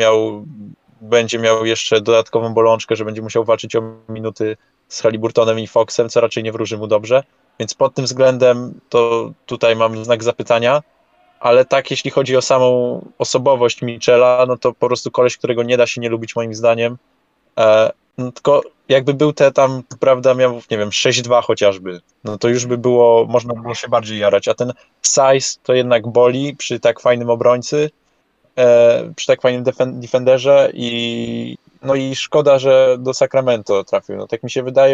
będzie miał jeszcze dodatkową bolączkę, że będzie musiał walczyć o minuty z Haliburtonem i Foxem, co raczej nie wróży mu dobrze, więc pod tym względem to tutaj mam znak zapytania, ale tak jeśli chodzi o samą osobowość Mitchella, no to po prostu koleś, którego nie da się nie lubić moim zdaniem, no tylko jakby był tam, prawda, miał, nie wiem, 6-2 chociażby, no to już by było, można było się bardziej jarać, a ten size to jednak boli przy tak fajnym obrońcy, przy tak fajnym defenderze i szkoda, że do Sacramento trafił, no tak mi się wydaje,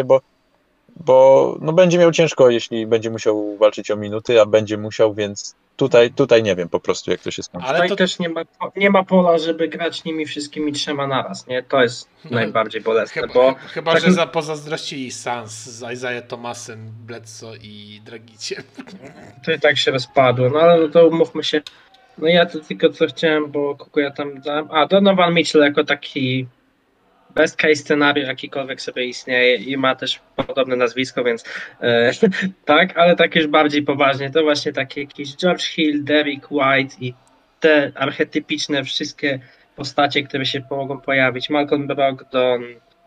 bo no będzie miał ciężko, jeśli będzie musiał walczyć o minuty, a będzie musiał, więc tutaj nie wiem po prostu, jak to się skończy. Ale tutaj też nie ma pola, żeby grać nimi wszystkimi trzema naraz, nie? To jest najbardziej bolesne, Chyba, że pozazdrościli Suns z Isaiah Thomasem, Bledsoe i Dragiciem. To i tak się rozpadło, no ale to umówmy się. No ja to tylko co chciałem, bo kogo ja tam dałem. Donovan Mitchell jako taki best case scenario jakikolwiek sobie istnieje i ma też podobne nazwisko, więc tak, ale tak już bardziej poważnie, to właśnie takie jakiś George Hill, Derrick White i te archetypiczne wszystkie postacie, które się mogą pojawić. Malcolm Brogdon,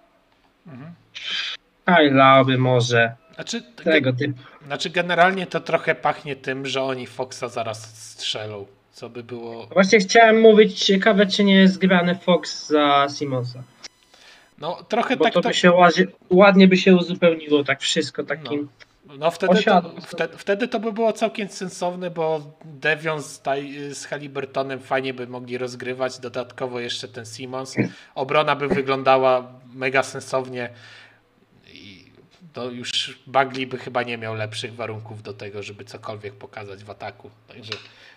Kyle Lowry może, tego typu. Znaczy generalnie to trochę pachnie tym, że oni Foxa zaraz strzelą, co by było... Właśnie chciałem mówić, ciekawe czy nie jest grany Fox za Simonsa. No trochę bo tak to by się ładnie by się uzupełniło, tak wszystko takim. No wtedy to by było całkiem sensowne, bo Devion z Haliburtonem fajnie by mogli rozgrywać, dodatkowo jeszcze ten Simmons. Obrona by wyglądała mega sensownie i to już Bagley by chyba nie miał lepszych warunków do tego, żeby cokolwiek pokazać w ataku. Także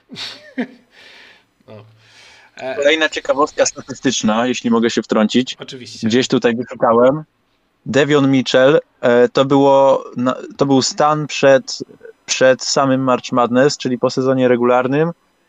no. Kolejna ciekawostka statystyczna, jeśli mogę się wtrącić. Oczywiście. Gdzieś tutaj wyszukałem. Devion Mitchell to był stan przed samym March Madness, czyli po sezonie regularnym.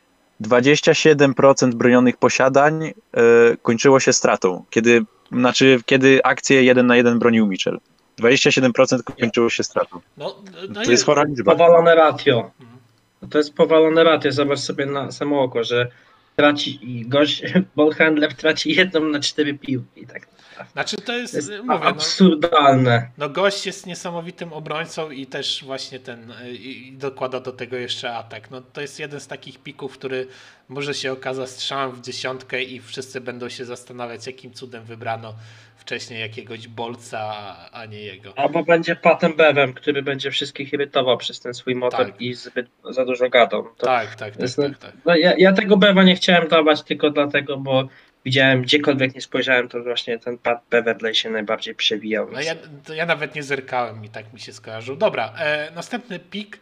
27% bronionych posiadań kończyło się stratą, kiedy akcję 1 na 1 bronił Mitchell. 27% kończyło się stratą. To jest chora liczba. Powalone ratio. To jest powalone ratio. Zobacz sobie na samo oko, że ballhandler traci 1 na 4 piłki. Tak. Znaczy to jest absurdalne. No gość jest niesamowitym obrońcą i też właśnie i dokłada do tego jeszcze atak. No to jest jeden z takich pików, który może się okazać strzałem w dziesiątkę i wszyscy będą się zastanawiać, jakim cudem wybrano wcześniej jakiegoś bolca, a nie jego. Albo będzie Patem Bevem, który będzie wszystkich irytował przez ten swój motor i zbyt za dużo gadał. Tak. No, ja tego Beva nie chciałem dawać tylko dlatego, bo widziałem, gdziekolwiek nie spojrzałem, to właśnie ten Pat Beverley się najbardziej przewijał. No ja nawet nie zerkałem i tak mi się skojarzył. Dobra, następny pik,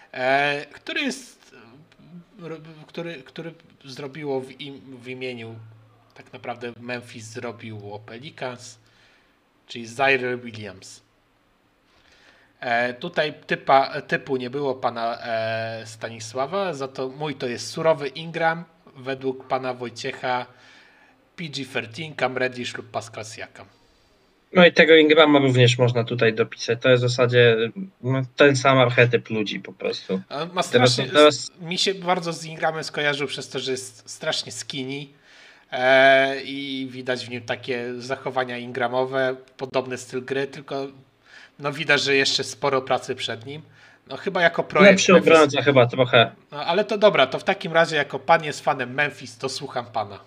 który zrobiło w imieniu tak naprawdę Memphis zrobił Pelicans, czyli Zaire Williams. Tutaj typu nie było pana Stanisława, za to mój to jest surowy Ingram, według pana Wojciecha PG-13, Cam Reddish lub Pascal Siakam. No i tego Ingrama również można tutaj dopisać. To jest w zasadzie ten sam archetyp ludzi po prostu. Ma strasznie, mi się bardzo z Ingramem skojarzył przez to, że jest strasznie skinny i widać w nim takie zachowania ingramowe, podobny styl gry, tylko no widać, że jeszcze sporo pracy przed nim. No chyba jako projekt. Lepszy obrońca chyba trochę. No, ale to dobra, to w takim razie jako pan jest fanem Memphis, to słucham pana.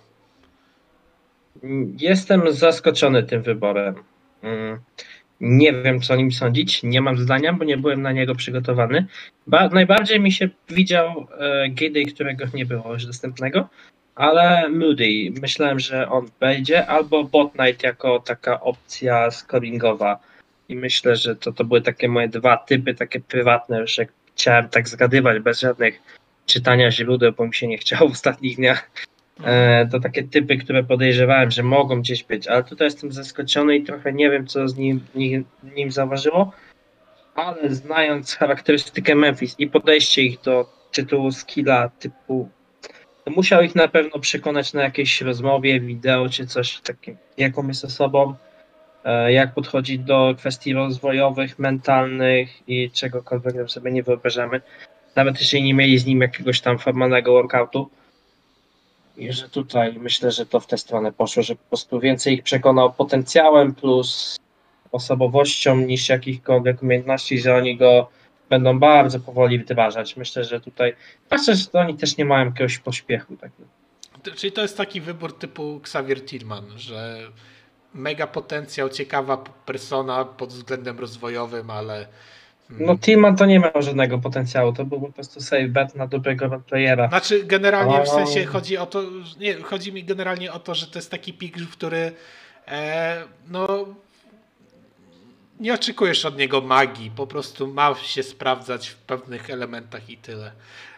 Jestem zaskoczony tym wyborem. Nie wiem, co o nim sądzić. Nie mam zdania, bo nie byłem na niego przygotowany. Najbardziej mi się widział Giddey, którego nie było już dostępnego, ale Moody. Myślałem, że on będzie, albo Bot Knight jako taka opcja scoringowa. I myślę, że to były takie moje dwa typy, takie prywatne, już jak chciałem tak zgadywać bez żadnych czytania źródeł, bo mi się nie chciało w ostatnich dniach. To takie typy, które podejrzewałem, że mogą gdzieś być, ale tutaj jestem zaskoczony i trochę nie wiem, co z nim zauważyło, ale znając charakterystykę Memphis i podejście ich do tytułu skilla typu, to musiał ich na pewno przekonać na jakiejś rozmowie, wideo czy coś takiego, jaką jest osobą, jak podchodzi do kwestii rozwojowych, mentalnych i czegokolwiek sobie nie wyobrażamy. Nawet jeśli nie mieli z nim jakiegoś tam formalnego workoutu. I że tutaj myślę, że to w tę stronę poszło, że po prostu więcej ich przekonał potencjałem plus osobowością niż jakichkolwiek umiejętności, że oni go będą bardzo powoli wdrażać. Myślę, że tutaj patrzę, że oni też nie mają jakiegoś pośpiechu. Czyli to jest taki wybór typu Xavier Tillman, że mega potencjał, ciekawa persona pod względem rozwojowym, ale... No Tillman to nie miał żadnego potencjału, to był po prostu safe bet na dobrego playera. Znaczy generalnie w sensie chodzi o to, nie, chodzi mi generalnie o to, że to jest taki pik, który no nie oczekujesz od niego magii, po prostu ma się sprawdzać w pewnych elementach i tyle.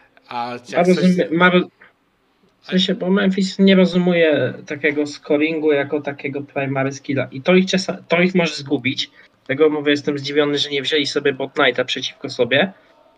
W sensie, bo Memphis nie rozumuje takiego scoringu jako takiego primary skilla i to ich może zgubić. Tego mówię, jestem zdziwiony, że nie wzięli sobie Bot Knighta przeciwko sobie.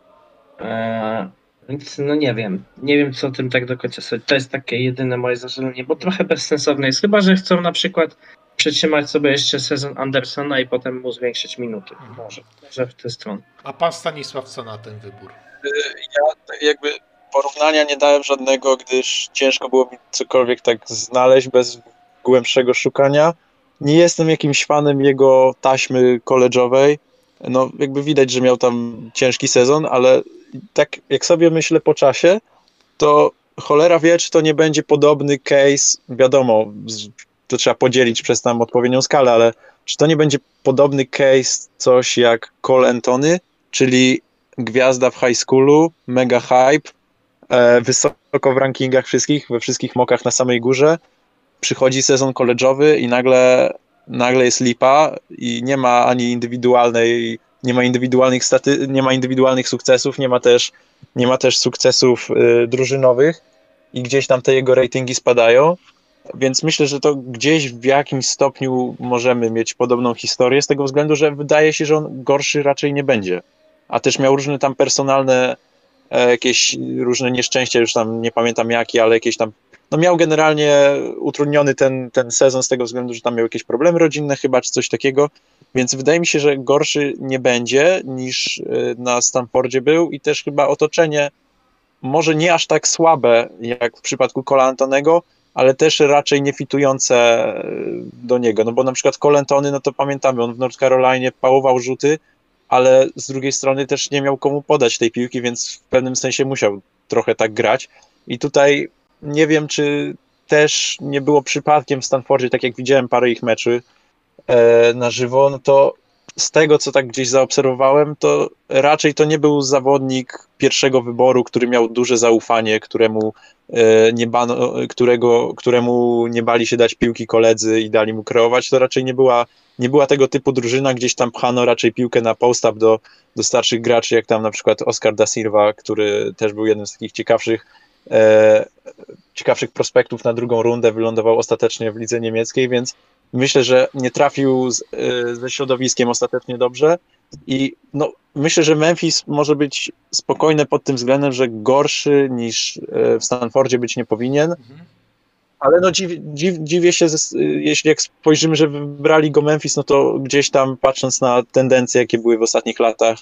Więc no nie wiem. Nie wiem, co o tym tak do końca sobie. To jest takie jedyne moje zażalenie, bo trochę bezsensowne jest. Chyba, że chcą na przykład przytrzymać sobie jeszcze sezon Andersona i potem mu zwiększyć minuty. Może w tę stronę. A pan Stanisław, co na ten wybór? Ja jakby porównania nie dałem żadnego, gdyż ciężko było mi cokolwiek tak znaleźć bez głębszego szukania. Nie jestem jakimś fanem jego taśmy college'owej. No jakby widać, że miał tam ciężki sezon, ale tak jak sobie myślę po czasie, to cholera wie, czy to nie będzie podobny case, wiadomo, to trzeba podzielić przez tam odpowiednią skalę, ale czy to nie będzie podobny case coś jak Cole Anthony, czyli gwiazda w high schoolu, mega hype, wysoko w rankingach wszystkich, we wszystkich mockach na samej górze, przychodzi sezon college'owy i nagle jest lipa i nie ma ani indywidualnej, nie ma indywidualnych sukcesów, nie ma też sukcesów drużynowych i gdzieś tam te jego ratingi spadają, więc myślę, że to gdzieś w jakimś stopniu możemy mieć podobną historię z tego względu, że wydaje się, że on gorszy raczej nie będzie, a też miał różne tam personalne jakieś różne nieszczęścia, już tam nie pamiętam jakie, ale jakieś tam, no miał generalnie utrudniony ten sezon z tego względu, że tam miał jakieś problemy rodzinne chyba, czy coś takiego, więc wydaje mi się, że gorszy nie będzie niż na Stanfordzie był i też chyba otoczenie może nie aż tak słabe jak w przypadku Cole'a Antonego, ale też raczej nie fitujące do niego, no bo na przykład Cole Antony, no to pamiętamy, on w North Carolinie pałował rzuty, ale z drugiej strony też nie miał komu podać tej piłki, więc w pewnym sensie musiał trochę tak grać. I tutaj nie wiem, czy też nie było przypadkiem w Stanfordzie, tak jak widziałem parę ich meczy na żywo, no to z tego, co tak gdzieś zaobserwowałem, to raczej to nie był zawodnik pierwszego wyboru, który miał duże zaufanie, któremu nie bali się dać piłki koledzy i dali mu kreować. To raczej nie była tego typu drużyna, gdzieś tam pchano raczej piłkę na post-up do starszych graczy, jak tam na przykład Oscar da Silva, który też był jednym z takich ciekawszych prospektów na drugą rundę, wylądował ostatecznie w lidze niemieckiej, więc myślę, że nie trafił ze środowiskiem ostatecznie dobrze. I no, myślę, że Memphis może być spokojny pod tym względem, że gorszy niż w Stanfordzie być nie powinien. Ale no dziwię się, jeśli jak spojrzymy, że wybrali go Memphis, no to gdzieś tam patrząc na tendencje, jakie były w ostatnich latach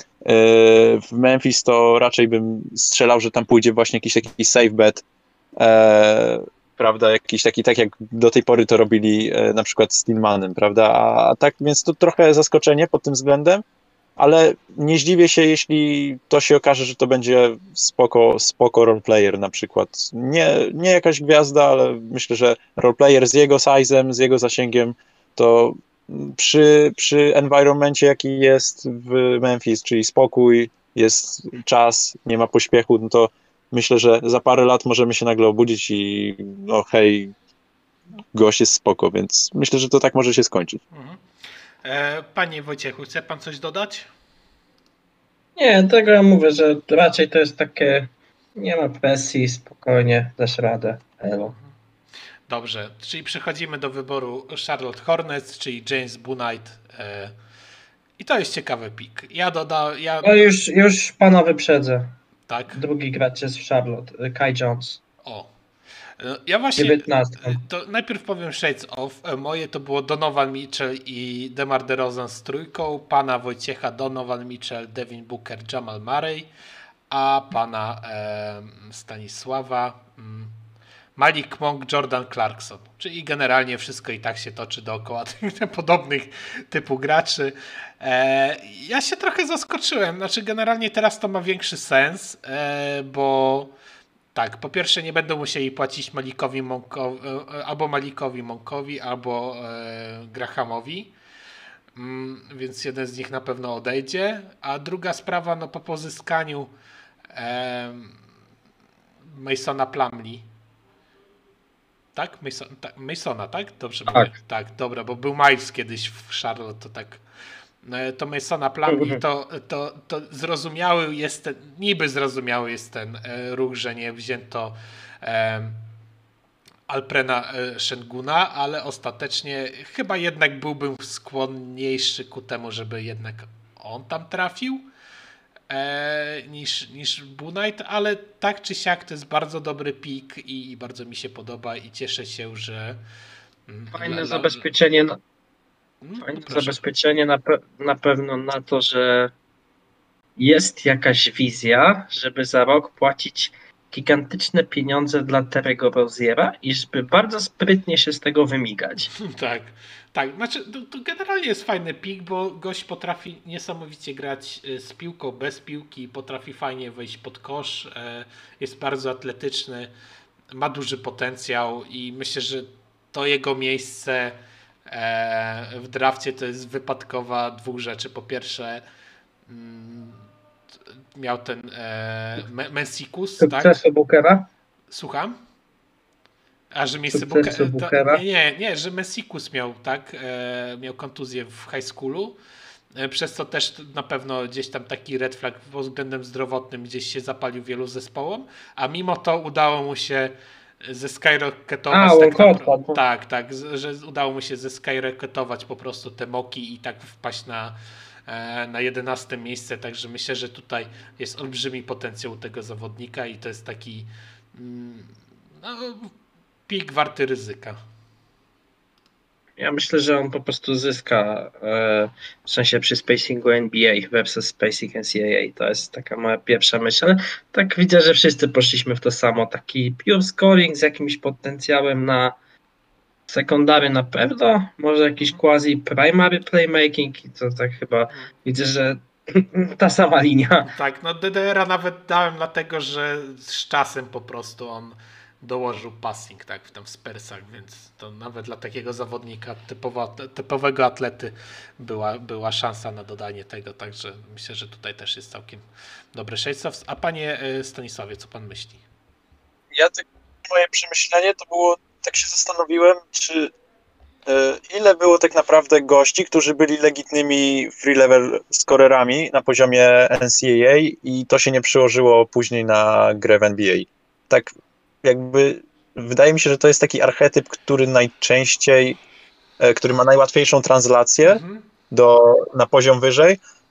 w Memphis, to raczej bym strzelał, że tam pójdzie właśnie jakiś taki safe bet, prawda, jakiś taki, tak jak do tej pory to robili na przykład z Tillmanem, prawda, a tak, więc to trochę zaskoczenie pod tym względem, ale nie zdziwię się, jeśli to się okaże, że to będzie spoko roleplayer na przykład. Nie jakaś gwiazda, ale myślę, że roleplayer z jego size'em, z jego zasięgiem, to przy environmencie, jaki jest w Memphis, czyli spokój, jest czas, nie ma pośpiechu, no to myślę, że za parę lat możemy się nagle obudzić i no hej, gość jest spoko, więc myślę, że to tak może się skończyć. Panie Wojciechu, chce pan coś dodać? Nie, tego ja mówię, że raczej to jest takie, nie ma presji, spokojnie, dasz radę. Elo. Dobrze, czyli przechodzimy do wyboru Charlotte Hornets, czyli James Bouknight. I to jest ciekawy pick. No już pana wyprzedzę. Tak? Drugi gracz jest w Charlotte, Kai Jones. O. Ja właśnie 19. To najpierw powiem Shades of. Moje to było Donovan Mitchell i DeMar DeRozan z trójką, pana Wojciecha Donovan Mitchell, Devin Booker, Jamal Murray, a pana Stanisława Malik Monk, Jordan Clarkson. Czyli generalnie wszystko i tak się toczy dookoła tych podobnych typu graczy. Ja się trochę zaskoczyłem. Znaczy generalnie teraz to ma większy sens, bo tak, po pierwsze nie będą musieli płacić Malikowi Monkowi, albo Grahamowi, więc jeden z nich na pewno odejdzie, a druga sprawa, no po pozyskaniu Masona Plumlee, tak? Masona, tak? Dobrze Tak. mówię? Tak, dobra, bo był Miles kiedyś w Charlotte, to tak. To Masona Plumlee, to zrozumiały jest niby zrozumiały jest ten ruch, że nie wzięto Alprena Şenguna, ale ostatecznie chyba jednak byłbym skłonniejszy ku temu, żeby jednak on tam trafił niż Bouknight, ale tak czy siak to jest bardzo dobry pick i bardzo mi się podoba i cieszę się, że Fajne zabezpieczenie. Fajne zabezpieczenie na pewno na to, że jest jakaś wizja, żeby za rok płacić gigantyczne pieniądze dla Terry'ego Roziera i żeby bardzo sprytnie się z tego wymigać. Tak. Znaczy, to generalnie jest fajny pick, bo gość potrafi niesamowicie grać z piłką, bez piłki, potrafi fajnie wejść pod kosz, jest bardzo atletyczny, ma duży potencjał i myślę, że to jego miejsce w drafcie to jest wypadkowa dwóch rzeczy. Po pierwsze miał ten Mensikus, tak? Sukcesu Bookera? Słucham? A że miejsce Bookera? Nie, że Mensikus miał, tak? Miał kontuzję w high schoolu, przez co też na pewno gdzieś tam taki red flag pod względem zdrowotnym gdzieś się zapalił wielu zespołom, a mimo to udało mu się zeskayroketować tak, że udało mu się zeskayroketować po prostu te moki i tak wpaść na 11 miejsce, także myślę, że tutaj jest olbrzymi potencjał u tego zawodnika i to jest taki pik warty ryzyka. Ja myślę, że on po prostu zyska w sensie przy spacingu NBA versus spacing NCAA. To jest taka moja pierwsza myśl, ale tak widzę, że wszyscy poszliśmy w to samo. Taki pure scoring z jakimś potencjałem na sekundary na pewno, może jakiś quasi primary playmaking i to tak chyba widzę, że ta sama linia. Tak, no DDR-a nawet dałem dlatego, że z czasem po prostu on dołożył passing, tak, w Spursach, więc to nawet dla takiego zawodnika typowego atlety była szansa na dodanie tego, także myślę, że tutaj też jest całkiem dobry Shades. A panie Stanisławie, co pan myśli? Moje przemyślenie to było, tak się zastanowiłem, czy ile było tak naprawdę gości, którzy byli legitnymi free level scorerami na poziomie NCAA i to się nie przełożyło później na grę w NBA. Tak jakby wydaje mi się, że to jest taki archetyp, który najczęściej, który ma najłatwiejszą translację na poziom wyżej,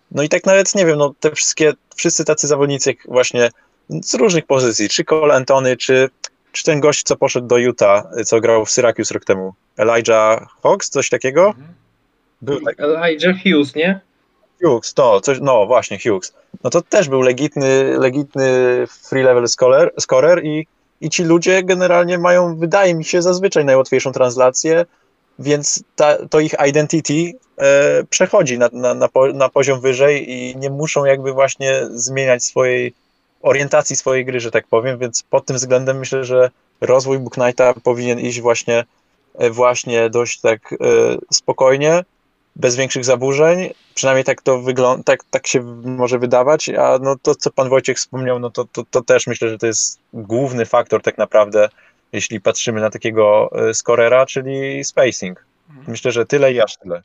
No i tak nawet, nie wiem, no te wszyscy tacy zawodnicy jak właśnie z różnych pozycji, czy Cole Antony, czy ten gość, co poszedł do Utah, co grał w Syracuse rok temu, Elijah Hawks, coś takiego? Był tak. Elijah Hughes, nie? Hughes, no właśnie, Hughes. No to też był legitny free level scorer i ci ludzie generalnie mają, wydaje mi się, zazwyczaj najłatwiejszą translację, więc to ich identity przechodzi na poziom wyżej i nie muszą jakby właśnie zmieniać swojej orientacji swojej gry, że tak powiem, więc pod tym względem myślę, że rozwój Bouknighta powinien iść właśnie dość tak spokojnie, bez większych zaburzeń, przynajmniej tak to wygląda, tak się może wydawać, a no to, co pan Wojciech wspomniał, no to też myślę, że to jest główny faktor tak naprawdę, jeśli patrzymy na takiego scorera, czyli spacing. Myślę, że tyle i aż tyle.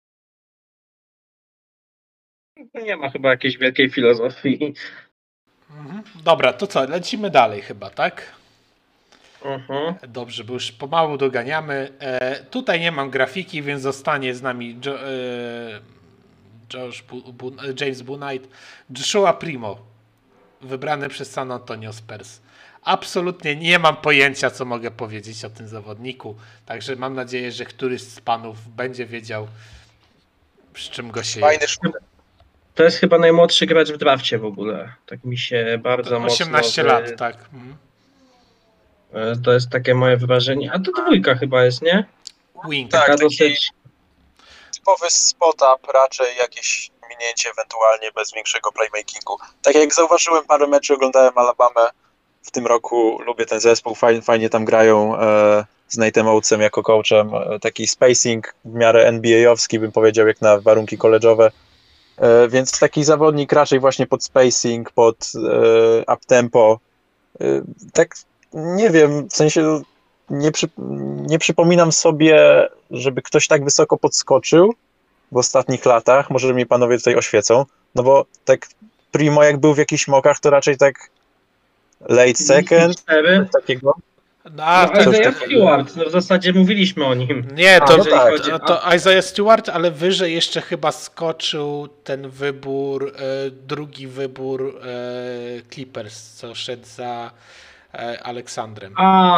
Nie ma chyba jakiejś wielkiej filozofii. Dobra, to co, lecimy dalej chyba, tak? Dobrze, bo już pomału doganiamy. Tutaj nie mam grafiki, więc zostanie z nami James Bouknight. Joshua Primo, wybrany przez San Antonio Spurs. Absolutnie nie mam pojęcia, co mogę powiedzieć o tym zawodniku, także mam nadzieję, że któryś z panów będzie wiedział, z czym go się je. To jest chyba najmłodszy gracz w drafcie w ogóle. Tak mi się bardzo 18 lat, tak. To jest takie moje wrażenie. A to dwójka chyba jest, nie? Wing. Tak, taki typowy spot-up, raczej jakieś minięcie ewentualnie bez większego playmakingu. Tak jak zauważyłem, parę meczy oglądałem Alabamę w tym roku, lubię ten zespół, fajnie tam grają z Nate'em Oatesem jako coachem, taki spacing w miarę NBA-owski, bym powiedział, jak na warunki koleżowe, więc taki zawodnik raczej właśnie pod spacing, pod up-tempo, tak nie wiem, w sensie nie przypominam sobie, żeby ktoś tak wysoko podskoczył w ostatnich latach, może mnie panowie tutaj oświecą, no bo tak Primo jak był w jakichś mokach, to raczej tak late second, takiego. Isaiah Stewart, no w zasadzie mówiliśmy o nim. Nie, to Isaiah Stewart, ale wyżej jeszcze chyba skoczył ten wybór, drugi wybór Clippers, co szedł za Aleksandrem.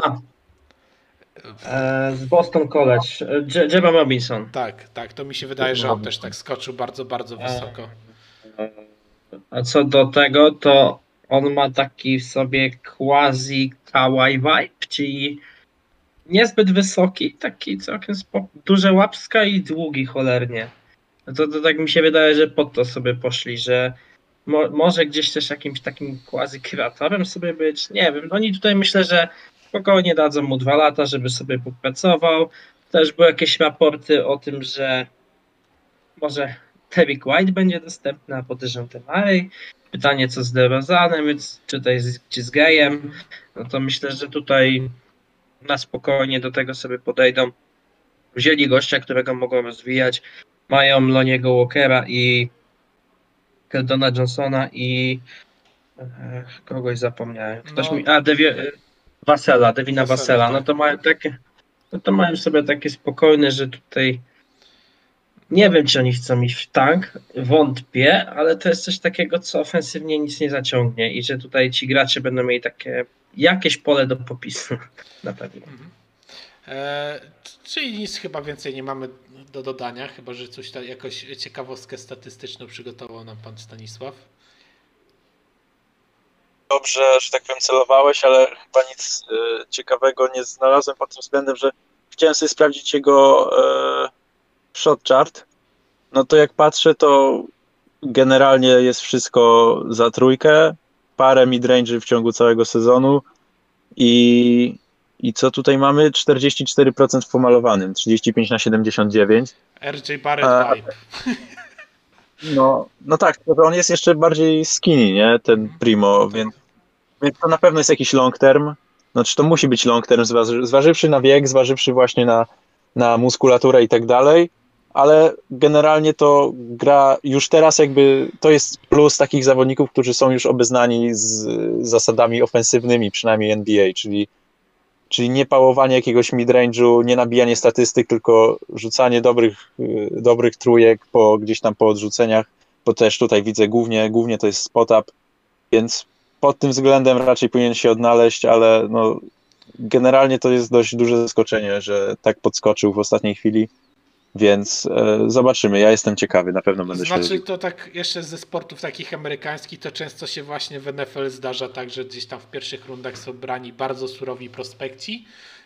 Z Boston College, Jabba Robinson. Tak, to mi się wydaje, że on też tak skoczył bardzo, bardzo wysoko. A co do tego, to on ma taki w sobie quasi kawaii vibe, czyli niezbyt wysoki, taki całkiem duże łapska i długi cholernie. To tak mi się wydaje, że pod to sobie poszli, że może gdzieś też jakimś takim quasi kreatorem sobie być, nie wiem. Oni tutaj myślę, że spokojnie dadzą mu 2 lata, żeby sobie popracował. Też były jakieś raporty o tym, że może Derrick White będzie dostępny, a potem Murray. Pytanie, co z DeRozanem, więc czy z Gayem. No to myślę, że tutaj na spokojnie do tego sobie podejdą. Wzięli gościa, którego mogą rozwijać. Mają Loniego Walkera i Keldona Johnsona i kogoś zapomniałem. Devina Vassella. No to mają sobie takie spokojne, że tutaj nie wiem, czy oni chcą iść w tank, wątpię, ale to jest coś takiego, co ofensywnie nic nie zaciągnie i że tutaj ci gracze będą mieli takie jakieś pole do popisu na pewno. Czyli nic chyba więcej nie mamy do dodania, chyba że coś jakoś ciekawostkę statystyczną przygotował nam pan Stanisław. Dobrze, że tak powiem, celowałeś, ale chyba nic ciekawego nie znalazłem pod tym względem, że chciałem sobie sprawdzić jego shot chart. No to jak patrzę, to generalnie jest wszystko za trójkę, parę midrange'y w ciągu całego sezonu i co tutaj mamy? 44% w pomalowanym, 35/79. RJ Barrett vibe. No tak, to on jest jeszcze bardziej skinny, nie? Ten Primo, więc to na pewno jest jakiś long term. Znaczy to musi być long term, zważywszy na wiek, zważywszy właśnie na muskulaturę i tak dalej, ale generalnie to gra już teraz jakby, to jest plus takich zawodników, którzy są już obeznani z zasadami ofensywnymi, przynajmniej NBA, czyli nie pałowanie jakiegoś midrange'u, nie nabijanie statystyk, tylko rzucanie dobrych trójek gdzieś tam po odrzuceniach bo też tutaj widzę głównie to jest spot-up, więc pod tym względem raczej powinien się odnaleźć, ale no, generalnie to jest dość duże zaskoczenie, że tak podskoczył w ostatniej chwili, więc zobaczymy. Ja jestem ciekawy, na pewno będę śledził. Znaczy to tak jeszcze ze sportów takich amerykańskich to często się właśnie w NFL zdarza tak, że gdzieś tam w pierwszych rundach są brani bardzo surowi prospekci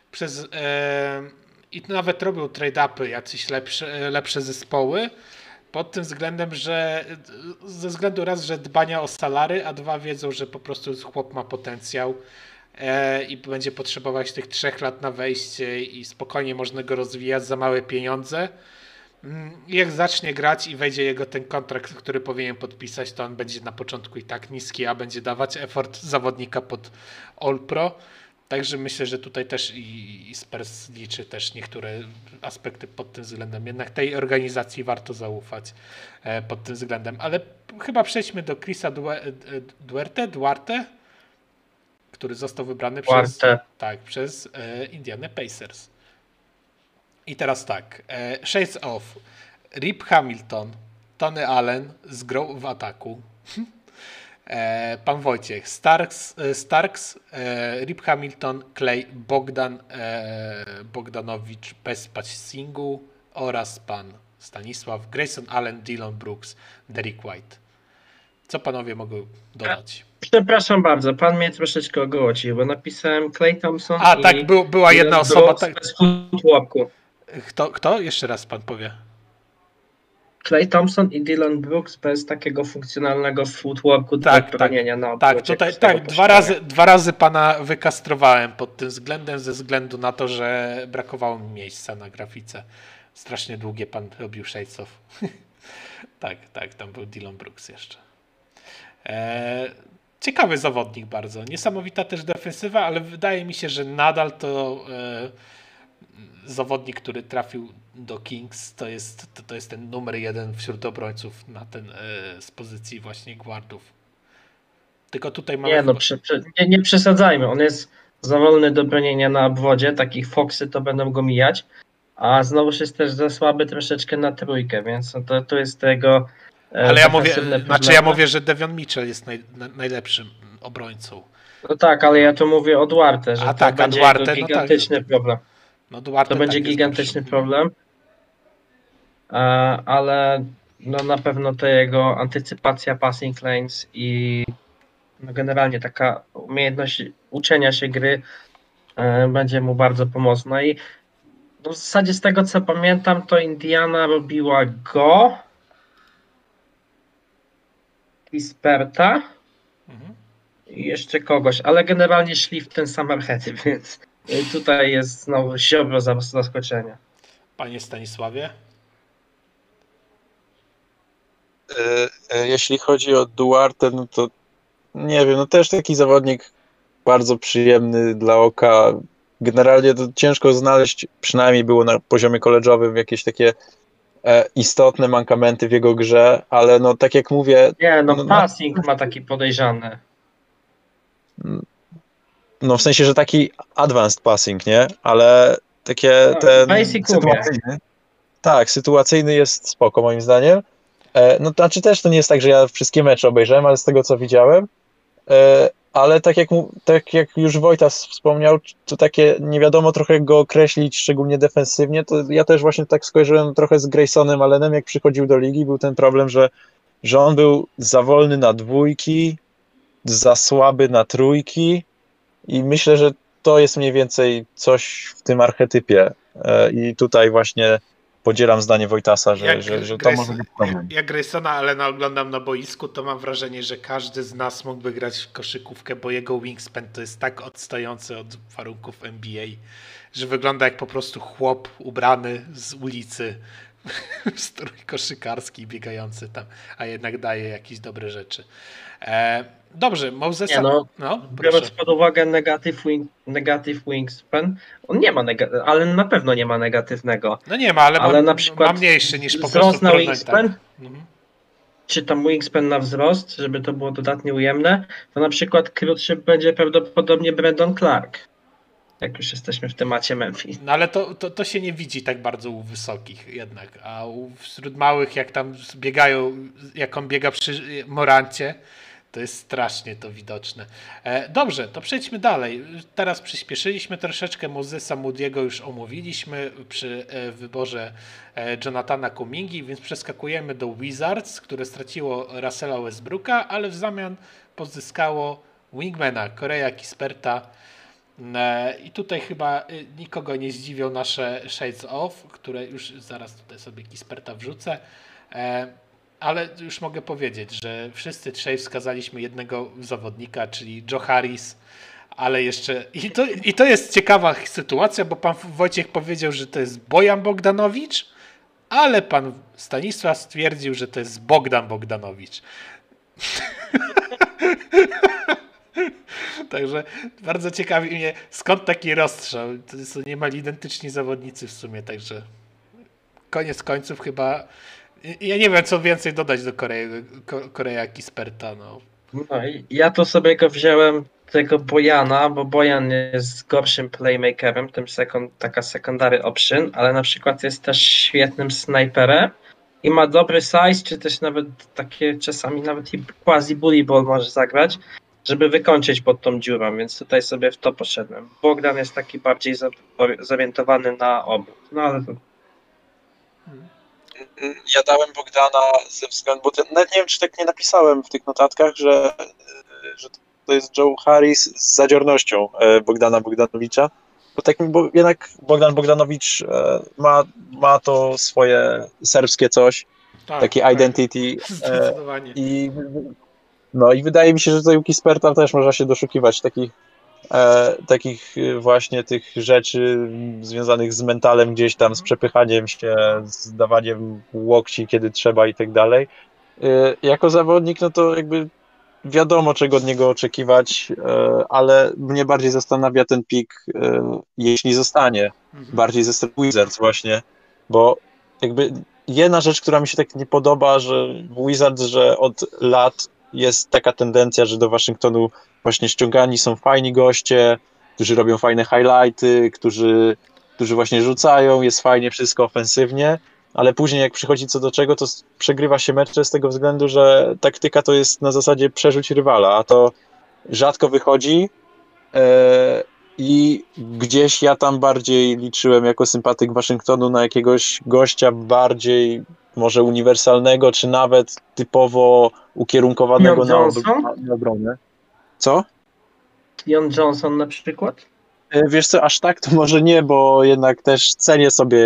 i nawet robią trade-upy jacyś lepsze zespoły pod tym względem, że ze względu raz, że dbania o salary, a dwa wiedzą, że po prostu chłop ma potencjał i będzie potrzebować tych 3 lat na wejście i spokojnie można go rozwijać za małe pieniądze. Jak zacznie grać i wejdzie jego ten kontrakt, który powinien podpisać, to on będzie na początku i tak niski, a będzie dawać effort zawodnika pod All Pro. Także myślę, że tutaj też i Spurs liczy też niektóre aspekty pod tym względem. Jednak tej organizacji warto zaufać pod tym względem. Ale chyba przejdźmy do Chrisa Duarte, który został wybrany przez Indiana Pacers. I teraz tak, Shades of, Rip Hamilton, Tony Allen zgrał w ataku. Pan Wojciech, Starks, Rip Hamilton, Clay, Bogdanowicz, Pespać Singu oraz pan Stanisław, Grayson Allen, Dillon Brooks, Derek White. Co panowie mogą dodać? Przepraszam bardzo, pan mnie troszeczkę ogołocił, bo napisałem Klay Thompson tak, była jedna osoba. Tak. Bez footworku. Kto? Jeszcze raz pan powie. Klay Thompson i Dillon Brooks bez takiego funkcjonalnego footworku do bronienia na obwodzie. Tak, tutaj dwa razy pana wykastrowałem pod tym względem, ze względu na to, że brakowało mi miejsca na grafice. Strasznie długie pan robił Shades of. tak, tam był Dillon Brooks jeszcze. Ciekawy zawodnik bardzo. Niesamowita też defensywa, ale wydaje mi się, że nadal to zawodnik, który trafił do Kings, to jest ten numer 1 wśród obrońców z pozycji właśnie guardów. Tylko tutaj mamy... Nie przesadzajmy. On jest za wolny do bronienia na obwodzie. Takich Foxy to będą go mijać. A znowuż jest też za słaby troszeczkę na trójkę, więc to jest tego... Ale ja mówię, że Devion Mitchell jest najlepszym obrońcą. No tak, ale ja tu mówię o Duarte, że to będzie gigantyczny problem. To będzie gigantyczny problem, ale no na pewno to jego antycypacja passing lanes i no generalnie taka umiejętność uczenia się gry będzie mu bardzo pomocna i no w zasadzie z tego co pamiętam, to Indiana robiła go i Sperta i jeszcze kogoś, ale generalnie szli w ten sam archetyp, więc tutaj jest znowu ziobro zaskoczenia. Panie Stanisławie? Jeśli chodzi o Duarte, no to nie wiem, no też taki zawodnik bardzo przyjemny dla oka. Generalnie to ciężko znaleźć, przynajmniej było na poziomie koleżowym, jakieś takie istotne mankamenty w jego grze, ale no tak jak mówię... passing ma taki podejrzany. No w sensie, że taki advanced passing, nie? Ale takie sytuacyjny. Tak, sytuacyjny jest spoko moim zdaniem. No to znaczy też to nie jest tak, że ja wszystkie mecze obejrzałem, ale z tego co widziałem, ale tak jak już Wojtas wspomniał, to takie nie wiadomo trochę jak go określić, szczególnie defensywnie, to ja też właśnie tak skojarzyłem trochę z Graysonem Allenem, jak przychodził do ligi, był ten problem, że on był za wolny na dwójki, za słaby na trójki i myślę, że to jest mniej więcej coś w tym archetypie i tutaj właśnie podzielam zdanie Wojtasa, że to może być problem. Jak Graysona Allena oglądam na boisku, to mam wrażenie, że każdy z nas mógłby grać w koszykówkę, bo jego wingspan to jest tak odstający od warunków NBA, że wygląda jak po prostu chłop ubrany z ulicy, strój koszykarski biegający tam, a jednak daje jakieś dobre rzeczy. Dobrze, Mosesa... Biorąc pod uwagę negative wingspan, on nie ma ale na pewno nie ma negatywnego. No nie ma, ale na przykład ma mniejszy niż po prostu na wingspan, czy tam wingspan na wzrost, żeby to było dodatnie ujemne, to na przykład krótszy będzie prawdopodobnie Brandon Clark. jak już jesteśmy w temacie Memphis. No ale to się nie widzi tak bardzo u wysokich jednak, a wśród małych jak tam biegają, jak on biega przy Morancie, to jest strasznie to widoczne. Dobrze, to przejdźmy dalej. Teraz przyspieszyliśmy troszeczkę, Mosesa Moody'ego już omówiliśmy przy wyborze Jonathana Kumingi, więc przeskakujemy do Wizards, które straciło Russella Westbrooka, ale w zamian pozyskało wingmana Koreya Kisperta. I tutaj chyba nikogo nie zdziwią nasze Shades of, które już zaraz tutaj sobie Kisperta wrzucę. Ale już mogę powiedzieć, że wszyscy trzej wskazaliśmy jednego zawodnika, czyli Joe Harris, ale jeszcze... I to jest ciekawa sytuacja, bo pan Wojciech powiedział, że to jest Bojan Bogdanowicz, ale pan Stanisław stwierdził, że to jest Bogdan Bogdanowicz. Także bardzo ciekawi mnie, skąd taki rozstrzał. To są niemal identyczni zawodnicy w sumie, także koniec końców chyba... Ja nie wiem, co więcej dodać do Koreya Kisperta. No ja to sobie go wziąłem, tego Bojana, bo Bojan jest gorszym playmakerem, tym taka secondary option, ale na przykład jest też świetnym snajperem i ma dobry size, czy też nawet takie czasami nawet i quasi bully ball może zagrać, żeby wykończyć pod tą dziurą, więc tutaj sobie w to poszedłem. Bogdan jest taki bardziej zorientowany na obrót, no ale to... Ja dałem Bogdana ze względu, bo nawet nie wiem, czy tak nie napisałem w tych notatkach, że to jest Joe Harris z zadziornością Bogdana Bogdanowicza, bo jednak Bogdan Bogdanowicz ma to swoje serbskie coś, takie identity. Zdecydowanie. I wydaje mi się, że tutaj u Kisperta też można się doszukiwać takich właśnie tych rzeczy związanych z mentalem gdzieś tam, z przepychaniem się, z dawaniem łokci, kiedy trzeba i tak dalej. Jako zawodnik, no to jakby wiadomo, czego od niego oczekiwać, ale mnie bardziej zastanawia ten pik, jeśli zostanie, bardziej ze strony Wizards właśnie, bo jakby jedna rzecz, która mi się tak nie podoba, że w Wizards, że od lat jest taka tendencja, że do Waszyngtonu właśnie ściągani są fajni goście, którzy robią fajne highlighty, którzy właśnie rzucają, jest fajnie wszystko ofensywnie, ale później jak przychodzi co do czego, to przegrywa się mecze z tego względu, że taktyka to jest na zasadzie przerzuć rywala, a to rzadko wychodzi i gdzieś ja tam bardziej liczyłem jako sympatyk Waszyngtonu na jakiegoś gościa bardziej może uniwersalnego, czy nawet typowo ukierunkowanego na obronę. Co? Jon Johnson na przykład? Wiesz co, aż tak to może nie, bo jednak też cenię sobie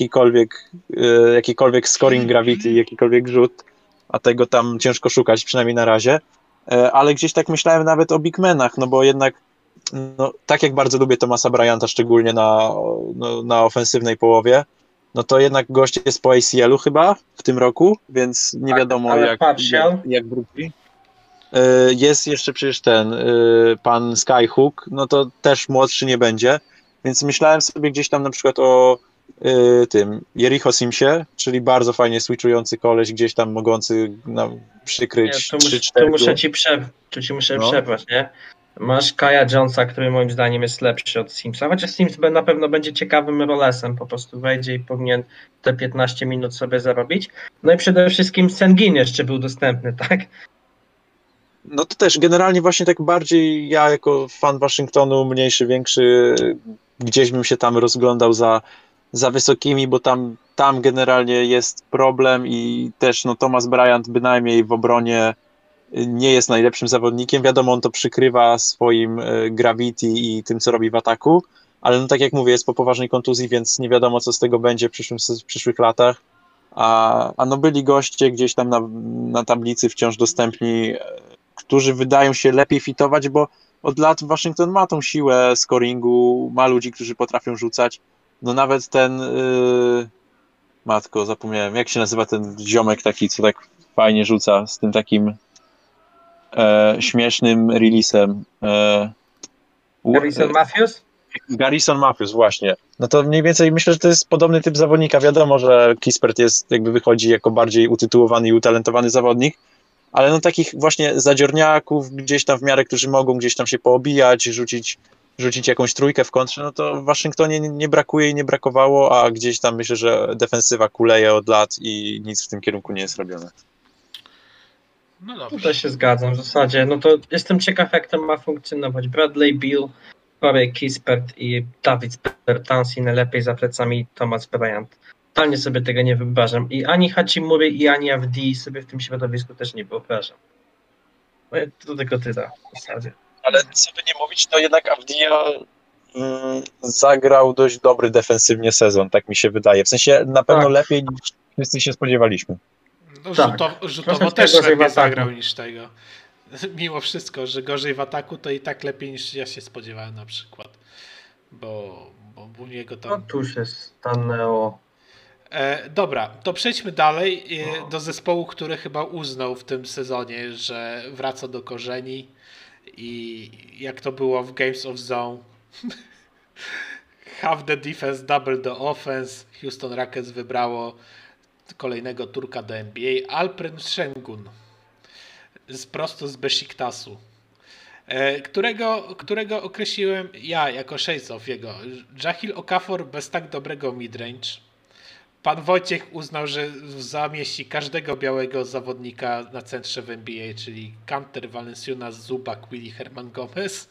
jakikolwiek scoring gravity, jakikolwiek rzut, a tego tam ciężko szukać, przynajmniej na razie. Ale gdzieś tak myślałem nawet o big menach, no bo jednak tak jak bardzo lubię Thomasa Bryanta, szczególnie na ofensywnej połowie, no to jednak gość jest po ACL-u chyba w tym roku, więc nie wiadomo jak wróci. Jest jeszcze przecież pan Skyhook, no to też młodszy nie będzie, więc myślałem sobie gdzieś tam na przykład o tym Jericho Simsie, czyli bardzo fajnie switchujący koleś, gdzieś tam mogący przykryć 3-4. Tu ci muszę przerwać, nie? Masz Kaya Jonesa, który moim zdaniem jest lepszy od Simsa, chociaż Sims na pewno będzie ciekawym rolesem, po prostu wejdzie i powinien te 15 minut sobie zarobić. No i przede wszystkim Sengun jeszcze był dostępny, tak? No to też generalnie właśnie tak bardziej ja jako fan Waszyngtonu, mniejszy, większy, gdzieś bym się tam rozglądał za wysokimi, bo tam generalnie jest problem i też Thomas Bryant bynajmniej w obronie nie jest najlepszym zawodnikiem. Wiadomo, on to przykrywa swoim gravity i tym, co robi w ataku, ale tak jak mówię, jest po poważnej kontuzji, więc nie wiadomo, co z tego będzie w przyszłych latach. A byli goście gdzieś tam na tablicy wciąż dostępni, którzy wydają się lepiej fitować, bo od lat Waszyngton ma tą siłę scoringu, ma ludzi, którzy potrafią rzucać. No nawet ten matko, zapomniałem, jak się nazywa ten ziomek taki, co tak fajnie rzuca z tym takim śmiesznym releasem. Garrison Matthews? Garrison Matthews, właśnie. No to mniej więcej myślę, że to jest podobny typ zawodnika. Wiadomo, że Kispert wychodzi jako bardziej utytułowany i utalentowany zawodnik, ale takich właśnie zadziorniaków gdzieś tam w miarę, którzy mogą gdzieś tam się poobijać, rzucić rzucić jakąś trójkę w kontrze, no to w Waszyngtonie nie brakuje i nie brakowało, a gdzieś tam myślę, że defensywa kuleje od lat i nic w tym kierunku nie jest robione. No dobrze. Tutaj się zgadzam w zasadzie. No to jestem ciekaw, jak to ma funkcjonować. Bradley Beal, Corey Kispert i David Bertans i najlepiej za plecami Thomas Bryant. Totalnie sobie tego nie wyobrażam. I ani Hachimuri i ani Avdii sobie w tym środowisku też nie wyobrażam. To tylko tyle w zasadzie. Ale co by nie mówić, to jednak Avdija zagrał dość dobry defensywnie sezon, tak mi się wydaje. W sensie na pewno lepiej niż wszyscy się spodziewaliśmy. No, Tak. rzutowo też lepiej zagrał niż tego. Mimo wszystko, że gorzej w ataku, to i tak lepiej niż ja się spodziewałem na przykład. Bo u niego tam... No tu się stanęło. Dobra, to przejdźmy dalej do zespołu, który chyba uznał w tym sezonie, że wraca do korzeni i jak to było w Games of Zone. Half the defense, double the offense. Houston Rockets wybrało kolejnego Turka do NBA, Alperen Şengün, prosto z Besiktasu, którego określiłem ja jako shades jego. Jahil Okafor bez tak dobrego midrange. Pan Wojciech uznał, że zamieści każdego białego zawodnika na centrze w NBA, czyli Kanter, Valanciunas, Zubac, Willy Herman Gomez.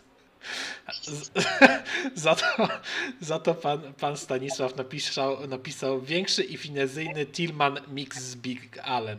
Za to pan Stanisław napisał większy i finezyjny Tillman mix z Big Alem.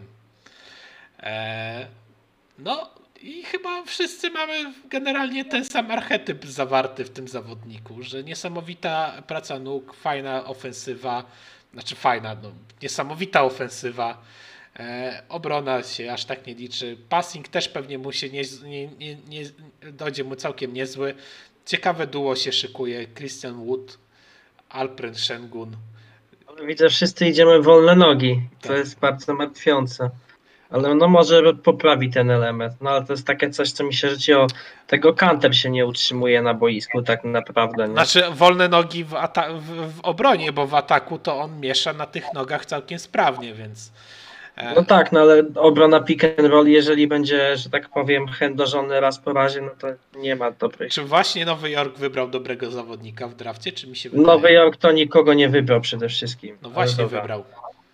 No i chyba wszyscy mamy generalnie ten sam archetyp zawarty w tym zawodniku, że niesamowita praca nóg, fajna ofensywa, niesamowita ofensywa, obrona się aż tak nie liczy, passing też pewnie mu się nie dojdzie mu całkiem niezły. Ciekawe duo się szykuje, Christian Wood, Alperen Şengün. Widzę, wszyscy idziemy wolne nogi, to Tak. jest bardzo martwiące. Ale no może poprawi ten element. No ale to jest takie coś, co mi się życie tego Kanter się nie utrzymuje na boisku tak naprawdę. Nie? Znaczy wolne nogi w obronie, bo w ataku to on miesza na tych nogach całkiem sprawnie, więc... No tak, no ale obrona pick and roll, jeżeli będzie, że tak powiem, chędożony raz po razie, no to nie ma dobrej. Czy właśnie Nowy Jork wybrał dobrego zawodnika w drafcie, czy mi się wydaje? Nowy Jork to nikogo nie wybrał przede wszystkim. No właśnie wybrał.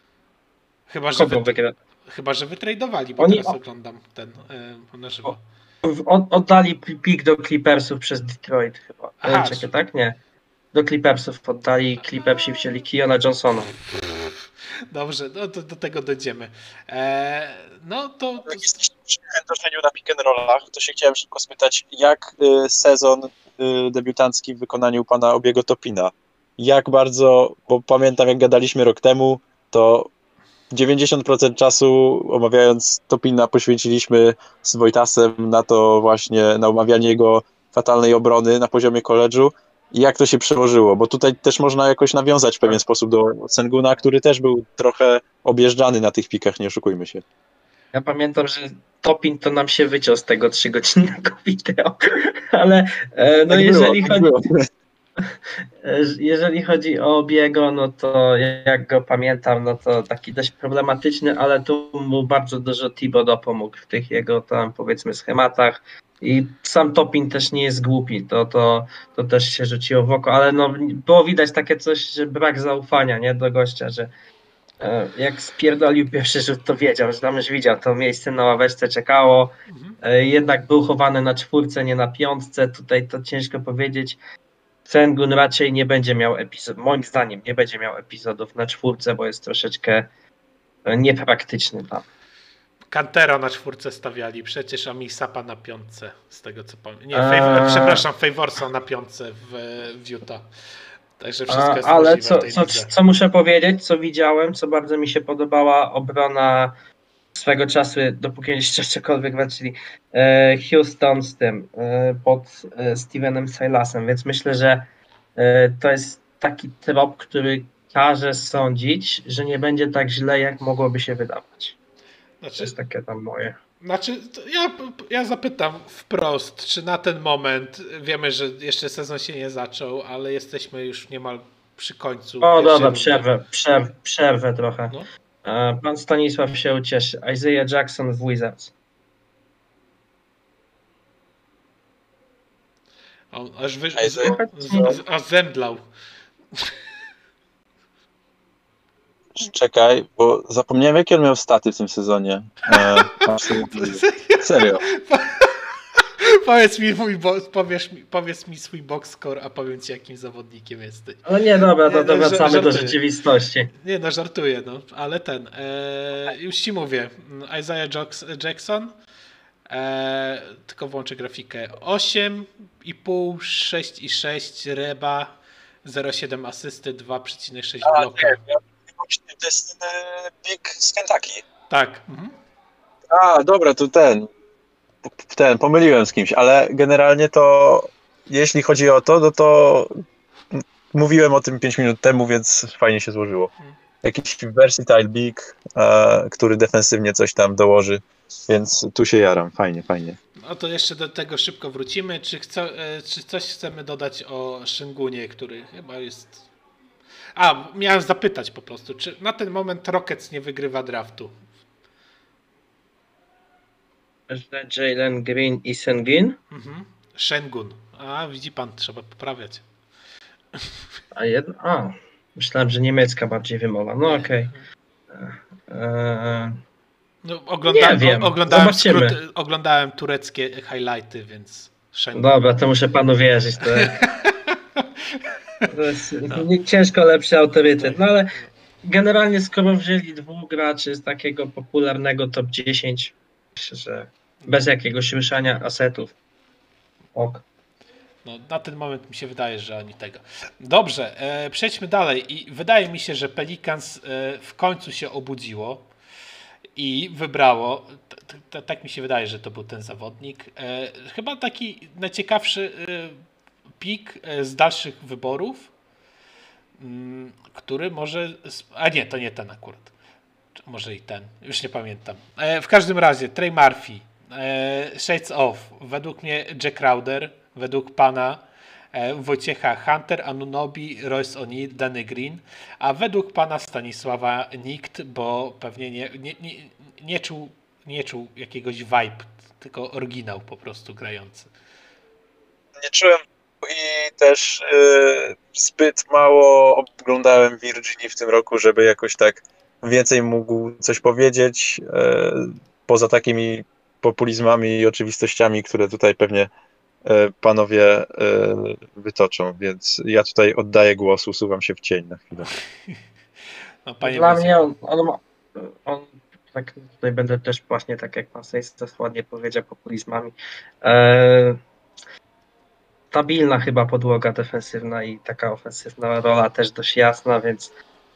Chyba, że wytradowali, bo teraz oglądam ten na żywo. Oddali pick do Clippersów przez Detroit chyba. Czekaj, tak? Nie. Do Clippersów oddali, Clippersi wzięli Keona Johnsona. Dobrze, no to do tego dojdziemy. Jak jesteśmy przy chędożeniu na pick and rollach, to się chciałem szybko spytać, jak sezon debiutancki w wykonaniu pana Obiego Topina? Jak bardzo, bo pamiętam jak gadaliśmy rok temu, to 90% czasu omawiając Topina poświęciliśmy z Wojtasem na to właśnie, na omawianie jego fatalnej obrony na poziomie koledżu. I jak to się przełożyło? Bo tutaj też można jakoś nawiązać w pewien sposób do Şenguna, który też był trochę objeżdżany na tych pikach, nie oszukujmy się. Ja pamiętam, że Topin to nam się wyciął z tego 3-godzinnego wideo, ale no tak jeżeli chodzi o Obiego, no to jak go pamiętam, no to taki dość problematyczny, ale tu mu bardzo dużo Thibodeau pomógł w tych jego tam powiedzmy schematach. I sam Topin też nie jest głupi, to też się rzuciło w oko, ale no było widać takie coś, że brak zaufania, nie, do gościa, że jak spierdolił pierwszy rzut, to wiedział, że tam już widział to miejsce na ławeczce, czekało, jednak był chowany na 4, nie na 5, tutaj to ciężko powiedzieć. Şengün raczej nie będzie miał moim zdaniem nie będzie miał epizodów na 4, bo jest troszeczkę niepraktyczny tam. Kantera na 4 stawiali, przecież a Millsapa na 5, z tego co pamiętam. Przepraszam, Favorsa na 5 w Utah. Także wszystko jest ale co muszę powiedzieć, co widziałem, co bardzo mi się podobała obrona swego czasu, dopóki jeszcze cokolwiek walczyli, Houston z tym, pod Stevenem Silasem, więc myślę, że to jest taki trop, który każe sądzić, że nie będzie tak źle, jak mogłoby się wydawać. To jest takie tam moje. Ja zapytam wprost, czy na ten moment, wiemy, że jeszcze sezon się nie zaczął, ale jesteśmy już niemal przy końcu. O dobra, przerwę trochę. No. Pan Stanisław się ucieszy. Isaiah Jackson w Wizards. On aż aż zemdlał. Czekaj, bo zapomniałem, jakie on miał staty w tym sezonie. Serio. Powiedz mi swój box score, a powiem ci, jakim zawodnikiem jesteś. Ale nie, dobra, to wracamy do rzeczywistości. Nie no, żartuję, no, ale już ci mówię, Isaiah Jackson, tylko włączę grafikę, 8,5, 6,6 reba, 0,7 asysty, 2,6 bloka. To jest Big z Kentucky. Tak. Dobra, to pomyliłem z kimś, ale generalnie to jeśli chodzi o to, no to mówiłem o tym 5 minut temu, więc fajnie się złożyło. Jakiś versatile big, który defensywnie coś tam dołoży, więc tu się jaram. Fajnie. No to jeszcze do tego szybko wrócimy. Czy coś chcemy dodać o Sengunie, który chyba jest... miałem zapytać po prostu, czy na ten moment Rockets nie wygrywa draftu? Że Jalen Green i Sengun? Sengun. Widzi pan, trzeba poprawiać. Myślałem, że niemiecka bardziej wymowa. No okej. No, oglądałem tureckie highlighty, więc Sengun. Dobra, to muszę panu wierzyć. To jest ciężko lepszy autorytet. No ale generalnie skoro wzięli 2 graczy z takiego popularnego top 10, myślę, że bez jakiegoś ruszania asetów. No, na ten moment mi się wydaje, że oni tego. Dobrze, przejdźmy dalej. I wydaje mi się, że Pelicans w końcu się obudziło i wybrało, tak mi się wydaje, że to był ten zawodnik, chyba taki najciekawszy pik z dalszych wyborów, który może... nie, to nie ten akurat. Może i ten, już nie pamiętam. W każdym razie, Trey Murphy, Shades Off, według mnie Jack Crowder, według pana Wojciecha Hunter, Anunobi, Royce O'Neal, Danny Green, a według pana Stanisława nikt, bo pewnie nie czuł jakiegoś vibe, tylko oryginał po prostu grający. Nie czułem i też zbyt mało oglądałem Virginii w tym roku, żeby jakoś tak więcej mógł coś powiedzieć, poza takimi populizmami i oczywistościami, które tutaj pewnie panowie wytoczą, więc ja tutaj oddaję głos, usuwam się w cień na chwilę. No, dla mnie on tak tutaj będę też właśnie tak jak pan Stanisław ładnie powiedział, populizmami. Stabilna chyba podłoga defensywna i taka ofensywna rola też dość jasna, więc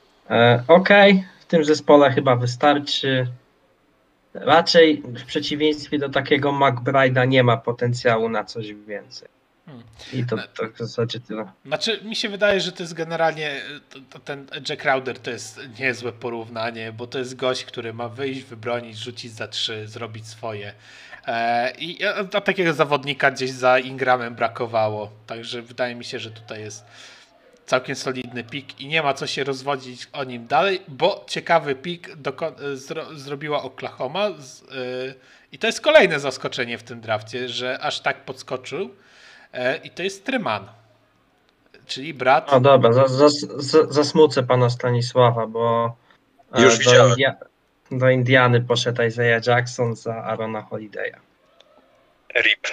w tym zespole chyba wystarczy. Raczej w przeciwieństwie do takiego McBride'a nie ma potencjału na coś więcej. I to w zasadzie tyle. Znaczy, mi się wydaje, że to jest generalnie ten Jack Crowder to jest niezłe porównanie, bo to jest gość, który ma wyjść, wybronić, rzucić za 3, zrobić swoje. I takiego zawodnika gdzieś za Ingramem brakowało. Także wydaje mi się, że tutaj jest całkiem solidny pik i nie ma co się rozwodzić o nim dalej, bo ciekawy pik zrobiła Oklahoma i to jest kolejne zaskoczenie w tym drafcie, że aż tak podskoczył i to jest Tryman, czyli brat... Dobra, zasmucę pana Stanisława, bo już widziałem. Do Indiany poszedł Isaiah Jackson za Aarona Holiday'a. RIP.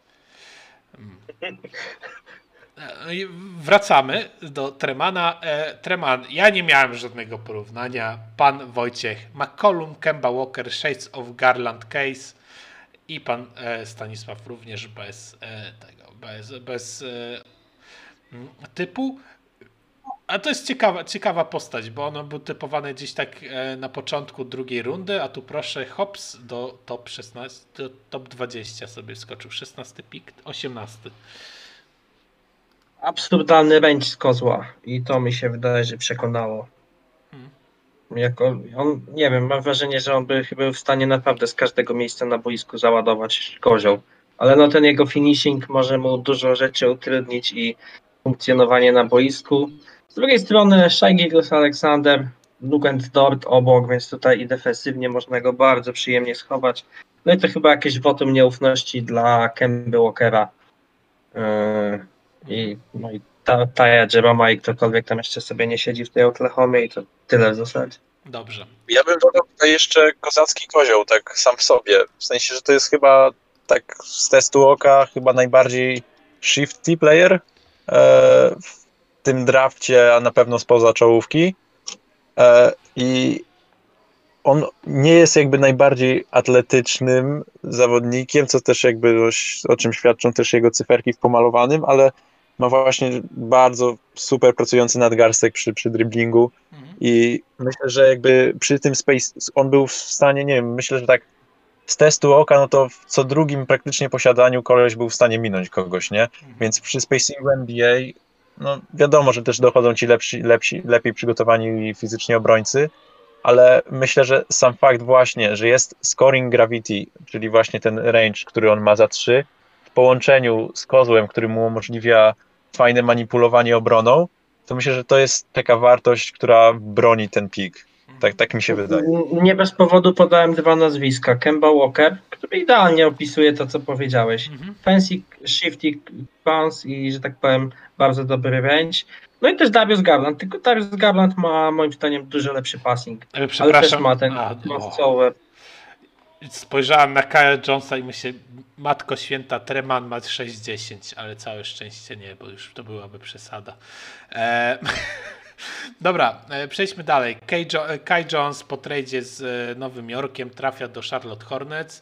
Wracamy do Tremana. Treman, ja nie miałem żadnego porównania. Pan Wojciech, McCollum, Kemba Walker, Shades of Garland Case i pan Stanisław również bez typu. A to jest ciekawa postać, bo on był typowany gdzieś tak na początku drugiej rundy, a tu proszę hops do top 16, do top 20 sobie skoczył. 16 pik, 18. Absurdalny range z kozła i to mi się wydaje, że przekonało. Nie wiem, mam wrażenie, że on by chyba był w stanie naprawdę z każdego miejsca na boisku załadować kozioł, ale no ten jego finishing może mu dużo rzeczy utrudnić i funkcjonowanie na boisku. Z drugiej strony Shai Gilgeous-Alexander, Luke Dort obok, więc tutaj i defensywnie można go bardzo przyjemnie schować. No i to chyba jakieś wotum nieufności dla Kemby Walkera. No i Taja Jeroma i ktokolwiek tam jeszcze sobie nie siedzi w tej Oklahomie i to tyle w zasadzie. Dobrze. Ja bym dodał tutaj jeszcze kozacki kozioł, tak sam w sobie. W sensie, że to jest chyba tak z testu oka chyba najbardziej shifty player w tym drafcie, a na pewno spoza czołówki. I on nie jest jakby najbardziej atletycznym zawodnikiem, co też jakby o czym świadczą też jego cyferki w pomalowanym, ale ma właśnie bardzo super pracujący nadgarstek przy driblingu i myślę, że jakby przy tym space on był w stanie, nie wiem, myślę, że tak z testu oka, no to w co drugim praktycznie posiadaniu koleś był w stanie minąć kogoś, nie? Więc przy spacingu NBA, no wiadomo, że też dochodzą ci lepiej przygotowani fizycznie obrońcy, ale myślę, że sam fakt właśnie, że jest scoring gravity, czyli właśnie ten range, który on ma za 3, w połączeniu z kozłem, który mu umożliwia fajne manipulowanie obroną, to myślę, że to jest taka wartość, która broni ten pik. Tak mi się wydaje. Nie bez powodu podałem 2 nazwiska. Kemba Walker, który idealnie opisuje to, co powiedziałeś. Fancy, shifty bounce i, że tak powiem, bardzo dobry range. No i też Darius Garland, tylko Darius Garland ma moim zdaniem dużo lepszy passing. Przepraszam. Ale też ma ten crossover. Spojrzałem na Kyle Jonesa i myślę, matko święta, Treman ma 6-10, ale całe szczęście nie, bo już to byłaby przesada. Dobra, przejdźmy dalej. Kai Jones po tradzie z Nowym Jorkiem trafia do Charlotte Hornets.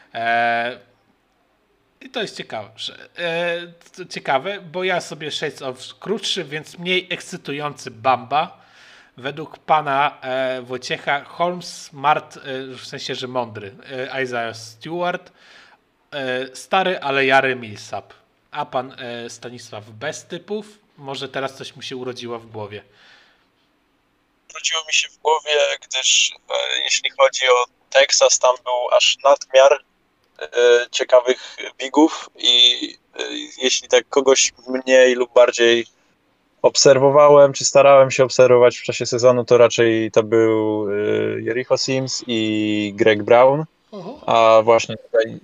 I to jest ciekawe, bo ja sobie Shades of krótszy, więc mniej ekscytujący Bamba. Według pana Wojciecha Holmes, smart, w sensie, że mądry, Isaiah Stewart, stary, ale jary Millsap. A pan Stanisław bez typów? Może teraz coś mu się urodziło w głowie? Urodziło mi się w głowie, gdyż jeśli chodzi o Texas, tam był aż nadmiar ciekawych bigów i jeśli tak kogoś mniej lub bardziej obserwowałem, czy starałem się obserwować w czasie sezonu, to raczej to był Jericho Sims i Greg Brown, a właśnie tutaj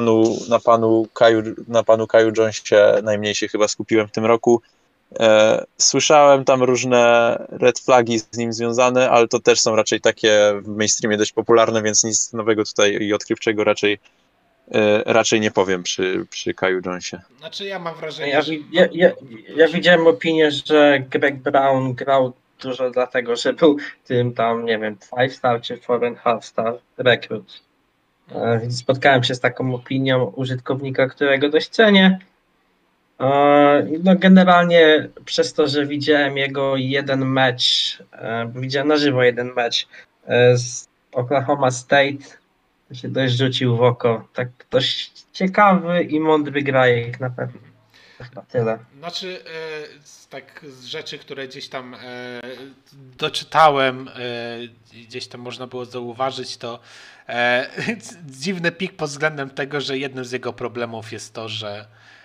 na panu Kaju Jonesie najmniej się chyba skupiłem w tym roku. Słyszałem tam różne red flagi z nim związane, ale to też są raczej takie w mainstreamie dość popularne, więc nic nowego tutaj i odkrywczego raczej nie powiem przy Kaju Jonesie. Znaczy ja mam wrażenie, ja widziałem opinię, że Greg Brown grał dużo dlatego, że był tym tam, nie wiem, 5-star czy 4.5-star recruit. Więc spotkałem się z taką opinią użytkownika, którego dość cenię. No generalnie przez to, że widziałem jego jeden mecz, widziałem na żywo jeden mecz z Oklahoma State, się dość rzucił w oko. Tak dość ciekawy i mądry grajek na pewno. Chyba tyle. Znaczy, tak z rzeczy, które gdzieś tam doczytałem, gdzieś tam można było zauważyć, to dziwny pik pod względem tego, że jednym z jego problemów jest to, że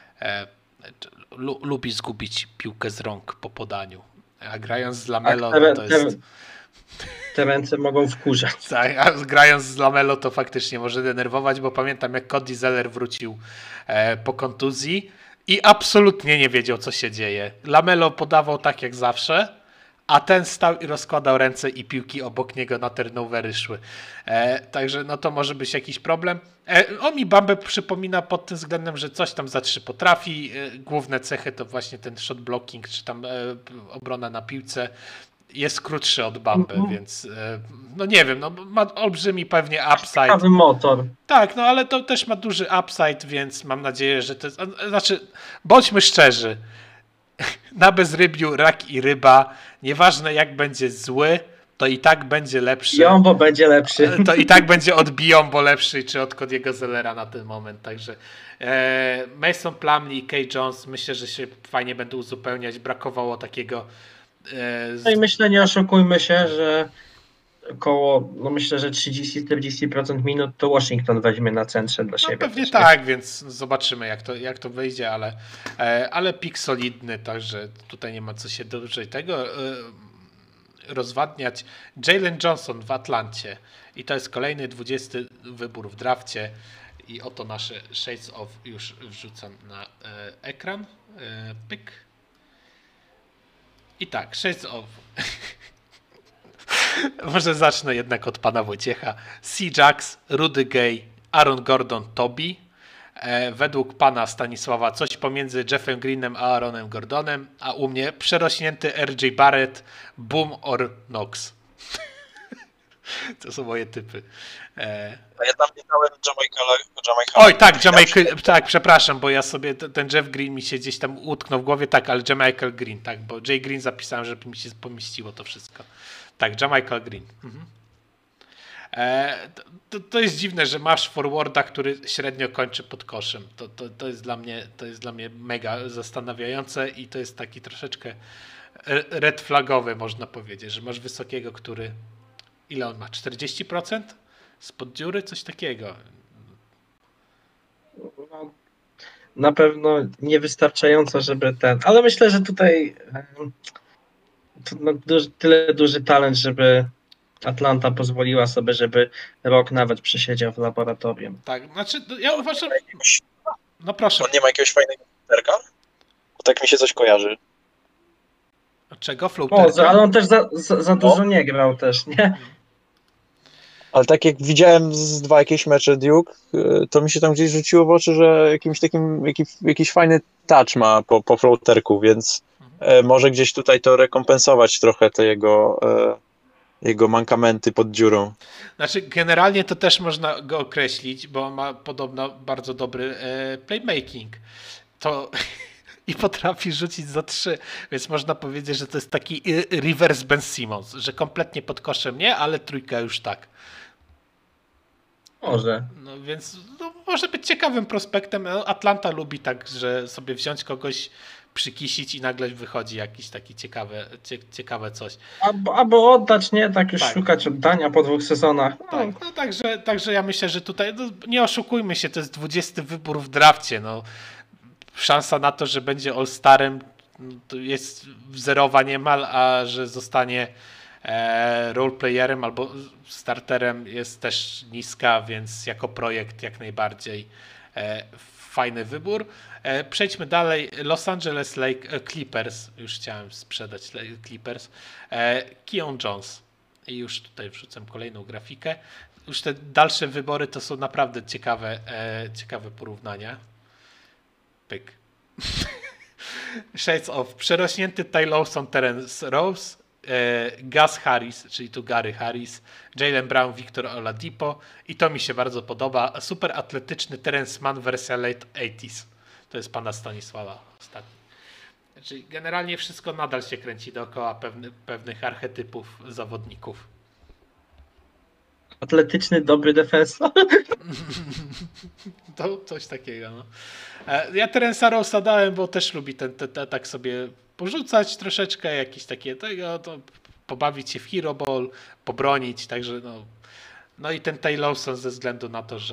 lubi zgubić piłkę z rąk po podaniu. A grając z Lamelo, to jest... Te ręce mogą wkurzać. Tak, a grając z Lamelo to faktycznie może denerwować, bo pamiętam jak Cody Zeller wrócił po kontuzji i absolutnie nie wiedział, co się dzieje. Lamelo podawał tak jak zawsze, a ten stał i rozkładał ręce i piłki obok niego na turnovery szły. Także no to może być jakiś problem. On mi Bambę przypomina pod tym względem, że coś tam za 3 potrafi. Główne cechy to właśnie ten shot blocking, czy tam obrona na piłce. Jest krótszy od Bamby, więc no nie wiem, no ma olbrzymi pewnie upside. Ciekawy motor. Tak, no ale to też ma duży upside, więc mam nadzieję, że to jest... Znaczy, bądźmy szczerzy, na bezrybiu rak i ryba, nieważne jak będzie zły, to i tak będzie lepszy. Biombo będzie lepszy. To i tak będzie od Biombo lepszy, czy od Cody'ego Zellera na ten moment, także Mason Plumlee i Kai Jones myślę, że się fajnie będą uzupełniać, brakowało takiego... No i myślę, nie oszukujmy się, że około, no myślę, że 30-40% minut to Washington weźmie na centrze dla siebie. Pewnie tak, więc zobaczymy jak to wyjdzie, ale pik solidny, także tutaj nie ma co się dłużej tego rozwadniać. Jalen Johnson w Atlancie i to jest kolejny 20 wybór w drafcie. I oto nasze Shades of już wrzucam na ekran. Pyk. I tak, Shades of. Może zacznę jednak od pana Wojciecha. C-Jax, Rudy Gay, Aaron Gordon, Toby. Według pana Stanisława coś pomiędzy Jeffem Greenem a Aaronem Gordonem, a u mnie przerośnięty RJ Barrett, Boom or Knox. To są moje typy. A ja tam nie dałem Jamaicala. Oj, tak, tak, przepraszam, bo ja sobie, ten Jeff Green mi się gdzieś tam utknął w głowie, tak, ale Jamaical Green, tak, bo Jay Green zapisałem, żeby mi się pomieściło to wszystko. Tak, Jamaical Green. Mhm. To jest dziwne, że masz forwarda, który średnio kończy pod koszem. To jest dla mnie mega zastanawiające i to jest taki troszeczkę red flagowy, można powiedzieć, że masz wysokiego, który ile on ma? 40%? Spod dziury? Coś takiego. No, na pewno niewystarczająco, żeby ale myślę, że tutaj tyle duży talent, żeby Atlanta pozwoliła sobie, żeby rok nawet przesiedział w laboratorium. Tak, znaczy ja uważam... No proszę. On nie ma jakiegoś fajnego floaterka? Bo tak mi się coś kojarzy. Czego? Floaterka? Ale on też za dużo nie grał też, nie? Ale tak jak widziałem z dwa jakieś mecze Duke, to mi się tam gdzieś rzuciło w oczy, że jakiś fajny touch ma po floaterku, więc może gdzieś tutaj to rekompensować trochę te jego mankamenty pod dziurą. Znaczy generalnie to też można go określić, bo ma podobno bardzo dobry playmaking. To i potrafi rzucić za 3, więc można powiedzieć, że to jest taki reverse Ben Simmons, że kompletnie pod koszem nie, ale trójka już tak. Może. No więc może być ciekawym prospektem. Atlanta lubi tak, że sobie wziąć kogoś, przykisić i nagle wychodzi jakiś taki ciekawe coś. Albo oddać, nie? Tak już szukać oddania po 2 sezonach. No. Tak, no także ja myślę, że tutaj nie oszukujmy się, to jest 20 wybór w drafcie. No. Szansa na to, że będzie All-Starem jest zerowa niemal, a że zostanie roleplayerem albo starterem jest też niska, więc jako projekt jak najbardziej fajny wybór. Przejdźmy dalej. Los Angeles Clippers. Już chciałem sprzedać Clippers. Keon Jones. I już tutaj wrzucam kolejną grafikę. Już te dalsze wybory to są naprawdę ciekawe porównania. Pyk. Shades of. Przerośnięty Ty Lawson, Terence Rose, Gus Harris, czyli tu Gary Harris, Jaylen Brown, Victor Oladipo i to mi się bardzo podoba. Super atletyczny Terence Mann wersja late 80s. To jest pana Stanisława ostatni. Czyli generalnie wszystko nadal się kręci dookoła pewnych archetypów zawodników. Atletyczny, dobry defensor. To coś takiego. No. Ja Terence'a Rose'a dałem, bo też lubi tak sobie porzucać troszeczkę, jakieś takie tego, to pobawić się w Hero Ball, pobronić, także no i ten Ty Lawson ze względu na to,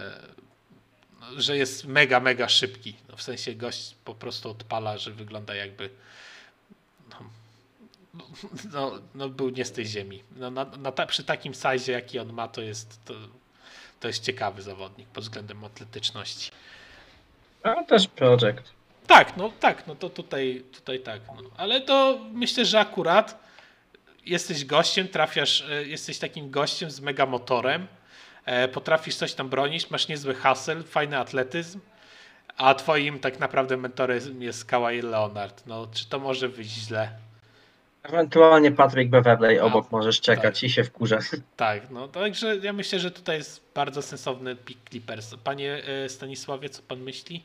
że jest mega szybki. No, w sensie gość po prostu odpala, że wygląda jakby był nie z tej ziemi. Przy takim size, jaki on ma, to jest ciekawy zawodnik pod względem atletyczności. A też project. Tak, no to tutaj tak. No. Ale to myślę, że akurat jesteś gościem, jesteś takim gościem z mega motorem, potrafisz coś tam bronić, masz niezły hustle, fajny atletyzm, a twoim tak naprawdę mentorem jest Kawhi Leonard. No, czy to może wyjść źle? Ewentualnie Patrick Beverley obok możesz czekać i się wkurzać. Tak, no także ja myślę, że tutaj jest bardzo sensowny pick Clippers. Panie Stanisławie, co pan myśli?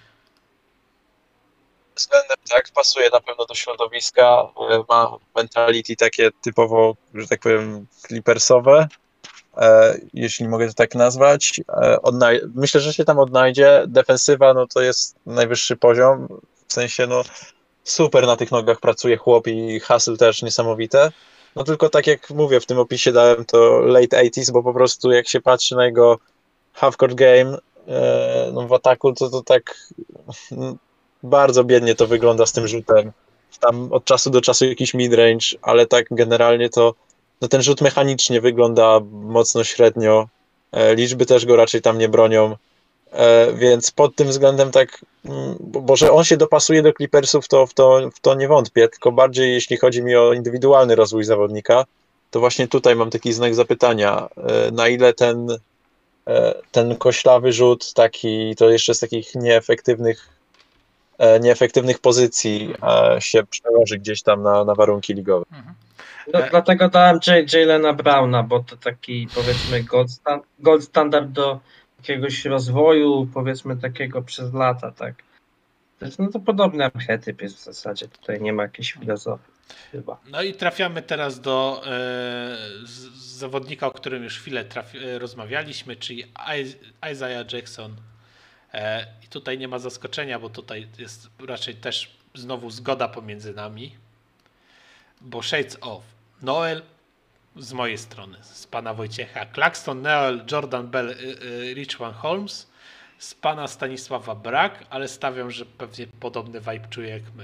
Względem tak, pasuje na pewno do środowiska, ma mentality takie typowo, że tak powiem, Clippersowe, jeśli mogę to tak nazwać. Myślę, że się tam odnajdzie. Defensywa, no to jest najwyższy poziom, w sensie no super na tych nogach pracuje chłop i hustle też niesamowite. No tylko tak jak mówię, w tym opisie dałem to late 80s, bo po prostu jak się patrzy na jego half-court game no w ataku, to tak bardzo biednie to wygląda z tym rzutem. Tam od czasu do czasu jakiś mid-range, ale tak generalnie to no ten rzut mechanicznie wygląda mocno średnio. Liczby też go raczej tam nie bronią. Więc pod tym względem tak, bo że on się dopasuje do Clippersów, w to nie wątpię, tylko bardziej jeśli chodzi mi o indywidualny rozwój zawodnika, to właśnie tutaj mam taki znak zapytania, na ile ten koślawy rzut taki, to jeszcze z takich nieefektywnych pozycji się przełoży gdzieś tam na warunki ligowe. No, dlatego dałem Jalena Browna, bo to taki, powiedzmy, gold standard do jakiegoś rozwoju, powiedzmy, takiego przez lata, tak. To podobny archetyp jest w zasadzie, tutaj nie ma jakiejś filozofii chyba. No i trafiamy teraz do zawodnika, o którym już chwilę rozmawialiśmy, czyli Isaiah Jackson. I tutaj nie ma zaskoczenia, bo tutaj jest raczej też znowu zgoda pomiędzy nami, bo Shades of Noel z mojej strony, z pana Wojciecha, Claxton, Noel, Jordan Bell, Richwan Holmes, z pana Stanisława Brak, ale stawiam, że pewnie podobny vibe czuje jak my.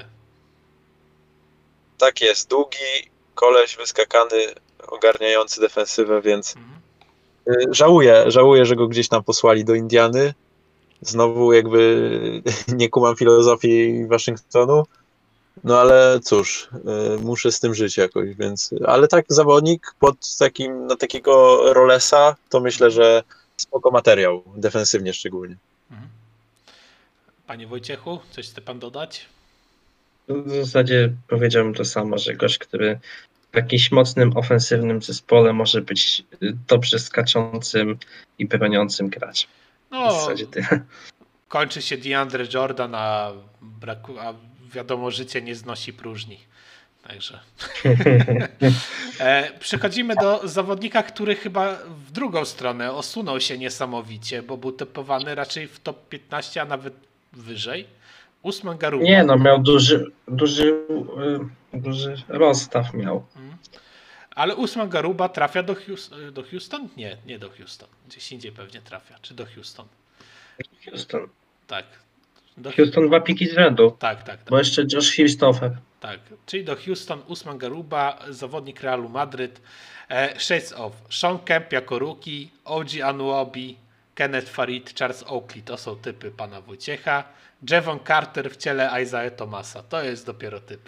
Tak jest, długi koleś wyskakany, ogarniający defensywę, więc żałuję, że go gdzieś tam posłali do Indiany. Znowu jakby nie kumam filozofii Waszyngtonu, no ale cóż, muszę z tym żyć jakoś, więc, ale tak zawodnik na takiego Rolesa, to myślę, że spoko materiał, defensywnie szczególnie. Panie Wojciechu, coś chce pan dodać? W zasadzie powiedziałbym to samo, że gość, który w jakimś mocnym, ofensywnym zespole może być dobrze skaczącym i broniącym graczem. No, w zasadzie tyle. Kończy się DeAndre Jordan, a wiadomo, życie nie znosi próżni. Także. Przechodzimy do zawodnika, który chyba w drugą stronę osunął się niesamowicie, bo był typowany raczej w top 15, a nawet wyżej. Usman Garuba. Nie, no miał duży rozstaw miał. Ale Usman Garuba trafia do Houston? Nie do Houston. Gdzieś indziej pewnie trafia. Czy do Houston? Houston. Tak. Houston 2 piki z rzędu. Tak. Bo jeszcze Josh Christopher. Tak, czyli do Houston Usman Garuba, zawodnik Realu Madryt. Shades of Sean Kemp jako rookie, OG Anunoby, Kenneth Farid, Charles Oakley. To są typy pana Wojciecha. Javon Carter w ciele Isaiah Thomasa. To jest dopiero typ.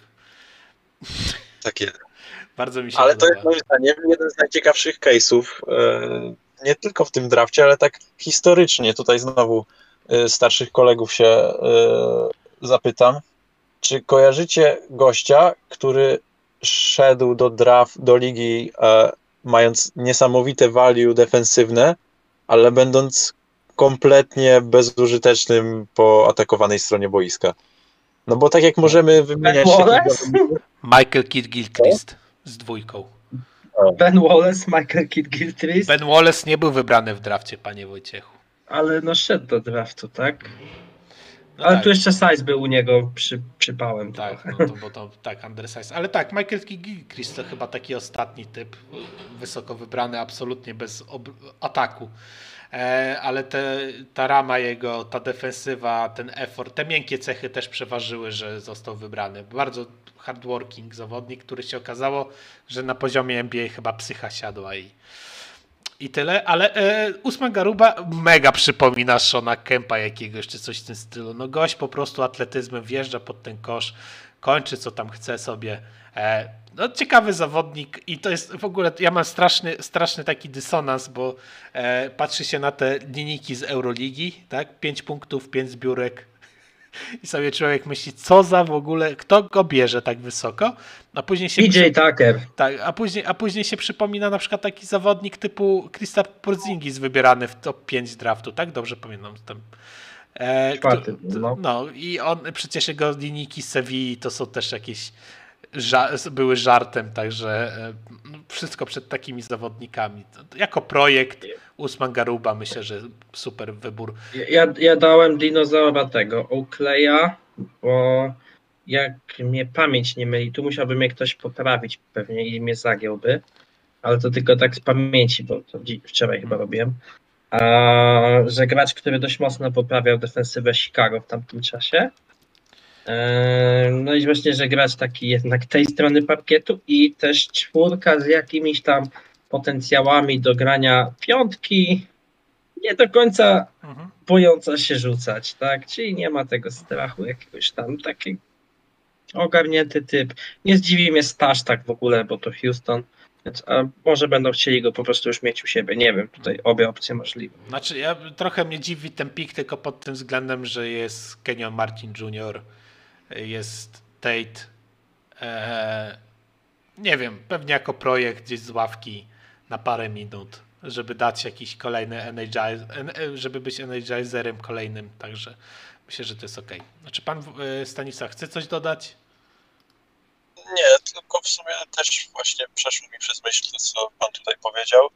Tak jest. Bardzo mi się ale podoba. To jest moim zdaniem jeden z najciekawszych case'ów, nie tylko w tym drafcie, ale tak historycznie. Tutaj znowu starszych kolegów się zapytam. Czy kojarzycie gościa, który szedł do ligi mając niesamowite value defensywne, ale będąc kompletnie bezużytecznym po atakowanej stronie boiska? No bo tak jak możemy wymieniać... Michael Kidd-Gilchrist z dwójką. Ben Wallace, Michael Kidd-Gilchrist. Ben Wallace nie był wybrany w drafcie, panie Wojciechu. Ale no szedł do draftu, tak? No ale tak. tu jeszcze size był u niego przypałem. Tak, no tak, undersize. Ale tak, Michael Kidd-Gilchrist to chyba taki ostatni typ, wysoko wybrany, absolutnie bez ataku. Ale ta rama jego, ta defensywa, ten effort, te miękkie cechy też przeważyły, że został wybrany. Bardzo hardworking zawodnik, który się okazało, że na poziomie NBA chyba psycha siadła i tyle, ale Usman Garuba mega przypomina Shona Kempa jakiegoś, czy coś w tym stylu. No gość po prostu atletyzmem wjeżdża pod ten kosz, kończy co tam chce sobie. No ciekawy zawodnik i to jest w ogóle, ja mam straszny taki dysonans, bo patrzy się na te linijki z Euroligi, tak? 5 punktów, 5 zbiórek i sobie człowiek myśli, co za w ogóle, kto go bierze tak wysoko, a później się... PJ Tucker. Tak, a później się przypomina na przykład taki zawodnik typu Kristaps Porzingis wybierany w top 5 draftu, tak? Dobrze pamiętam tam. Czwarty, no i on, przecież jego linijki z Sewilli to są też jakieś były żartem, także wszystko przed takimi zawodnikami. Jako projekt Usman Garuba myślę, że super wybór. Ja dałem dinozaura tego Oakleya, bo jak mnie pamięć nie myli, tu musiałby mnie ktoś poprawić pewnie i mnie zagiąłby, ale to tylko tak z pamięci, bo to wczoraj chyba robiłem, że gracz, który dość mocno poprawiał defensywę Chicago w tamtym czasie. No i właśnie, że grać taki jednak tej strony parkietu i też czwórka z jakimiś tam potencjałami do grania piątki, nie do końca bojąca się rzucać, tak? Czyli nie ma tego strachu jakiegoś tam, taki ogarnięty typ. Nie zdziwi mnie staż tak w ogóle, bo to Houston, więc a może będą chcieli go po prostu już mieć u siebie, nie wiem, tutaj obie opcje możliwe. Znaczy, trochę mnie dziwi ten pik tylko pod tym względem, że jest Kenyon Martin Jr., jest Tate, nie wiem, pewnie jako projekt gdzieś z ławki na parę minut, żeby dać jakiś kolejny żeby być energizerem kolejnym, także myślę, że to jest okej. Znaczy pan Stanisław chce coś dodać? Nie, tylko w sumie też właśnie przeszło mi przez myśl to, co pan tutaj powiedział,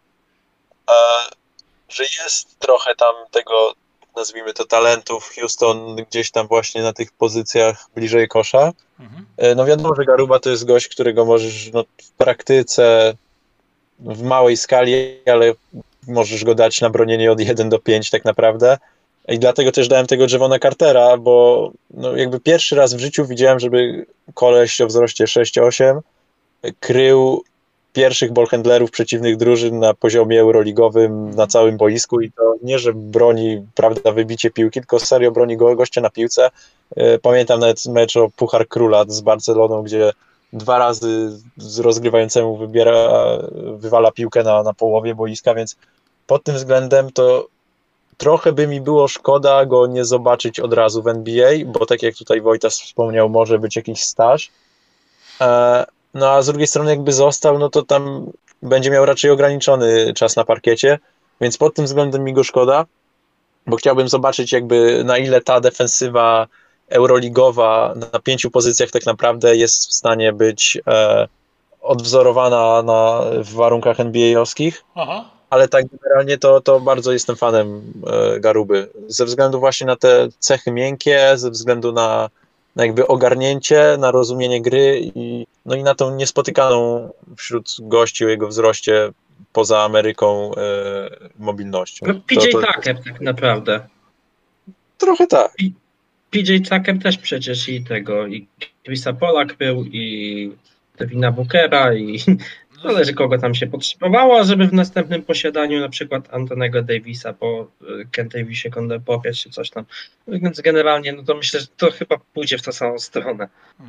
że jest trochę tam tego, nazwijmy to, talentu w Houston gdzieś tam właśnie na tych pozycjach bliżej kosza. No wiadomo, że Garuba to jest gość, którego możesz w praktyce w małej skali, ale możesz go dać na bronienie od 1 do 5 tak naprawdę. I dlatego też dałem tego Javona Cartera, bo no jakby pierwszy raz w życiu widziałem, żeby koleś o wzroście 6'8" krył pierwszych ballhandlerów przeciwnych drużyn na poziomie euroligowym na całym boisku i to nie, że broni, prawda, wybicie piłki, tylko serio broni gościa na piłce. Pamiętam nawet mecz o Puchar Króla z Barceloną, gdzie 2 razy z rozgrywającemu wywala piłkę na połowie boiska, więc pod tym względem to trochę by mi było szkoda go nie zobaczyć od razu w NBA, bo tak jak tutaj Wojtas wspomniał, może być jakiś staż. No a z drugiej strony jakby został, no to tam będzie miał raczej ograniczony czas na parkiecie, więc pod tym względem mi go szkoda, bo chciałbym zobaczyć jakby na ile ta defensywa euroligowa na 5 pozycjach tak naprawdę jest w stanie być odwzorowana w warunkach NBA-owskich. Aha. Ale tak generalnie to bardzo jestem fanem Garuby. Ze względu właśnie na te cechy miękkie, ze względu na jakby ogarnięcie, na rozumienie gry i na tą niespotykaną wśród gości o jego wzroście poza Ameryką mobilnością. No, PJ Tucker tak naprawdę. Trochę tak. PJ Tucker też przecież i Chrisa Polak był i Devina Bookera i zależy kogo tam się potrzebowało, żeby w następnym posiadaniu na przykład Antonego Davisa po Ken Davisie popiać czy coś tam. Więc generalnie no to myślę, że to chyba pójdzie w tę samą stronę.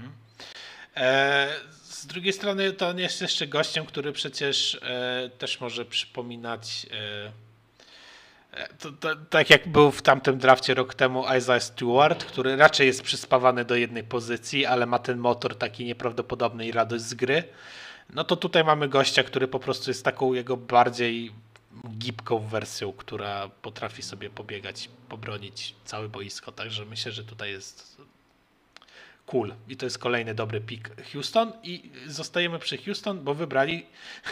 Z drugiej strony to on jest jeszcze gościem, który przecież też może przypominać tak jak był w tamtym drafcie rok temu Isaiah Stewart, który raczej jest przyspawany do jednej pozycji, ale ma ten motor taki nieprawdopodobny i radość z gry. No to tutaj mamy gościa, który po prostu jest taką jego bardziej gibką wersją, która potrafi sobie pobiegać, pobronić całe boisko. Także myślę, że tutaj jest cool. I to jest kolejny dobry pick Houston. I zostajemy przy Houston, bo wybrali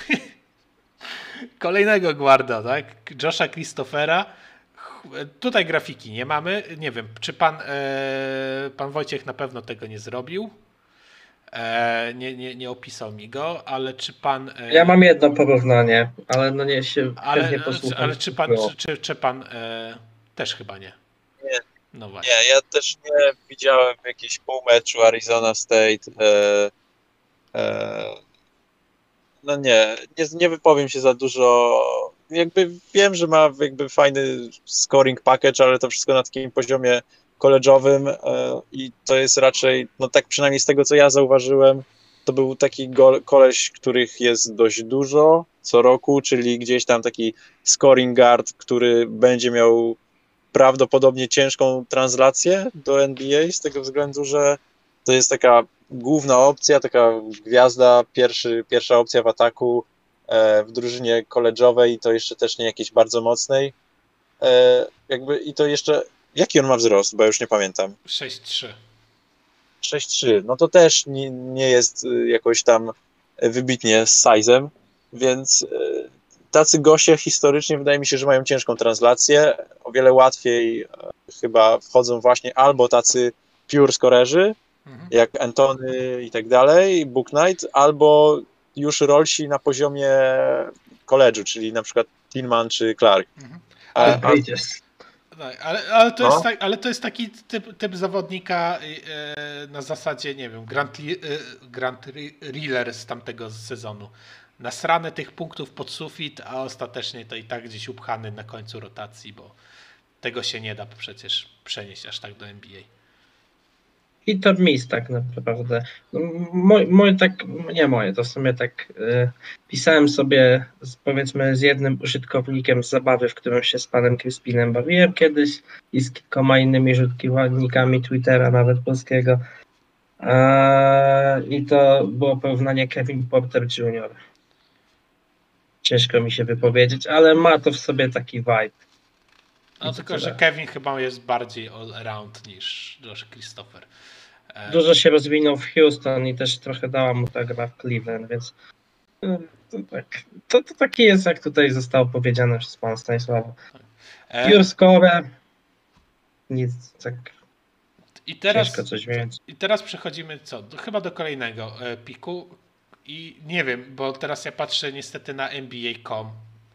kolejnego guarda, tak? Josha Christophera. Tutaj grafiki nie mamy. Nie wiem, czy pan Wojciech na pewno tego nie zrobił. Nie opisał mi go, ale czy pan... Ja mam jedno porównanie, ale no nie się chętnie posłucham. Ale czy pan też chyba nie? Nie. No właśnie. Nie, ja też nie widziałem jakiś półmeczu Arizona State. No nie wypowiem się za dużo. Jakby wiem, że ma jakby fajny scoring package, ale to wszystko na takim poziomie college'owym i to jest raczej, no tak przynajmniej z tego, co ja zauważyłem, to był taki koleś, których jest dość dużo co roku, czyli gdzieś tam taki scoring guard, który będzie miał prawdopodobnie ciężką translację do NBA z tego względu, że to jest taka główna opcja, taka gwiazda, pierwsza opcja w ataku w drużynie college'owej i to jeszcze też nie jakiejś bardzo mocnej. I to jeszcze... Jaki on ma wzrost? Bo ja już nie pamiętam. 6'3". 6'3". No to też nie jest jakoś tam wybitnie z size'em, więc tacy goście historycznie wydaje mi się, że mają ciężką translację. O wiele łatwiej chyba wchodzą właśnie albo tacy pure scorerzy, jak Antony i tak dalej, Book Knight, albo już rolsi na poziomie college'u, czyli na przykład Tillman czy Clark. Ale to jest taki typ zawodnika na zasadzie, nie wiem, Grant Riller z tamtego sezonu. nasrane tych punktów pod sufit, a ostatecznie to i tak gdzieś upchany na końcu rotacji, bo tego się nie da przecież przenieść aż tak do NBA. Hit or miss tak naprawdę. No, to w sumie tak pisałem sobie powiedzmy z jednym użytkownikiem z zabawy, w którą się z panem Crispinem bawiłem kiedyś i z kilkoma innymi użytkownikami Twittera, nawet polskiego. I to było porównanie Kevin Porter Jr. Ciężko mi się wypowiedzieć, ale ma to w sobie taki vibe. No tylko, że Kevin chyba jest bardziej all-around niż Josh Christopher. Dużo się rozwinął w Houston i też trochę dała mu ta gra w Cleveland, więc to taki jest, jak tutaj zostało powiedziane przez pana Stanisława. Pure score, nic tak ciężko coś więcej. I teraz przechodzimy chyba do kolejnego piku i nie wiem, bo teraz ja patrzę niestety na NBA.com,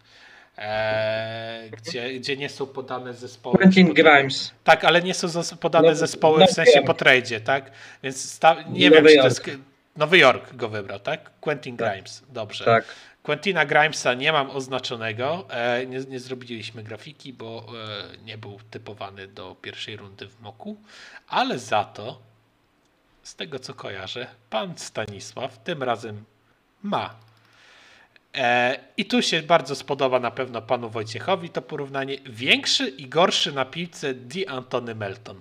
gdzie nie są podane zespoły. Quentin Grimes. Tak, ale nie są podane zespoły w sensie po tradzie, tak? Więc nie wiem, czy to jest... Nowy Jork go wybrał, tak? Quentin Grimes, dobrze. Tak. Quentina Grimesa nie mam oznaczonego, nie zrobiliśmy grafiki, bo nie był typowany do pierwszej rundy w moku, ale za to, z tego co kojarzę, pan Stanisław tym razem ma. I tu się bardzo spodoba na pewno panu Wojciechowi to porównanie. Większy i gorszy na piłce D'Antoni Melton.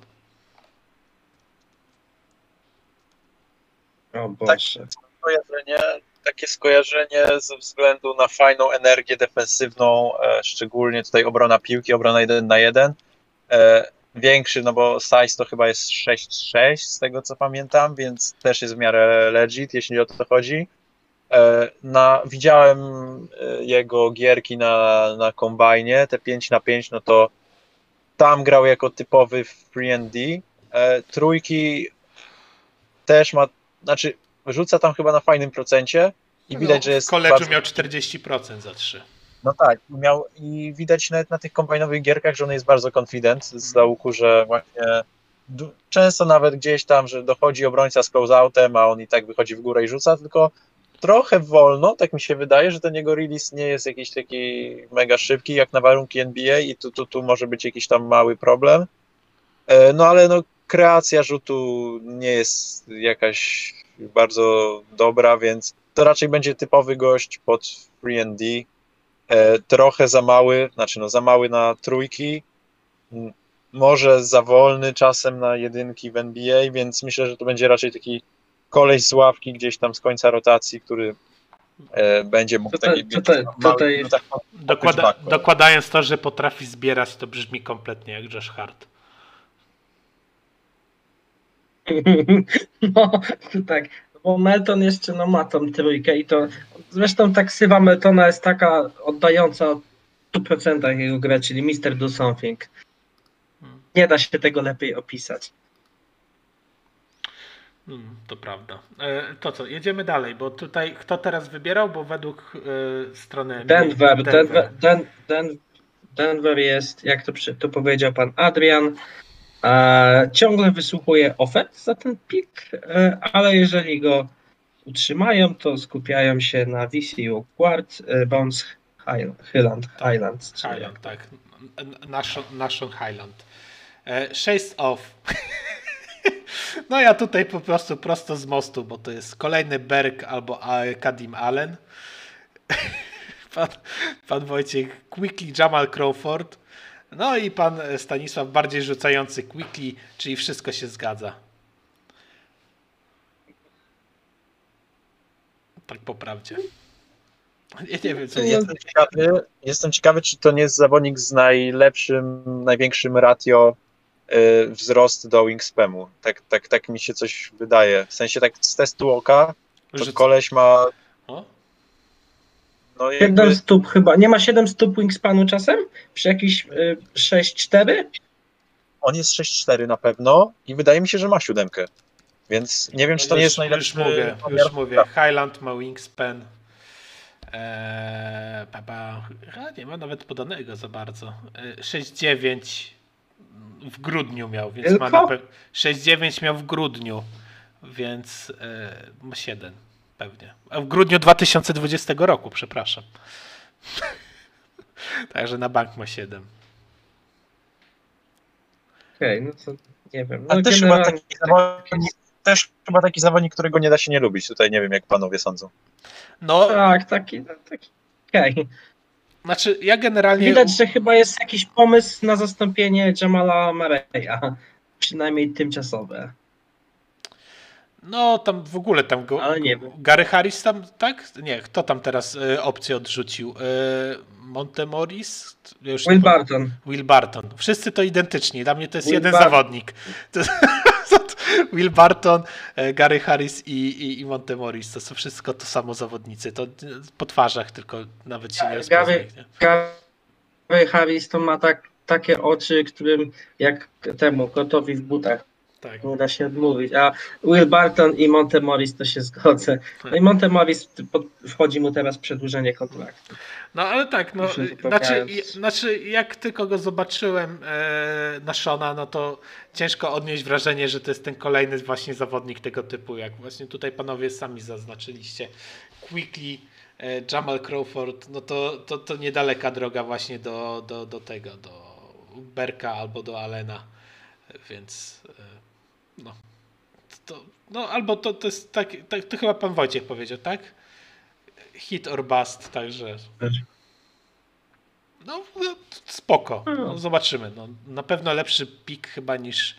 O Boże. Takie skojarzenie ze względu na fajną energię defensywną, szczególnie tutaj obrona piłki, obrona 1 na 1. Większy, no bo size to chyba jest 6'6", z tego co pamiętam, więc też jest w miarę legit, jeśli o to chodzi. Widziałem jego gierki na kombajnie, te 5 na 5, no to tam grał jako typowy free and D. Trójki też ma, znaczy rzuca tam chyba na fajnym procencie i widać, że jest... W college'u miał 40% za 3. No tak, i widać nawet na tych kombajnowych gierkach, że on jest bardzo confident z załuku, że właśnie często nawet gdzieś tam, że dochodzi obrońca z close-outem, a on i tak wychodzi w górę i rzuca, tylko trochę wolno, tak mi się wydaje, że ten jego release nie jest jakiś taki mega szybki, jak na warunki NBA i tu może być jakiś tam mały problem. No ale kreacja rzutu nie jest jakaś bardzo dobra, więc to raczej będzie typowy gość pod free and D. Trochę za mały na trójki, może za wolny czasem na jedynki w NBA, więc myślę, że to będzie raczej taki koleś z ławki gdzieś tam z końca rotacji, który będzie mógł dokładając to, że potrafi zbierać, to brzmi kompletnie jak Josh Hart. No, tak, bo Melton jeszcze ma tą trójkę i to zresztą ta ksywa Meltona jest taka oddająca o 100% jego grę, czyli Mr. Do Something. Nie da się tego lepiej opisać. To prawda. To co, jedziemy dalej, bo tutaj kto teraz wybierał, bo według strony... Denver jest, jak to powiedział pan Adrian, ciągle wysłuchuje ofert za ten pik, ale jeżeli go utrzymają, to skupiają się na VCU Guard, Bones Highland. Highland, tak. Nation Highland. Shades off. No ja tutaj po prostu prosto z mostu, bo to jest kolejny Berg albo Kadim Allen. Pan Wojciech Quickly Jamal Crawford. No i pan Stanisław bardziej rzucający Quickly, czyli wszystko się zgadza. Tak po prawdzie. Ja nie wiem, co Jestem ciekawy, czy to nie jest zawodnik z największym ratio wzrost do wingspanu. Tak mi się coś wydaje. W sensie tak z testu oka, to koleś ma... No 7 stóp chyba. Nie ma 7 stóp wingspanu czasem? Przy jakiś 6'4"? On jest 6'4" na pewno i wydaje mi się, że ma 7. Więc nie wiem, czy to nie jest najlepszy... Już mówię. Highland ma wingspan. Nie ma nawet podanego za bardzo. 6'9" w grudniu miał, więc tylko? ma 6'9" miał w grudniu, więc ma 7. Pewnie. A w grudniu 2020 roku, przepraszam. Także na bank ma 7. Okej, no to nie wiem. A No też chyba generalnie chyba taki zawodnik, którego nie da się nie lubić. Tutaj nie wiem, jak panowie sądzą. No, tak, taki. Okej. znaczy ja generalnie... Widać, że chyba jest jakiś pomysł na zastąpienie Jamala Murray'a. Przynajmniej tymczasowe. No, tam w ogóle tam Ale nie wiem. Gary Harris tam, tak? Nie, kto tam teraz opcję odrzucił? Montemoris? Ja już Will nie pamiętam. Barton. Will Barton. Wszyscy to identyczni. Dla mnie to jest Will jeden Barton. zawodnik. Will Barton, Gary Harris i Montemoris. To są wszystko to samo zawodnicy. To po twarzach tylko nawet się nie rozpozna ich, nie? Gary Harris to ma takie oczy, którym jak temu kotowi w butach. Tak. Nie da się odmówić. A Will Barton i Montemoris to się zgodzę. No i Montemoris wchodzi mu teraz przedłużenie kontraktu. No ale tak, no, znaczy jak tylko go zobaczyłem na Shona, no to ciężko odnieść wrażenie, że to jest ten kolejny właśnie zawodnik tego typu, jak właśnie tutaj panowie sami zaznaczyliście. Quickly, Jamal Crawford, no to niedaleka droga właśnie do tego, do Berka albo do Allena, więc no albo to jest tak, to chyba pan Wojciech powiedział, tak? Hit or bust, także no spoko, no, zobaczymy. No, na pewno lepszy pik chyba niż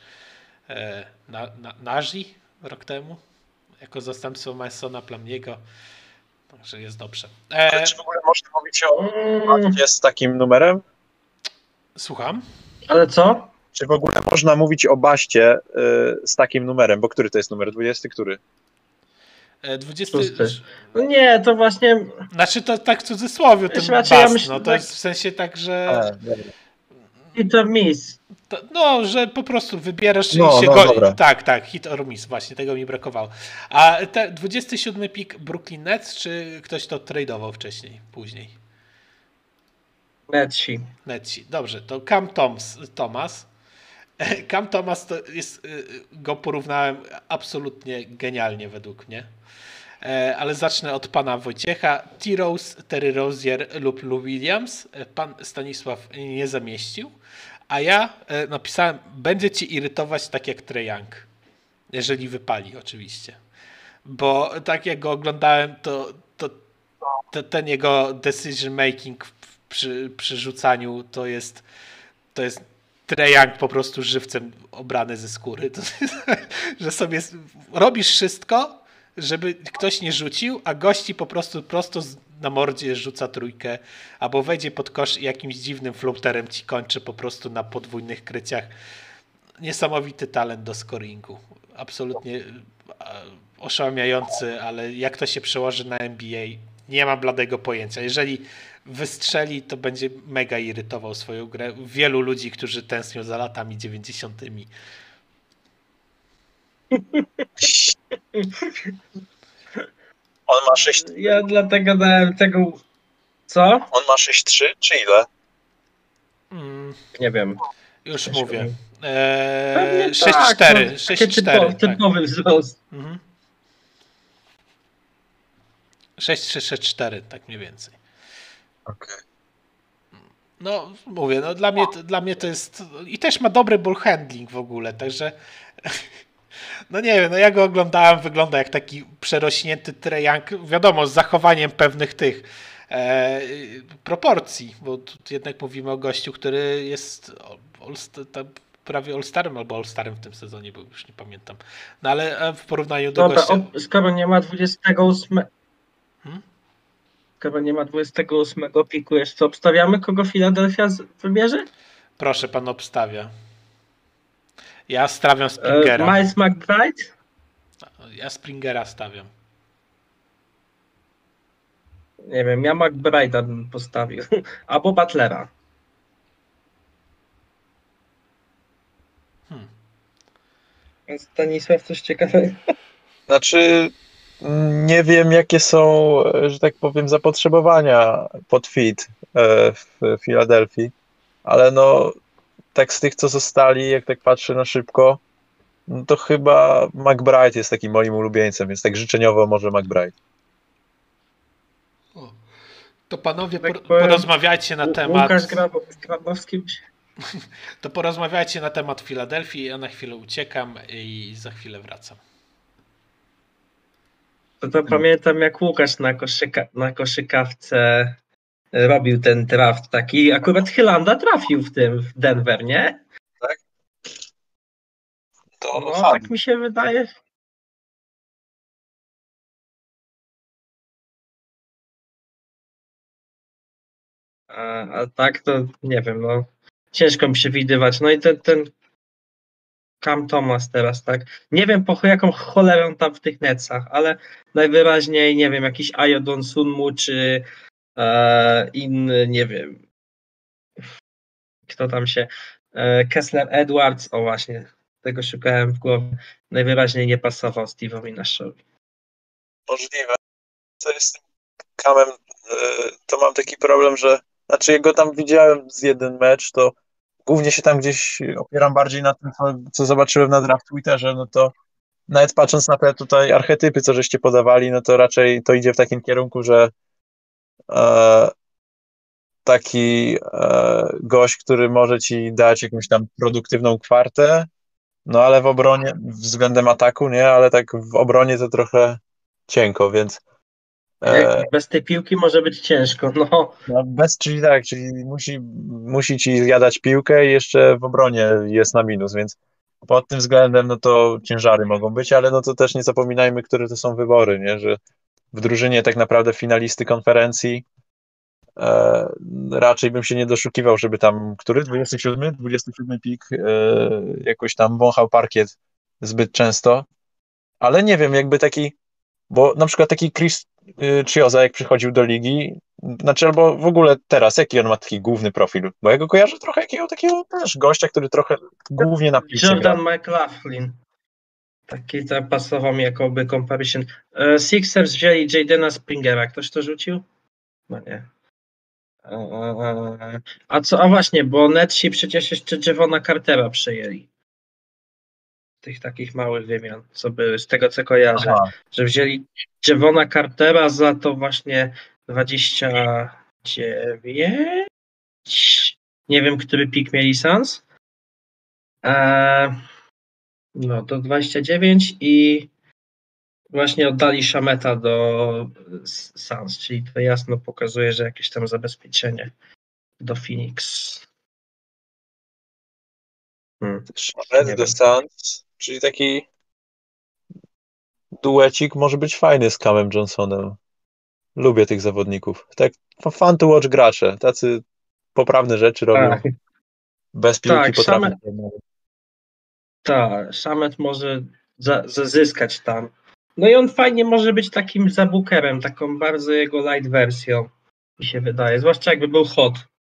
Najee rok temu, jako zastępstwo Masona Plumlee'ego, także jest dobrze. Ale czy w ogóle można mówić o Bastie z takim numerem? Słucham? Ale co? Czy w ogóle można mówić o Baście z takim numerem? Bo który to jest numer? 20? Który? 20... No nie, to właśnie... Znaczy to tak w cudzysłowie ten bust, ja myślę, no to tak... jest w sensie tak, że... Hit or miss. No, że po prostu wybierasz i no, się dobra. Tak, hit or miss, właśnie tego mi brakowało. A 27 pik Brooklyn Nets, czy ktoś to tradeował wcześniej, później? Netsi. Dobrze, to Cam Thomas. Cam Thomas to jest, go porównałem absolutnie genialnie według mnie. Ale zacznę od pana Wojciecha. T-Rose, Terry Rozier lub Lou Williams. Pan Stanisław nie zamieścił. A ja napisałem, będzie cię irytować tak jak Trae Young. Jeżeli wypali oczywiście. Bo tak jak go oglądałem, to ten jego decision making przy rzucaniu to jest Trae Young po prostu żywcem obrany ze skóry. Że sobie robisz wszystko, żeby ktoś nie rzucił, a gości po prostu prosto na mordzie rzuca trójkę, albo wejdzie pod kosz i jakimś dziwnym floaterem ci kończy po prostu na podwójnych kryciach. Niesamowity talent do scoringu. Absolutnie oszałamiający, ale jak to się przełoży na NBA, nie mam bladego pojęcia. Jeżeli wystrzeli, to będzie mega irytował swoją grę. Wielu ludzi, którzy tęsknią za latami 90. On ma 6. Ja dlatego dałem tego... Co? On ma 6-3 czy ile? Nie wiem. Już mówię. 6-4. 6-4. Typowy wzrost. 6-3-6-4, tak mniej więcej. Okay. No, mówię, no dla mnie to jest... I też ma dobry ball handling w ogóle, także... No nie wiem, no ja go oglądałem, wygląda jak taki przerośnięty Trae Young, wiadomo, z zachowaniem pewnych tych proporcji, bo tu jednak mówimy o gościu, który jest prawie All-Starem albo All-Starem w tym sezonie, bo już nie pamiętam. No ale w porównaniu do gościa... Skoro nie ma 28... Skoro nie ma 28 piku, jeszcze obstawiamy, kogo Philadelphia wybierze? Proszę, pan obstawia. Ja stawiam Springera. Miles McBride? Ja Springera stawiam. Nie wiem, ja McBride'a bym postawił. Albo Butlera. Stanisław, coś ciekawego? Znaczy, nie wiem, jakie są, że tak powiem, zapotrzebowania pod fit w Filadelfii, ale no tak z tych, co zostali, jak tak patrzę na szybko, no to chyba McBride jest takim moim ulubieńcem, więc tak życzeniowo może McBride. To panowie, porozmawiajcie na temat... Łukasz Grabowski. To porozmawiajcie na temat Filadelfii. Ja na chwilę uciekam i za chwilę wracam. To pamiętam, jak Łukasz na koszykawce robił ten draft taki. Akurat Hylanda trafił w Denver, nie? Tak? To no, tak mi się wydaje. A tak to nie wiem, no ciężko mi przewidywać. No i ten Cam Thomas teraz, tak? Nie wiem po jaką cholerą tam w tych Netsach, ale najwyraźniej, nie wiem, jakiś Ayo Dosunmu czy inny, nie wiem, kto tam się, Kessler Edwards, o właśnie, tego szukałem w głowie, najwyraźniej nie pasował Steve'owi Nashowi. Możliwe. Co jest z tym Camem, to mam taki problem, że znaczy jak go tam widziałem z jeden mecz, to głównie się tam gdzieś opieram bardziej na tym, co zobaczyłem na draft Twitterze, no to nawet patrząc na te tutaj archetypy, co żeście podawali, no to raczej to idzie w takim kierunku, że taki gość, który może ci dać jakąś tam produktywną kwartę, no ale w obronie, względem ataku, nie, ale tak w obronie to trochę cienko, więc bez tej piłki może być ciężko, no. Czyli tak, czyli musi ci zjadać piłkę i jeszcze w obronie jest na minus, więc pod tym względem no to ciężary mogą być, ale no to też nie zapominajmy, które to są wybory, nie, że w drużynie tak naprawdę finalisty konferencji raczej bym się nie doszukiwał, żeby tam, 27 pik jakoś tam wąchał parkiet zbyt często, ale nie wiem, jakby taki, bo na przykład taki Chris Chioza, jak przychodził do ligi, znaczy albo w ogóle teraz, jaki on ma taki główny profil, bo ja go kojarzę trochę takiego też gościa, który trochę głównie na piłce Jordan McLaughlin. Taki tam pasował mi jakoby comparison. Sixers wzięli Jadena Springera. Ktoś to rzucił? No nie. A właśnie, bo Netsi przecież jeszcze Javona Cartera przejęli. Tych takich małych wymian, co były, z tego co kojarzę. Aha. Że wzięli Javona Cartera za to właśnie 29. Nie wiem, który pik mieli Suns. No to 29 i właśnie oddali Shameta do Suns, czyli to jasno pokazuje, że jakieś tam zabezpieczenie do Phoenix. Shamet do Suns, czyli taki duecik może być fajny z Camem Johnsonem. Lubię tych zawodników. Tak, fun to watch gracze. Tacy poprawne rzeczy robią. Tak. Bez piłki potrafią. Tak, Shamet może zyskać tam. No i on fajnie może być takim zabukerem, taką bardzo jego light wersją, mi się wydaje. Zwłaszcza jakby był hot.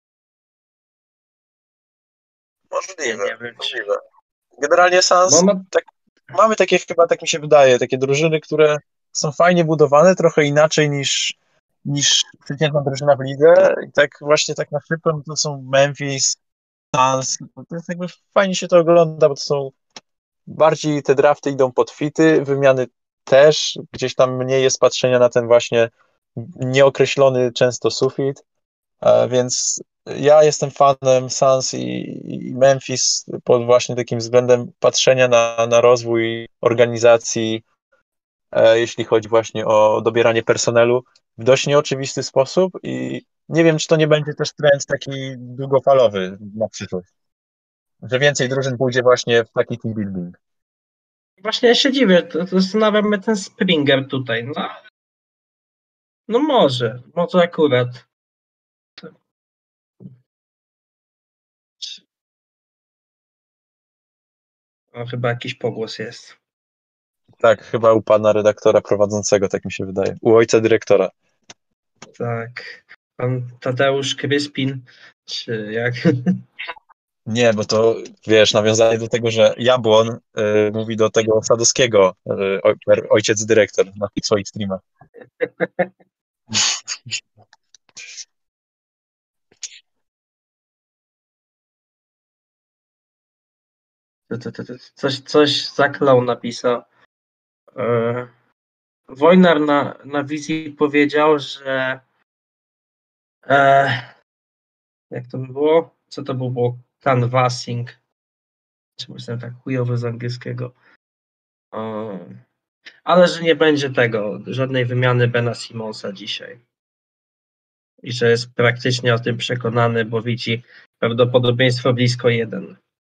Możliwe. Generalnie Suns, mamy takie chyba, tak mi się wydaje, takie drużyny, które są fajnie budowane, trochę inaczej niż przeciętna drużyna w lidze. I tak właśnie tak na szybko, no to są Memphis, Suns. To jest jakby fajnie się to ogląda, bo to są bardziej te drafty idą pod fity, wymiany też, gdzieś tam mniej jest patrzenia na ten właśnie nieokreślony często sufit, więc ja jestem fanem Suns i Memphis pod właśnie takim względem patrzenia na rozwój organizacji, jeśli chodzi właśnie o dobieranie personelu w dość nieoczywisty sposób i nie wiem, czy to nie będzie też trend taki długofalowy na przyszłość, że więcej drużyn pójdzie właśnie w taki team building. Właśnie ja się dziwię, to zastanawiam mnie ten Springer tutaj, no może akurat. O, chyba jakiś pogłos jest. Tak, chyba u pana redaktora prowadzącego, tak mi się wydaje. U ojca dyrektora. Tak. Pan Tadeusz Kryspin, czy jak? Nie, bo to, wiesz, nawiązanie do tego, że Jabłon mówi do tego Sadowskiego, ojciec dyrektor na tych swoich streamach. Coś zaklał napisał. Wojnar na wizji powiedział, że Jak to by było? Co to było? Canvassing. Czemu jestem tak chujowy z angielskiego? Ale że nie będzie tego, żadnej wymiany Bena Simonsa dzisiaj. I że jest praktycznie o tym przekonany, bo widzi prawdopodobieństwo blisko 1.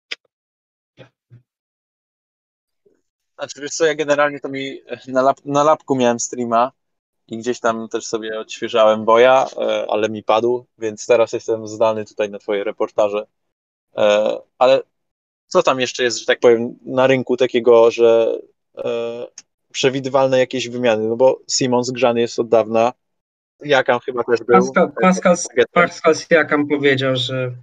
Znaczy, wiesz co, ja generalnie to mi na lapku miałem streama i gdzieś tam też sobie odświeżałem boja, ale mi padł, więc teraz jestem zdany tutaj na twoje reportaże. Ale co tam jeszcze jest, że tak powiem, na rynku takiego, że przewidywalne jakieś wymiany? No bo Simons grzany jest od dawna, Jakam chyba też był. Pascal Siakam powiedział, że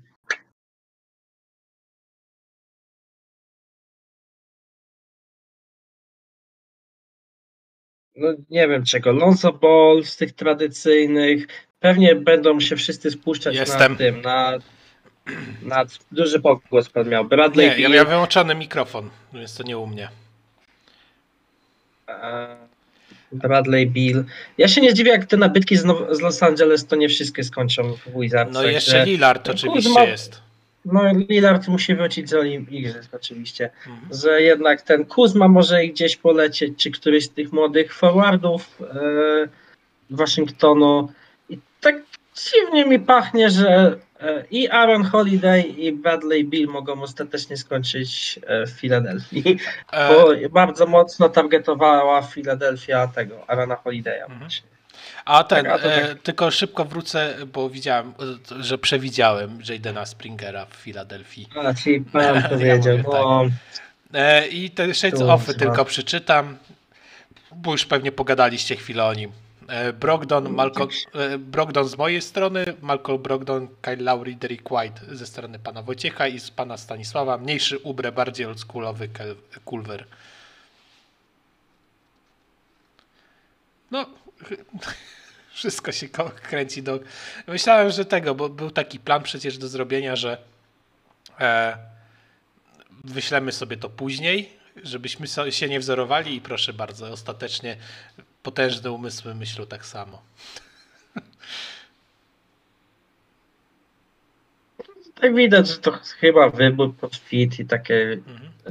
no nie wiem czego, Lonzo Ball z tych tradycyjnych, pewnie będą się wszyscy spuszczać na tym, na duży pogłos pan miał. Bradley Beal. Ja wyłączony mikrofon, więc to nie u mnie. Bradley Beal. Ja się nie zdziwię, jak te nabytki z Los Angeles to nie wszystkie skończą w Wizards. No i jeszcze Lillard oczywiście jest. No Lillard musi wrócić z igrzysk oczywiście, że jednak ten Kuzma może gdzieś polecieć, czy któryś z tych młodych forwardów Waszyngtonu. I tak dziwnie mi pachnie, że i Aaron Holiday i Bradley Beal mogą ostatecznie skończyć w Filadelfii, bo bardzo mocno targetowała Filadelfia tego Aarona Holiday'a właśnie. Tylko szybko wrócę, bo widziałem, że przewidziałem Jadena Springera w Filadelfii. Ci pan powiedział. Ja mówię, tak. I te Shades Offy tylko przeczytam, bo już pewnie pogadaliście chwilę o nim. Brogdon z mojej strony, Malcolm Brogdon, Kyle Lowry, Derek White ze strony pana Wojciecha i z pana Stanisława. Mniejszy ubre, bardziej oldschoolowy Culver. No, wszystko się kręci do... Myślałem, że bo był taki plan przecież do zrobienia, że wyślemy sobie to później, żebyśmy się nie wzorowali i proszę bardzo, ostatecznie potężne umysły myślą tak samo. Tak widać, że to chyba wybór pod fit i takie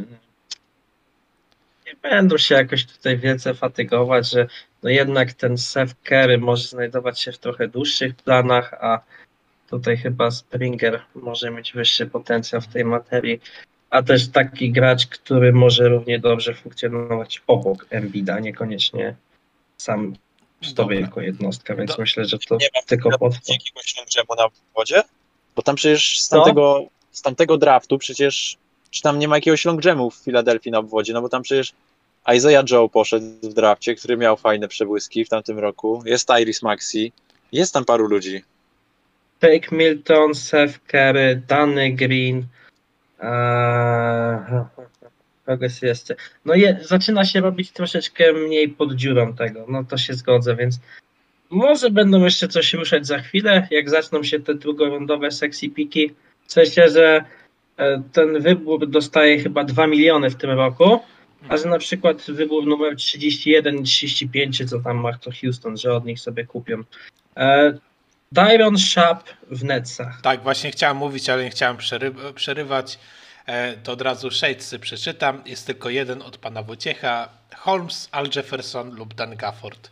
nie będą się jakoś tutaj wielce fatygować, że no jednak ten Seth Curry może znajdować się w trochę dłuższych planach, a tutaj chyba Springer może mieć wyższy potencjał w tej materii, a też taki gracz, który może równie dobrze funkcjonować obok Embida, niekoniecznie sam w sobie jako jednostka, więc myślę, że to nie tylko potrwa. Jakiegoś longemu na wodzie? Bo tam przecież z tamtego draftu przecież, czy tam nie ma jakiegoś longjemu w Filadelfii na obwodzie, no bo tam przecież Isaiah Joe poszedł w drafcie, który miał fajne przebłyski w tamtym roku, jest Tyrese Maxey, jest tam paru ludzi. Shake Milton, Seth Curry, Danny Green, kogoś jeszcze. No zaczyna się robić troszeczkę mniej pod dziurą tego, no to się zgodzę, więc może będą jeszcze coś ruszać za chwilę, jak zaczną się te drugorundowe sexy piki. W sensie, że ten wybór dostaje chyba 2 miliony w tym roku, a że na przykład wybór numer 31, 35, co tam ma to Houston, że od nich sobie kupią. Dairon Sharp w Netsach. Tak, właśnie chciałem mówić, ale nie chciałem przerywać. To od razu Shadesy przeczytam. Jest tylko jeden od pana Wojciecha. Holmes, Al Jefferson lub Dan Gafford.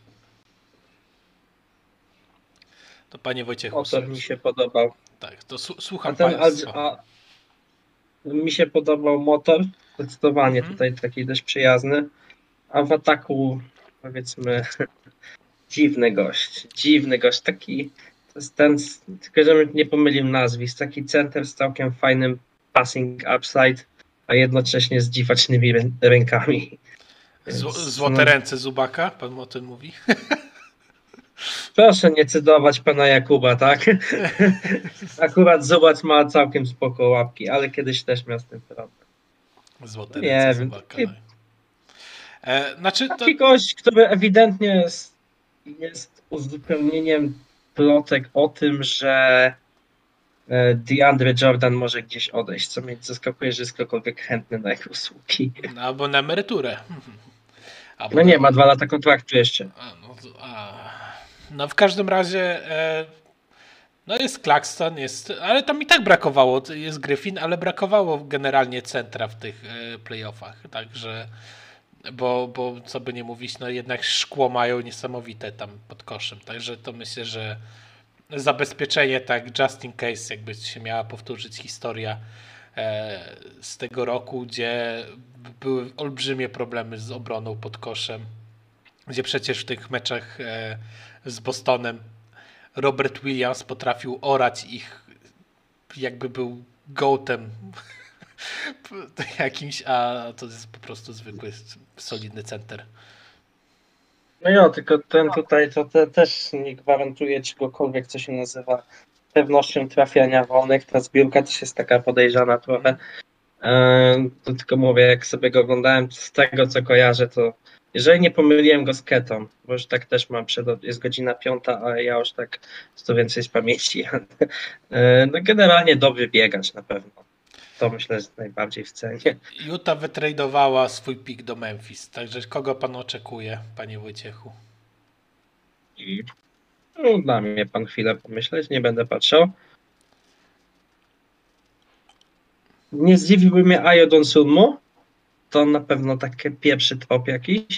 To panie Wojciechu. Motor mi się podobał. Tak, to słucham państwa. Mi się podobał motor. Zdecydowanie tutaj taki dość przyjazny. A w ataku powiedzmy dziwny gość. Taki to jest ten, tylko żebym nie pomylił nazwisk, taki center z całkiem fajnym passing upside, a jednocześnie z dziwacznymi rękami. Złote ręce Zubaka, pan o tym mówi? Proszę nie cytować pana Jakuba, tak? Akurat Zubac ma całkiem spoko łapki, ale kiedyś też miał z tym problem. Złote ręce Zubaka. Taki gość, który ewidentnie jest uzupełnieniem plotek o tym, że DeAndre Jordan może gdzieś odejść, co mnie zaskakuje, że jest ktokolwiek chętny na jego usługi. Albo na emeryturę. No nie, ma 2 lata kontraktu jeszcze. No w każdym razie No jest Claxton, ale tam i tak brakowało, jest Griffin, ale brakowało generalnie centra w tych playoffach, także, bo co by nie mówić, no jednak szkło mają niesamowite tam pod koszem, także to myślę, że zabezpieczenie tak just in case, jakby się miała powtórzyć historia z tego roku, gdzie były olbrzymie problemy z obroną pod koszem, gdzie przecież w tych meczach z Bostonem Robert Williams potrafił orać ich, jakby był gołtem jakimś, a to jest po prostu zwykły, solidny center. No jo, tylko ten tutaj to też nie gwarantuje czegokolwiek, co się nazywa pewnością trafiania wolnych. Ta zbiórka też jest taka podejrzana trochę. To tylko mówię, jak sobie go oglądałem, z tego co kojarzę, to jeżeli nie pomyliłem go z Ketą, bo już tak też mam, jest godzina 5, a ja już tak co więcej z pamięci. No generalnie dobry biegacz na pewno. To myślę, że najbardziej w cenie. Utah wytradowała swój pik do Memphis, także kogo pan oczekuje, panie Wojciechu? No, dla mnie pan chwilę pomyśleć, nie będę patrzał. Nie zdziwiłby mnie Ayo Dosunmu. To na pewno taki pierwszy trop jakiś.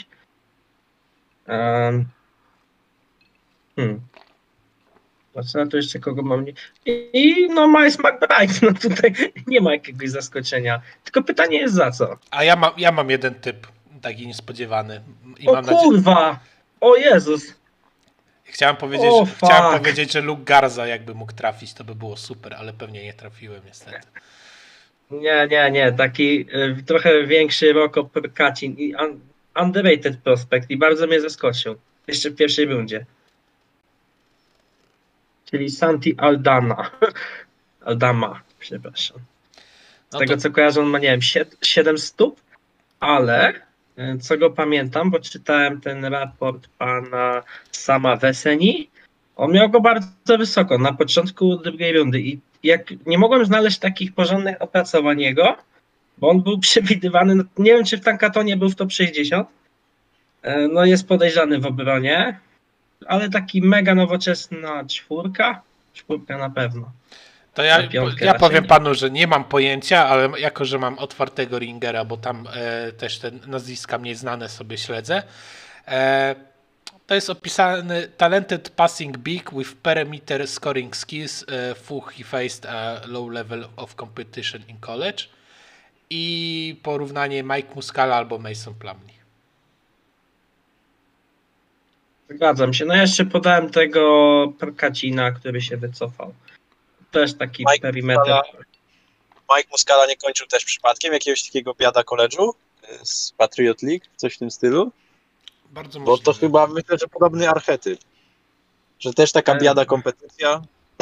Patrzę na to jeszcze kogo mam. I no Miles McBride, no tutaj nie ma jakiegoś zaskoczenia. Tylko pytanie jest za co? A ja mam jeden typ, taki niespodziewany. I O mam kurwa! O Jezus! Chciałem powiedzieć, że Luke Garza jakby mógł trafić, to by było super, ale pewnie nie trafiłem niestety. Nie. Taki trochę większy Rocco Perkacin i underrated prospect i bardzo mnie zaskoczył. Jeszcze w pierwszej rundzie. Czyli Santi Aldama, przepraszam. Z tego co kojarzę, on ma, nie wiem, 7 stóp, ale co go pamiętam, bo czytałem ten raport pana Sama Weseni, on miał go bardzo wysoko, na początku drugiej rundy i jak nie mogłem znaleźć takich porządnych opracowań jego, bo on był przewidywany, no, nie wiem czy w Tankatonie był w top 60, no jest podejrzany w obronie, ale taki mega nowoczesna czwórka na pewno. To ja powiem panu, że nie mam pojęcia, ale jako, że mam otwartego Ringera, bo tam też te nazwiska mniej znane sobie śledzę, to jest opisany talented passing big with perimeter scoring skills, he faced a low level of competition in college i porównanie Mike Muscala albo Mason Plumlee. Zgadzam się. No jeszcze podałem tego Perkacina, który się wycofał. Też taki perimeter. Mike Muscala nie kończył też przypadkiem jakiegoś takiego biada college'u z Patriot League, coś w tym stylu? Bardzo możliwe. Bo to chyba myślę, że podobny archetyp. Że też taka biada kompetycja.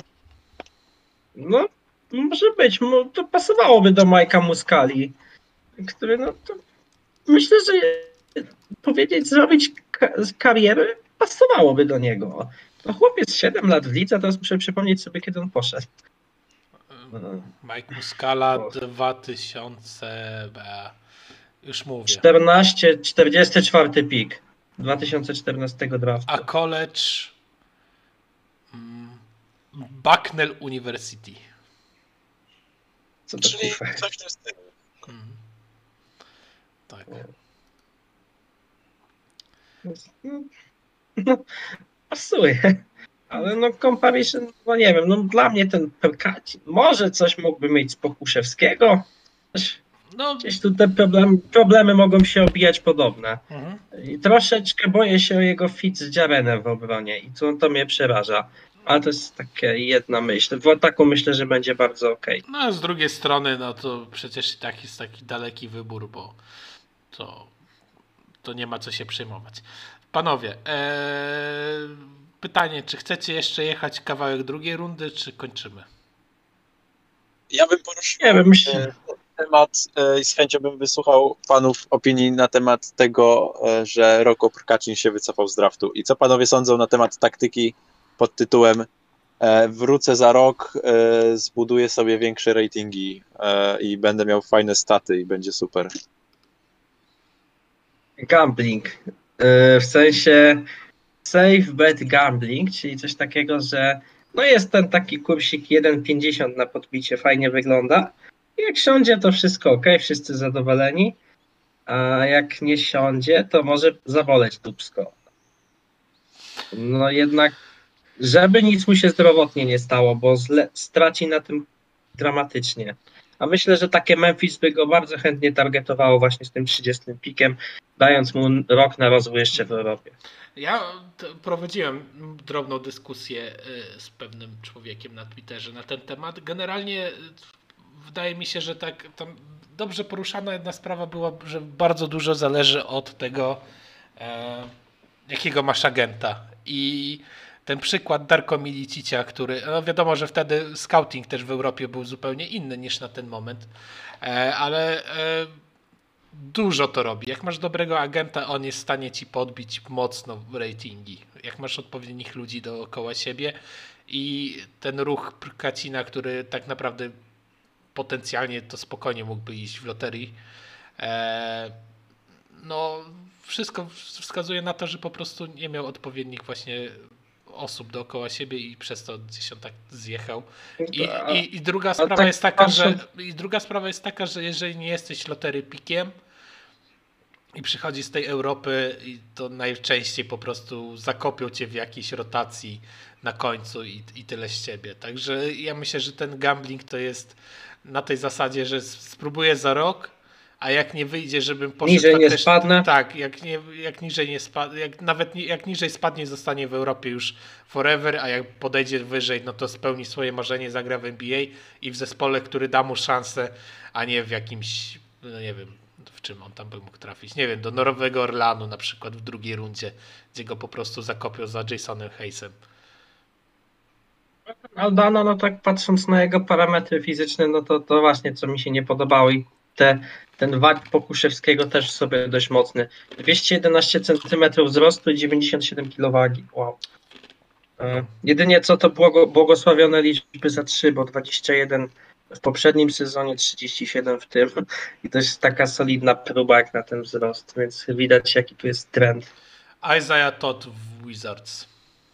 No, może być. To pasowałoby do Mike'a Muscali, który no to myślę, że zrobić karierę pasowałoby do niego. No chłopiec 7 lat w lidze, teraz muszę przypomnieć sobie, kiedy on poszedł. Mike Muscala 2000, już mówię. 44 pik 2014 draftu. A college Bucknell University. Co to czyli coś w tym stylu. Tak. No, pasuje. Ale no comparison, no nie wiem, no dla mnie ten Perkacin może coś mógłby mieć z Pokuszewskiego. No, gdzieś tu te problemy mogą się obijać podobne. I troszeczkę boję się o jego fit z Jarenem w obronie i to mnie przeraża. Ale to jest taka jedna myśl. W ataku myślę, że będzie bardzo okej. No a z drugiej strony, no to przecież i tak jest taki daleki wybór, bo to nie ma co się przejmować. Panowie, pytanie, czy chcecie jeszcze jechać kawałek drugiej rundy, czy kończymy? Ja bym poruszył temat i z chęcią bym wysłuchał panów opinii na temat tego, że Rocco Perkacin się wycofał z draftu. I co panowie sądzą na temat taktyki pod tytułem wrócę za rok, zbuduję sobie większe ratingi i będę miał fajne staty i będzie super. Gambling. W sensie safe bet gambling, czyli coś takiego, że No jest ten taki kursik 1,50 na podbicie, fajnie wygląda. I jak siądzie, to wszystko ok, wszyscy zadowoleni. A jak nie siądzie, to może zaboleć dupsko. No jednak, żeby nic mu się zdrowotnie nie stało, bo straci na tym dramatycznie. A myślę, że takie Memphis by go bardzo chętnie targetowało właśnie z tym 30 pikiem, dając mu rok na rozwój jeszcze w Europie. Ja prowadziłem drobną dyskusję z pewnym człowiekiem na Twitterze na ten temat. Generalnie wydaje mi się, że tak tam dobrze poruszana jedna sprawa była, że bardzo dużo zależy od tego, jakiego masz agenta. I ten przykład Darko Milicicia, który, no wiadomo, że wtedy scouting też w Europie był zupełnie inny niż na ten moment, ale dużo to robi. Jak masz dobrego agenta, on jest w stanie ci podbić mocno ratingi. Jak masz odpowiednich ludzi dookoła siebie i ten ruch Kacina, który tak naprawdę potencjalnie to spokojnie mógłby iść w loterii, no wszystko wskazuje na to, że po prostu nie miał odpowiednich właśnie osób dookoła siebie i przez to gdzieś on tak zjechał. I druga sprawa tak jest taka, że jeżeli nie jesteś lotery pikiem i przychodzi z tej Europy, to najczęściej po prostu zakopią cię w jakiejś rotacji na końcu i tyle z ciebie. Także ja myślę, że ten gambling to jest na tej zasadzie, że spróbuję za rok, a jak nie wyjdzie, żebym poszedł niżej nie spadnę. Tak, jak niżej nie spadnie, jak niżej spadnie, zostanie w Europie już forever, a jak podejdzie wyżej, no to spełni swoje marzenie, zagra w NBA i w zespole, który da mu szansę, a nie w jakimś, no nie wiem, w czym on tam by mógł trafić. Nie wiem, do Nowego Orleanu na przykład w drugiej rundzie, gdzie go po prostu zakopią za Jasonem Hayesem. Aldana, no tak patrząc na jego parametry fizyczne, no to właśnie co mi się nie podobało i ten wag Pokuszewskiego też sobie dość mocny. 211 cm wzrostu i 97 kg wagi. Wow. Jedynie co to błogosławione liczby za 3, bo 21 w poprzednim sezonie, 37 w tym. I to jest taka solidna próba jak na ten wzrost, więc widać jaki tu jest trend. Isaiah Todd w Wizards.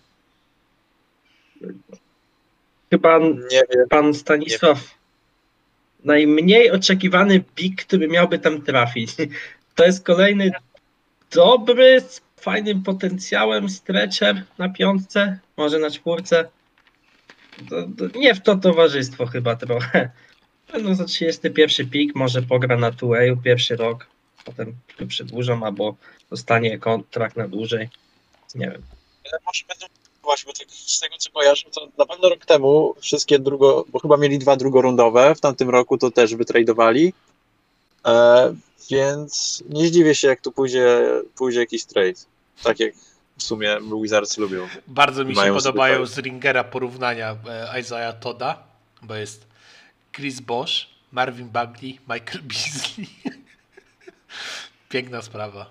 Chyba pan Stanisław najmniej oczekiwany pick, który miałby tam trafić. To jest kolejny dobry, z fajnym potencjałem stretcher na 5, może na 4. Nie w to towarzystwo chyba trochę. No za 31 pick może pogra na 2A pierwszy rok, potem przedłużą albo dostanie kontrakt na dłużej. Nie wiem. Może będą właśnie, bo tak z tego co kojarzę, to na pewno rok temu wszystkie bo chyba mieli 2 drugorundowe, w tamtym roku to też wytradowali, więc nie zdziwię się, jak tu pójdzie jakiś trade, tak jak w sumie Wizards lubią. Bardzo mi się podobają z Ringera porównania Isaiah Todda, bo jest Chris Bosh, Marvin Bagley, Michael Beasley. Piękna sprawa.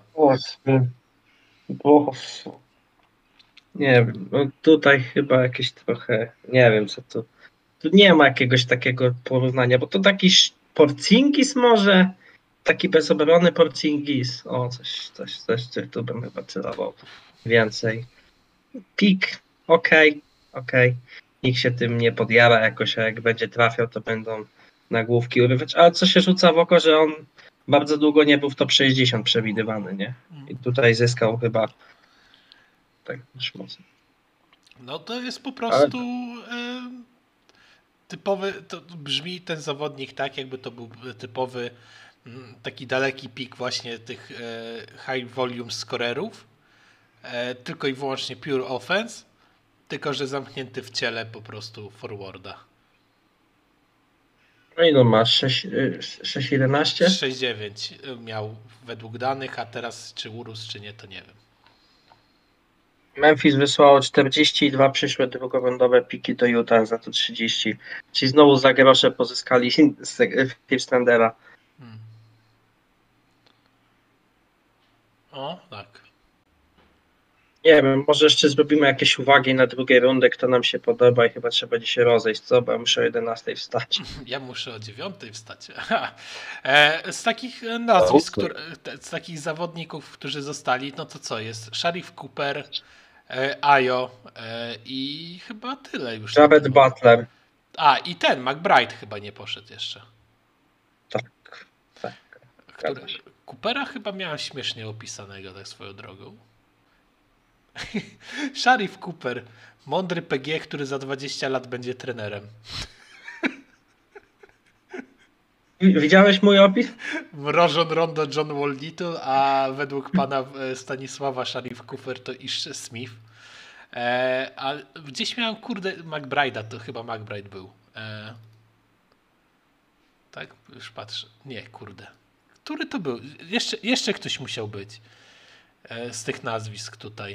Nie wiem, no tutaj chyba jakieś trochę, nie wiem co tu. Tu nie ma jakiegoś takiego porównania, bo to taki Porzingis może, taki bezobrony Porzingis. O, coś tu bym chyba celował więcej. Pik, okej. Nikt się tym nie podjara jakoś, a jak będzie trafiał, to będą nagłówki urywać. Ale co się rzuca w oko, że on bardzo długo nie był w top 60 przewidywany, nie? I tutaj zyskał chyba tak już mocno. No to jest po prostu typowy, to brzmi ten zawodnik tak, jakby to był typowy taki daleki pik właśnie tych high volume scorerów, tylko i wyłącznie pure offense, tylko że zamknięty w ciele po prostu forwarda. No i no masz 6,11? 6,9 miał według danych, a teraz czy urósł, czy nie, to nie wiem. Memphis wysłało 42 przyszłe drugorundowe piki do Utah za to 30. Czyli znowu za grosze pozyskali Firstlandera. O, tak. Nie wiem, może jeszcze zrobimy jakieś uwagi na drugiej rundę, kto nam się podoba i chyba trzeba będzie się rozejść, co? Bo ja muszę o 11 wstać. Ja muszę o 9 wstać. Z takich nazwisk, z takich zawodników, którzy zostali, no to co jest? Sharif Cooper, Ayo i chyba tyle już. Jared Butler. I ten McBride chyba nie poszedł jeszcze. Tak. Coopera chyba miałem śmiesznie opisanego tak swoją drogą. Sharif Cooper. Mądry PG, który za 20 lat będzie trenerem. Widziałeś mój opis? Mrożon Rondo, John Wall Little, a według pana Stanisława Sharif Cooper to Ish Smith. A gdzieś miałem, McBride'a, to chyba McBride był. Tak, już patrzę. Nie, Który to był? Jeszcze ktoś musiał być z tych nazwisk tutaj.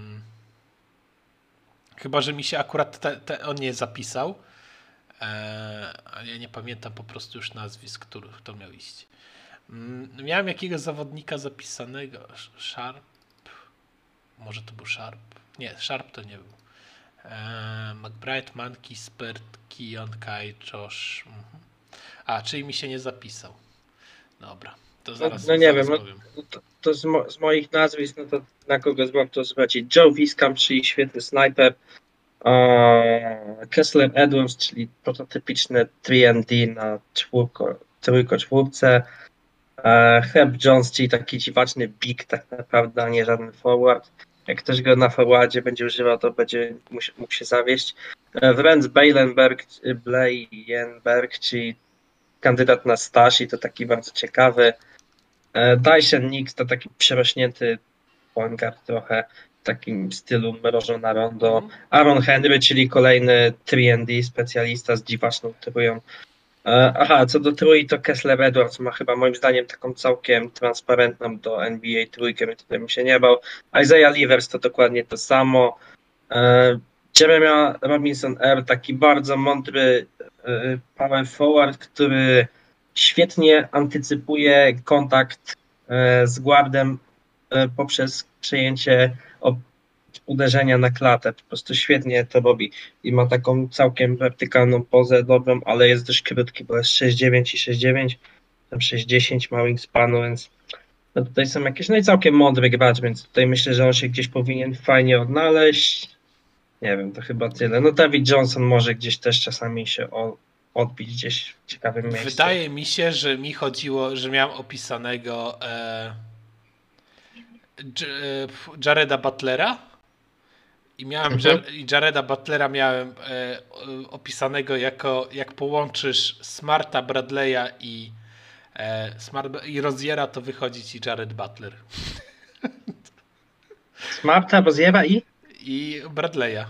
Chyba, że mi się akurat on nie zapisał. Ale ja nie pamiętam po prostu już nazwisk, których to miał iść. Miałem jakiegoś zawodnika zapisanego. Sharp. Może to był Sharp. Nie, Sharp to nie był. McBride, Mankey, Spert, Keon, Kai, Josh. Czyli mi się nie zapisał. Dobra, to zaraz. No nie wiem, to z moich nazwisk, no to na kogo warto zwrócić? Joe Wiskam, czyli świetny snajper. Kessler Edwards, czyli prototypiczny 3&D na trójko-czwórce. Herb Jones, czyli taki dziwaczny big tak naprawdę, a nie żaden forward. Jak ktoś go na forwardzie będzie używał, to będzie mógł się zawieść. Wręcz Blayenberg, czyli kandydat na staż i to taki bardzo ciekawy. Dyson Nix to taki przerośnięty point guard trochę w takim stylu mrożona Rondo. Aaron Henry, czyli kolejny 3&D specjalista z dziwaczną trójką. Co do trójki, to Kessler Edwards ma chyba moim zdaniem taką całkiem transparentną do NBA trójkę, więc tutaj bym się nie bał. Isaiah Livers to dokładnie to samo. Jeremiah Robinson R, taki bardzo mądry power forward, który świetnie antycypuje kontakt z guardem poprzez przejęcie uderzenia na klatę. Po prostu świetnie to robi i ma taką całkiem wertykalną pozę dobrą, ale jest dość krótki, bo jest 6'9 i 6'9, tam 6'10 ma wingspanu, więc no tutaj są jakieś, no i całkiem mądry gracz, więc tutaj myślę, że on się gdzieś powinien fajnie odnaleźć. Nie wiem, to chyba tyle. No David Johnson może gdzieś też czasami się odbić gdzieś w ciekawym miejscu. Wydaje mi się, że mi chodziło, że miałem opisanego Jareda Butlera i miałem Jareda Butlera miałem opisanego jako jak połączysz Smarta, Bradley'a i Roziera, to wychodzi ci Jared Butler. Smarta, Roziera i Bradley'a.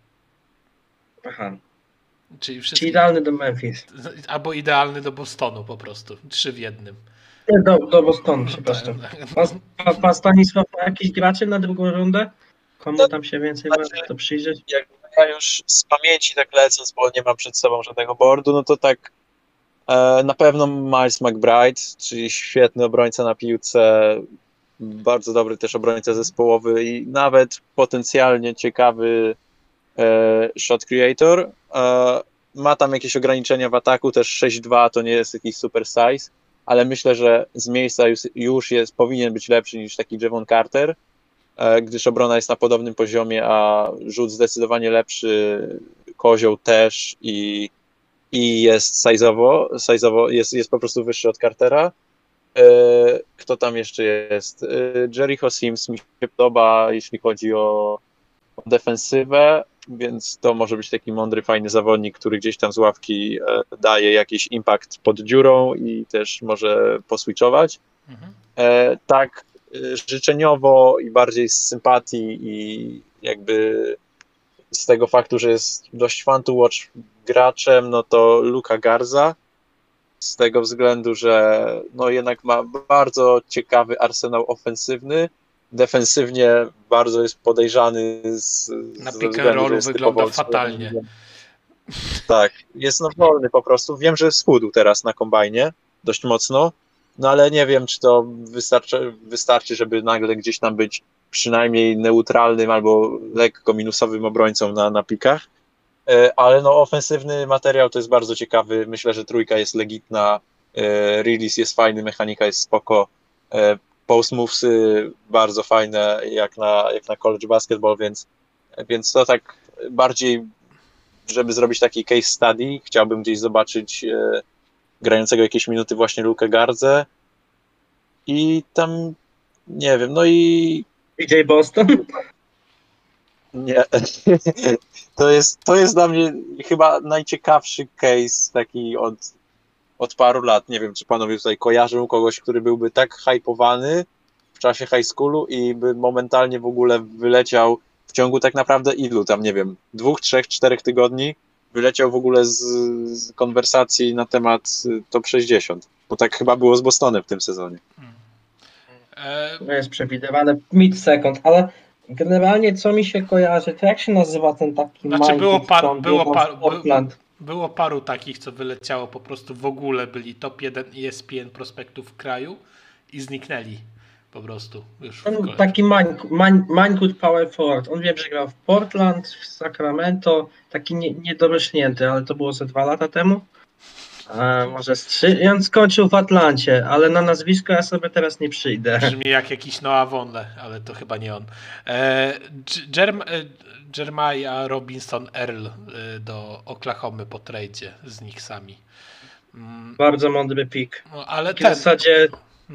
Aha. Czyli idealny do Memphis. Albo idealny do Bostonu po prostu. 3 w 1. Nie, do Bostonu, przepraszam. Pan Stanisław ma jakiś graczy na drugą rundę? Komu tam się więcej warto przyjrzeć? Ja już z pamięci tak lecąc, bo nie mam przed sobą żadnego boardu, no to tak na pewno Miles McBride, czyli świetny obrońca na piłce, bardzo dobry też obrońca zespołowy i nawet potencjalnie ciekawy shot creator. Ma tam jakieś ograniczenia w ataku, też 6'2 to nie jest jakiś super size, ale myślę, że z miejsca już powinien być lepszy niż taki Jevon Carter, gdyż obrona jest na podobnym poziomie, a rzut zdecydowanie lepszy, kozioł też i jest size'owo jest po prostu wyższy od Cartera. Kto tam jeszcze jest? Jericho Sims mi się podoba, jeśli chodzi o defensywę, więc to może być taki mądry, fajny zawodnik, który gdzieś tam z ławki daje jakiś impact pod dziurą i też może poswitchować. Tak życzeniowo i bardziej z sympatii i jakby z tego faktu, że jest dość fun to watch graczem, no to Luka Garza, z tego względu, że no jednak ma bardzo ciekawy arsenał ofensywny, defensywnie bardzo jest podejrzany na pick and rollu wygląda fatalnie. Tak, jest wolny po prostu. Wiem, że schudł teraz na kombajnie dość mocno, no ale nie wiem, czy to wystarczy, żeby nagle gdzieś tam być przynajmniej neutralnym albo lekko minusowym obrońcą na pikach. Ale no ofensywny materiał to jest bardzo ciekawy. Myślę, że trójka jest legitna, release jest fajny, mechanika jest spoko. post movesy bardzo fajne, jak na college basketball, więc to tak bardziej, żeby zrobić taki case study, chciałbym gdzieś zobaczyć grającego jakieś minuty właśnie Lukę Gardzę i tam, nie wiem, no i... DJ Boston? Nie, to jest dla mnie chyba najciekawszy case taki od paru lat. Nie wiem, czy panowie tutaj kojarzą kogoś, który byłby tak hypowany w czasie high schoolu i by momentalnie w ogóle wyleciał w ciągu tak naprawdę ilu tam, nie wiem, 2, 3, 4 tygodni, wyleciał w ogóle z konwersacji na temat top 60, bo tak chyba było z Bostonem w tym sezonie. To jest przewidywane mid-second, ale generalnie co mi się kojarzy, to jak się nazywa ten taki Znaczy Portland? było paru takich, co wyleciało po prostu w ogóle, byli top 1 ESPN prospektów w kraju i zniknęli po prostu. Już taki Mańkut Power Forward. On wiem, że grał w Portland, w Sacramento, taki niedorośnięty, ale to było ze 2 lata temu. Może z 3. I on skończył w Atlancie, ale na nazwisko ja sobie teraz nie przyjdę. Brzmi jak jakiś Noah Vonleh, ale to chyba nie on. Jeremiah Robinson Earl do Oklahomy po tradzie z Knicksami. Bardzo mądry pick. No, ale w zasadzie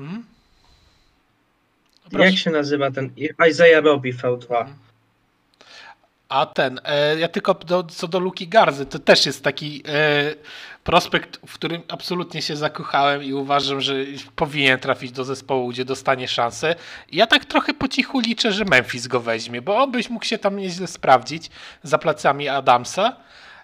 Proszę. Jak się nazywa ten Isaiah Roby V2? A ja tylko co do Luki Garzy, to też jest taki prospekt, w którym absolutnie się zakochałem i uważam, że powinien trafić do zespołu, gdzie dostanie szansę. Ja tak trochę po cichu liczę, że Memphis go weźmie, bo on byś mógł się tam nieźle sprawdzić za plecami Adamsa.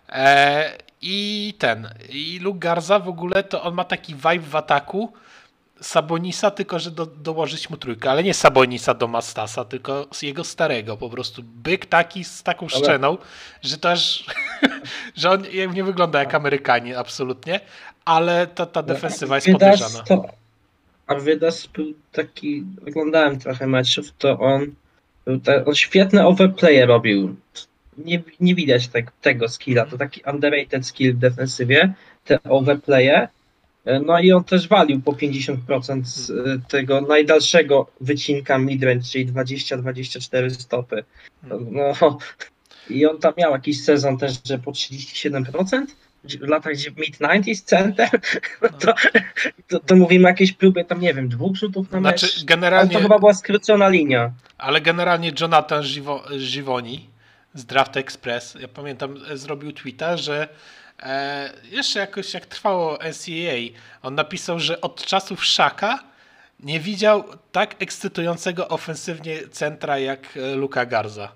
I Luke Garza w ogóle to on ma taki vibe w ataku Sabonisa, tylko że dołożyć mu trójkę, ale nie Sabonisa do Mastasa, tylko z jego starego, po prostu byk taki z taką szczeną, że to aż że on nie wygląda jak Amerykanin absolutnie, ale ta defensywa jest podejrzana. A Wydas był taki, oglądałem trochę meczów, to on świetne overplaye robił. Nie widać tego skilla, to taki underrated skill w defensywie, te overplaye. No i on też walił po 50% z tego najdalszego wycinka midrange, czyli 20-24 stopy. No, i on tam miał jakiś sezon też, że po 37%, w latach gdzie mid-90s center, to mówimy o jakiejś próbie tam, nie wiem, 2 rzutów na mecz, generalnie, ale to chyba była skrócona linia. Ale generalnie Jonathan Givoni z Draft Express, ja pamiętam, zrobił tweeta, że jeszcze jakoś jak trwało NCAA, on napisał, że od czasów Shaka nie widział tak ekscytującego ofensywnie centra jak Luka Garza.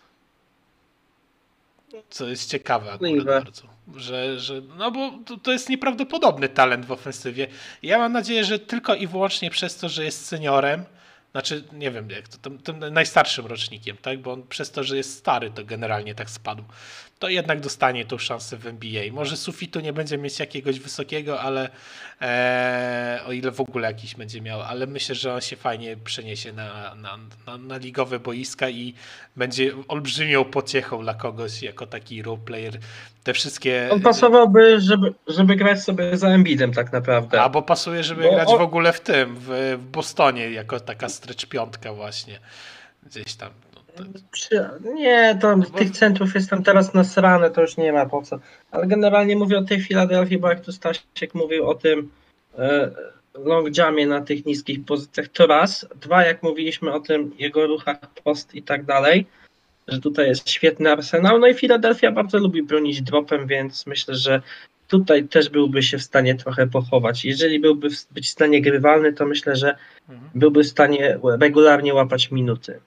Co jest ciekawe akurat bardzo. Że no bo to jest nieprawdopodobny talent w ofensywie. Ja mam nadzieję, że tylko i wyłącznie przez to, że jest seniorem, znaczy nie wiem, jak tym najstarszym rocznikiem, tak? Bo on przez to, że jest stary, to generalnie tak spadł. To jednak dostanie tą szansę w NBA. Może sufitu nie będzie mieć jakiegoś wysokiego, ale o ile w ogóle jakiś będzie miał, ale myślę, że on się fajnie przeniesie na ligowe boiska i będzie olbrzymią pociechą dla kogoś jako taki role player. Te wszystkie... On pasowałby, żeby grać sobie za Embiidem tak naprawdę. Albo pasuje, żeby grać w ogóle w Bostonie jako taka stretch piątka właśnie. Gdzieś tam. Nie, tych centrów jestem teraz nasrane, to już nie ma po co. Ale generalnie mówię o tej Filadelfii, bo jak tu Stasiek mówił o tym long jamie na tych niskich pozycjach, to raz. 2, jak mówiliśmy o tym jego ruchach post i tak dalej, że tutaj jest świetny arsenał. No i Filadelfia bardzo lubi bronić dropem, więc myślę, że tutaj też byłby się w stanie trochę pochować. Jeżeli byłby być w stanie grywalny, to myślę, że byłby w stanie regularnie łapać minuty.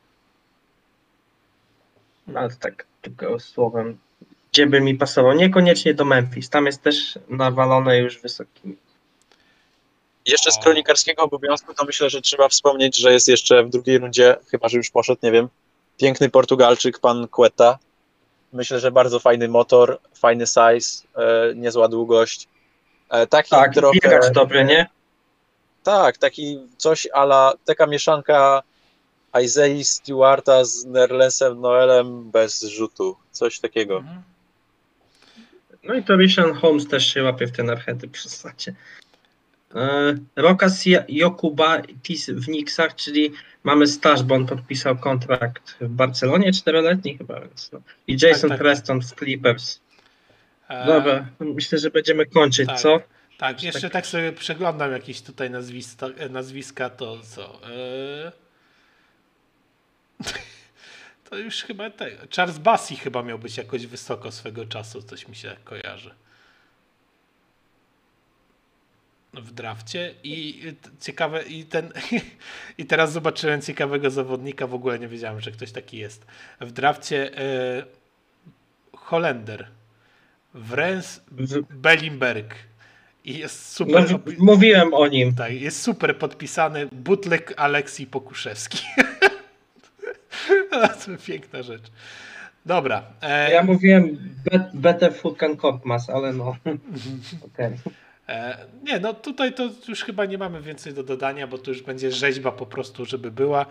Ale tak tylko słowem, gdzie by mi pasował. Niekoniecznie do Memphis, tam jest też nawalone już wysokimi. Jeszcze z kronikarskiego obowiązku to myślę, że trzeba wspomnieć, że jest jeszcze w drugiej rundzie, chyba że już poszedł, nie wiem, piękny Portugalczyk, pan Quetta. Myślę, że bardzo fajny motor, fajny size, niezła długość. Tak, trochę, biegacz dobry, nie? Tak, taki coś ala, taka mieszanka Isaiah Stewarta z Nerlensem Noelem bez rzutu. Coś takiego. No i to Richaun Holmes też się łapie w ten archetyp w zasadzie. Rokas Jokubatis w Knicksach, czyli mamy staż, bo on podpisał kontrakt w Barcelonie 4-letni chyba. Więc no. I Jason Tak. Preston w Clippers. Dobra, myślę, że będziemy kończyć, tak, co? Tak, jeszcze tak sobie przeglądam jakieś tutaj nazwiska, to co? To już chyba Charles Bassey chyba miał być jakoś wysoko swego czasu, coś mi się tak kojarzy. W drafcie i ciekawe i teraz zobaczyłem ciekawego zawodnika, w ogóle nie wiedziałem, że ktoś taki jest. W drafcie Holender Wrens Bellinberg i jest super. No, mówiłem o nim. Tak, jest super podpisany Butlek Aleksij Pokuszewski. To piękna rzecz. Dobra. Ja mówiłem Better Furkan Korkmaz, ale no. Okay. Nie, no tutaj to już chyba nie mamy więcej do dodania, bo to już będzie rzeźba po prostu, żeby była.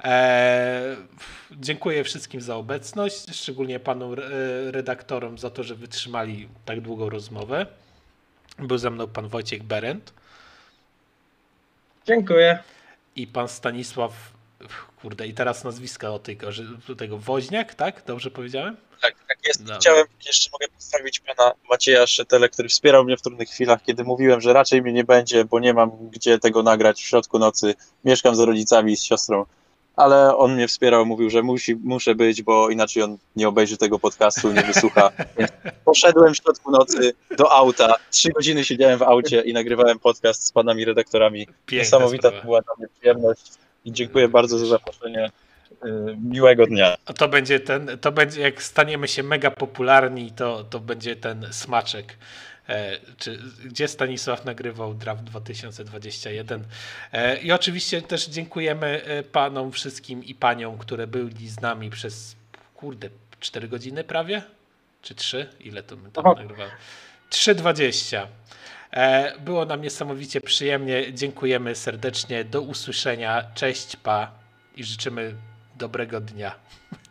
Dziękuję wszystkim za obecność, szczególnie panu redaktorom za to, że wytrzymali tak długą rozmowę. Był ze mną pan Wojciech Berendt. Dziękuję. I pan Stanisław, kurde, i teraz nazwiska tego Woźniak, tak? Dobrze powiedziałem? Tak jest. No. Chciałem, jeszcze mogę postawić pana Macieja Szetele, który wspierał mnie w trudnych chwilach, kiedy mówiłem, że raczej mnie nie będzie, bo nie mam gdzie tego nagrać w środku nocy. Mieszkam z rodzicami i z siostrą, ale on mnie wspierał, mówił, że muszę być, bo inaczej on nie obejrzy tego podcastu, nie wysłucha. Poszedłem w środku nocy do auta, 3 godziny siedziałem w aucie i nagrywałem podcast z panami redaktorami. Niesamowita to była dla mnie przyjemność i dziękuję bardzo za zaproszenie. Miłego dnia. To będzie jak staniemy się mega popularni, to będzie ten smaczek. Gdzie Stanisław nagrywał draft 2021. I oczywiście też dziękujemy panom wszystkim i paniom, które byli z nami przez 4 godziny prawie? Czy 3? Ile to my tam nagrywamy? 3:20. Było nam niesamowicie przyjemnie. Dziękujemy serdecznie. Do usłyszenia. Cześć, pa i życzymy dobrego dnia.